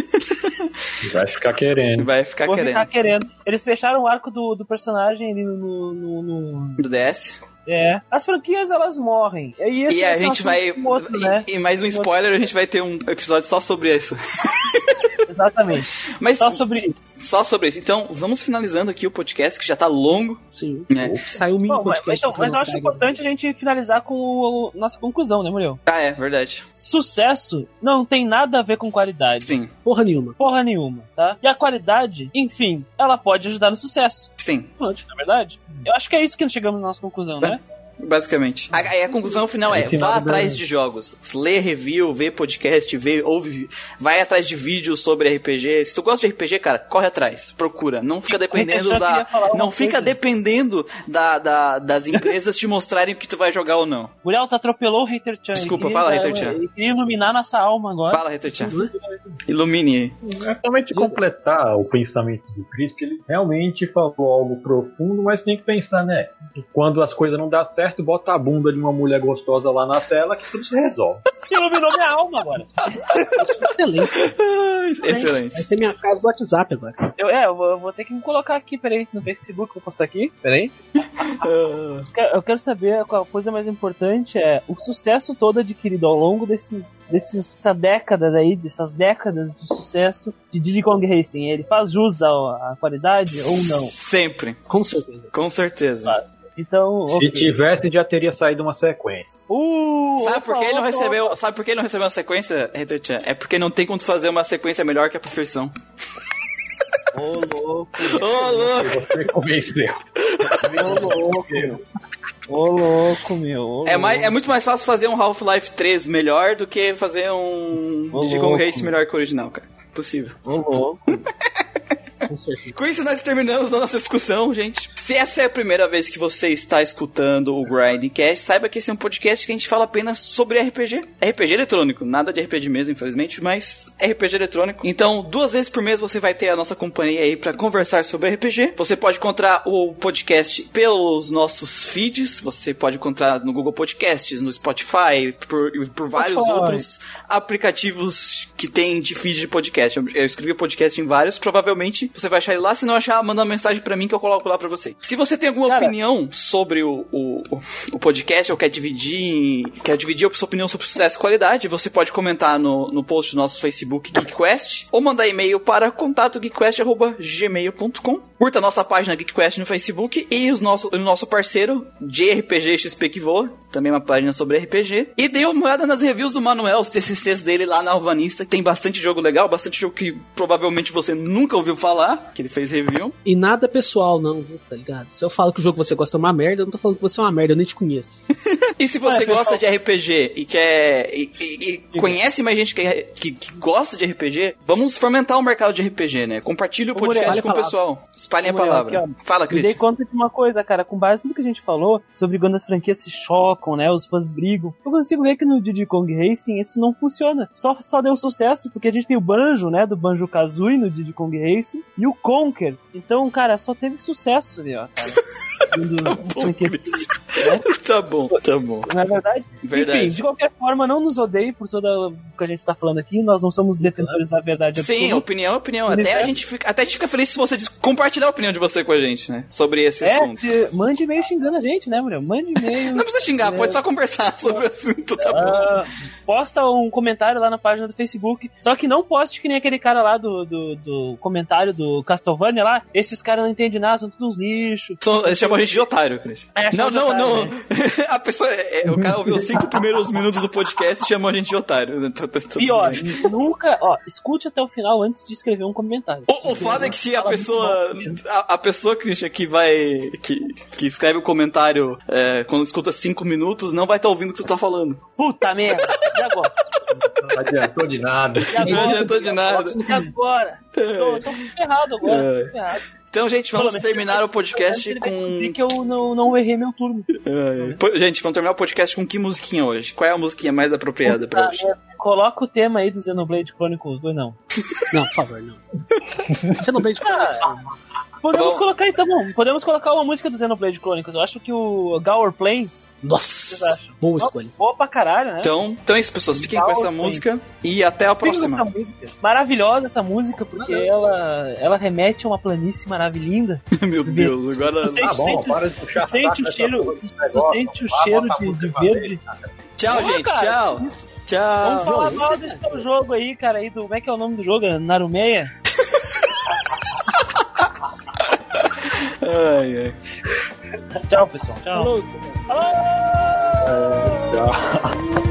Vai ficar querendo. Vai ficar Vou querendo. ficar querendo. Eles fecharam o arco do, do personagem ali no, no, no... do D S. É. As franquias, elas morrem. E, esse e a gente vai... Outro, né? E, e mais um spoiler, a gente vai ter um episódio só sobre isso. Exatamente. Mas Só sobre isso. Só sobre isso. Então, vamos finalizando aqui o podcast, que já tá longo. Sim. Né? Saiu um mini Bom, mas, podcast. então, mas eu acho importante a gente finalizar com o, nossa conclusão, né, Muriel? Ah, é, verdade. Sucesso não tem nada a ver com qualidade. Sim. Porra nenhuma. Porra nenhuma, tá? E a qualidade, enfim, ela pode ajudar no sucesso. Sim. Pode, na verdade. Eu acho que é isso que chegamos na nossa conclusão, né? Basicamente. Aí a, a conclusão final é, Esse vá nada atrás da- de jogos. Lê review, vê podcast, vê, ouve, vai atrás de vídeos sobre R P G. Se tu gosta de R P G, cara, corre atrás, procura. Não fica dependendo Eu só da... queria falar uma Não fica coisa. dependendo da, da- das empresas te mostrarem o que tu vai jogar ou não. Muriel, tu atropelou o Hater Chan. Desculpa, Ele fala, queria- Hater Chan. Ele queria iluminar nossa alma agora. Fala, Retorchan. Ilumine. É somente completar o pensamento do Chris, que ele realmente falou algo profundo, mas tem que pensar, né? Quando as coisas não dão certo, bota a bunda de uma mulher gostosa lá na tela que tudo se resolve. Iluminou minha alma agora. Excelente. Excelente. Vai ser minha casa do WhatsApp agora. Eu, é, eu vou, eu vou ter que me colocar aqui, peraí, no Facebook, vou postar aqui, peraí. Eu quero- Eu quero saber qual a coisa mais importante é o sucesso todo adquirido ao longo desses, desses, dessa décadas aí, dessas décadas de sucesso de Diddy Kong Racing. Ele faz jus à, à qualidade ou não? Sempre. Com certeza. Com certeza. Claro. Então, Se ok. tivesse, já teria saído uma sequência. Uh, Sabe opa, por que ele não opa, recebeu, opa. sabe por que ele não recebeu uma sequência, Retorchan? É porque não tem como tu fazer uma sequência melhor que a perfeição. Ô, louco. Ô, louco! Você me convenceu. Ô, louco. Ô, louco, meu. Ô, É, mais, é louco. muito mais fácil fazer um Half-Life três melhor do que fazer um Ô, Diddy Kong louco. Race melhor que o original, cara. Possível. Ô, louco. Com certeza. Com isso, nós terminamos a nossa discussão, gente. Se essa é a primeira vez que você está escutando o Grindcast, saiba que esse é um podcast que a gente fala apenas sobre R P G. R P G eletrônico, nada de R P G mesmo, infelizmente, mas R P G eletrônico. Então, duas vezes por mês você vai ter a nossa companhia aí pra conversar sobre R P G. Você pode encontrar o podcast pelos nossos feeds, você pode encontrar no Google Podcasts, no Spotify, por, por vários Spotify. outros aplicativos que tem de feed de podcast. Eu, eu escrevi o podcast em vários, provavelmente você vai achar ele lá. Se não achar, manda uma mensagem pra mim que eu coloco lá pra você. Se você tem alguma Cara, opinião sobre o, o, o podcast ou quer dividir, quer dividir a sua opinião sobre sucesso e qualidade, você pode comentar no, no post do nosso Facebook GeekQuest ou mandar e-mail para contato geekquest arroba gmail ponto com. Curta a nossa página GeekQuest no Facebook e os nosso, o nosso parceiro J R P G X P que voa, também uma página sobre R P G. E dê uma olhada nas reviews do Manuel, os T C Cs dele lá na Alvanista. Tem bastante jogo legal, bastante jogo que provavelmente você nunca ouviu falar, que ele fez review. E nada pessoal, não, viu, tá ligado? Se eu falo que o jogo que você gosta é uma merda, eu não tô falando que você é uma merda, eu nem te conheço. E se você É, pessoal- gosta de R P G e quer e, e- e conhece mais gente que, é- que, que gosta de R P G, vamos fomentar o mercado de R P G, né? Compartilhe o Ô, Muriel, podcast olha com o a palavra. pessoal. Espalhem a Ô, Muriel, palavra. aqui, Fala, Me dei Cris. conta de uma coisa, cara, com base no que a gente falou sobre quando as franquias se chocam, né, os fãs brigam. Eu consigo ver que no Diddy Kong Racing isso não funciona. Só, só deu sucesso porque a gente tem o Banjo, né, do Banjo-Kazooie no Diddy Kong Racing e o Conker. Então, cara, só teve sucesso ali, ó, cara. Quando as franquias- Tá bom, tá bom. Não é verdade? Verdade. Enfim, de qualquer forma, não nos odeie por tudo o que a gente tá falando aqui. Nós não somos detentores da verdade Sim, absoluta. opinião é opinião. Até a, Universo. gente fica, até a gente fica feliz se você diz- compartilhar a opinião de você com a gente, né? Sobre esse É, assunto. se- mande e-mail xingando a gente, né, Muriel? Mande e-mail. Não precisa xingar, pode só conversar sobre o assunto, tá bom? Ah, posta um comentário lá na página do Facebook. Só que não poste que nem aquele cara lá do, do, do comentário do Castlevania lá. Esses caras não entendem nada, são todos uns lixos. São- Eles chamam a gente de otário, Cris. É, Não, chamam de não, otário, não. né? A pessoa, é, o cara ouviu os cinco primeiros minutos do podcast e chamou a gente de otário. Tá- tá- tá tudo Pior, bem. nunca. Ó, escute até o final antes de escrever um comentário. O, o foda é que se a Fala pessoa. muito mal mesmo. A, a pessoa, Christian, que vai. Que, que escreve o comentário é, quando escuta cinco minutos, não vai estar ouvindo o que tu tá falando. Puta merda! E agora? Não adiantou de nada. E agora? Não adiantou de nada. E agora? Tô, tô ferrado agora, É. tô ferrado. Então, gente, vamos Pelo menos terminar o Antes podcast ele vai descobrir com. que eu não, não errei meu turno. É, pô, gente, vamos terminar o podcast com que musiquinha hoje? Qual é a musiquinha mais apropriada pra Tá, hoje? é, coloca o tema aí do Xenoblade Chronicles dois, não. Não, por favor, não. Xenoblade Podemos Bom. colocar então, bom, podemos colocar uma música do Xenoblade Chronicles. Eu acho que o Gower Plains, vocês Nossa, acham? boa escolha. Boa pra caralho, né? Então, então é isso, pessoas. Fiquem com essa Sim. música e até a Fica com próxima. essa música. Maravilhosa essa música, porque ela, ela remete a uma planície maravilhinda. Meu Deus, agora. Tu sente, Tá bom, sente- para de puxar tu sente saco o dessa cheiro, porra tu, desse tu negócio. sente o Vai, cheiro bota a de, música de pra verde. frente, cara. Tchau, Boa, gente. cara. Tchau. Tchau. Vamos falar mal desse teu jogo aí, cara. Aí do, como é que é o nome do jogo? Narumeia? Ai, ai. Tchau, pessoal. Tchau. Falou. Falou! Tchau.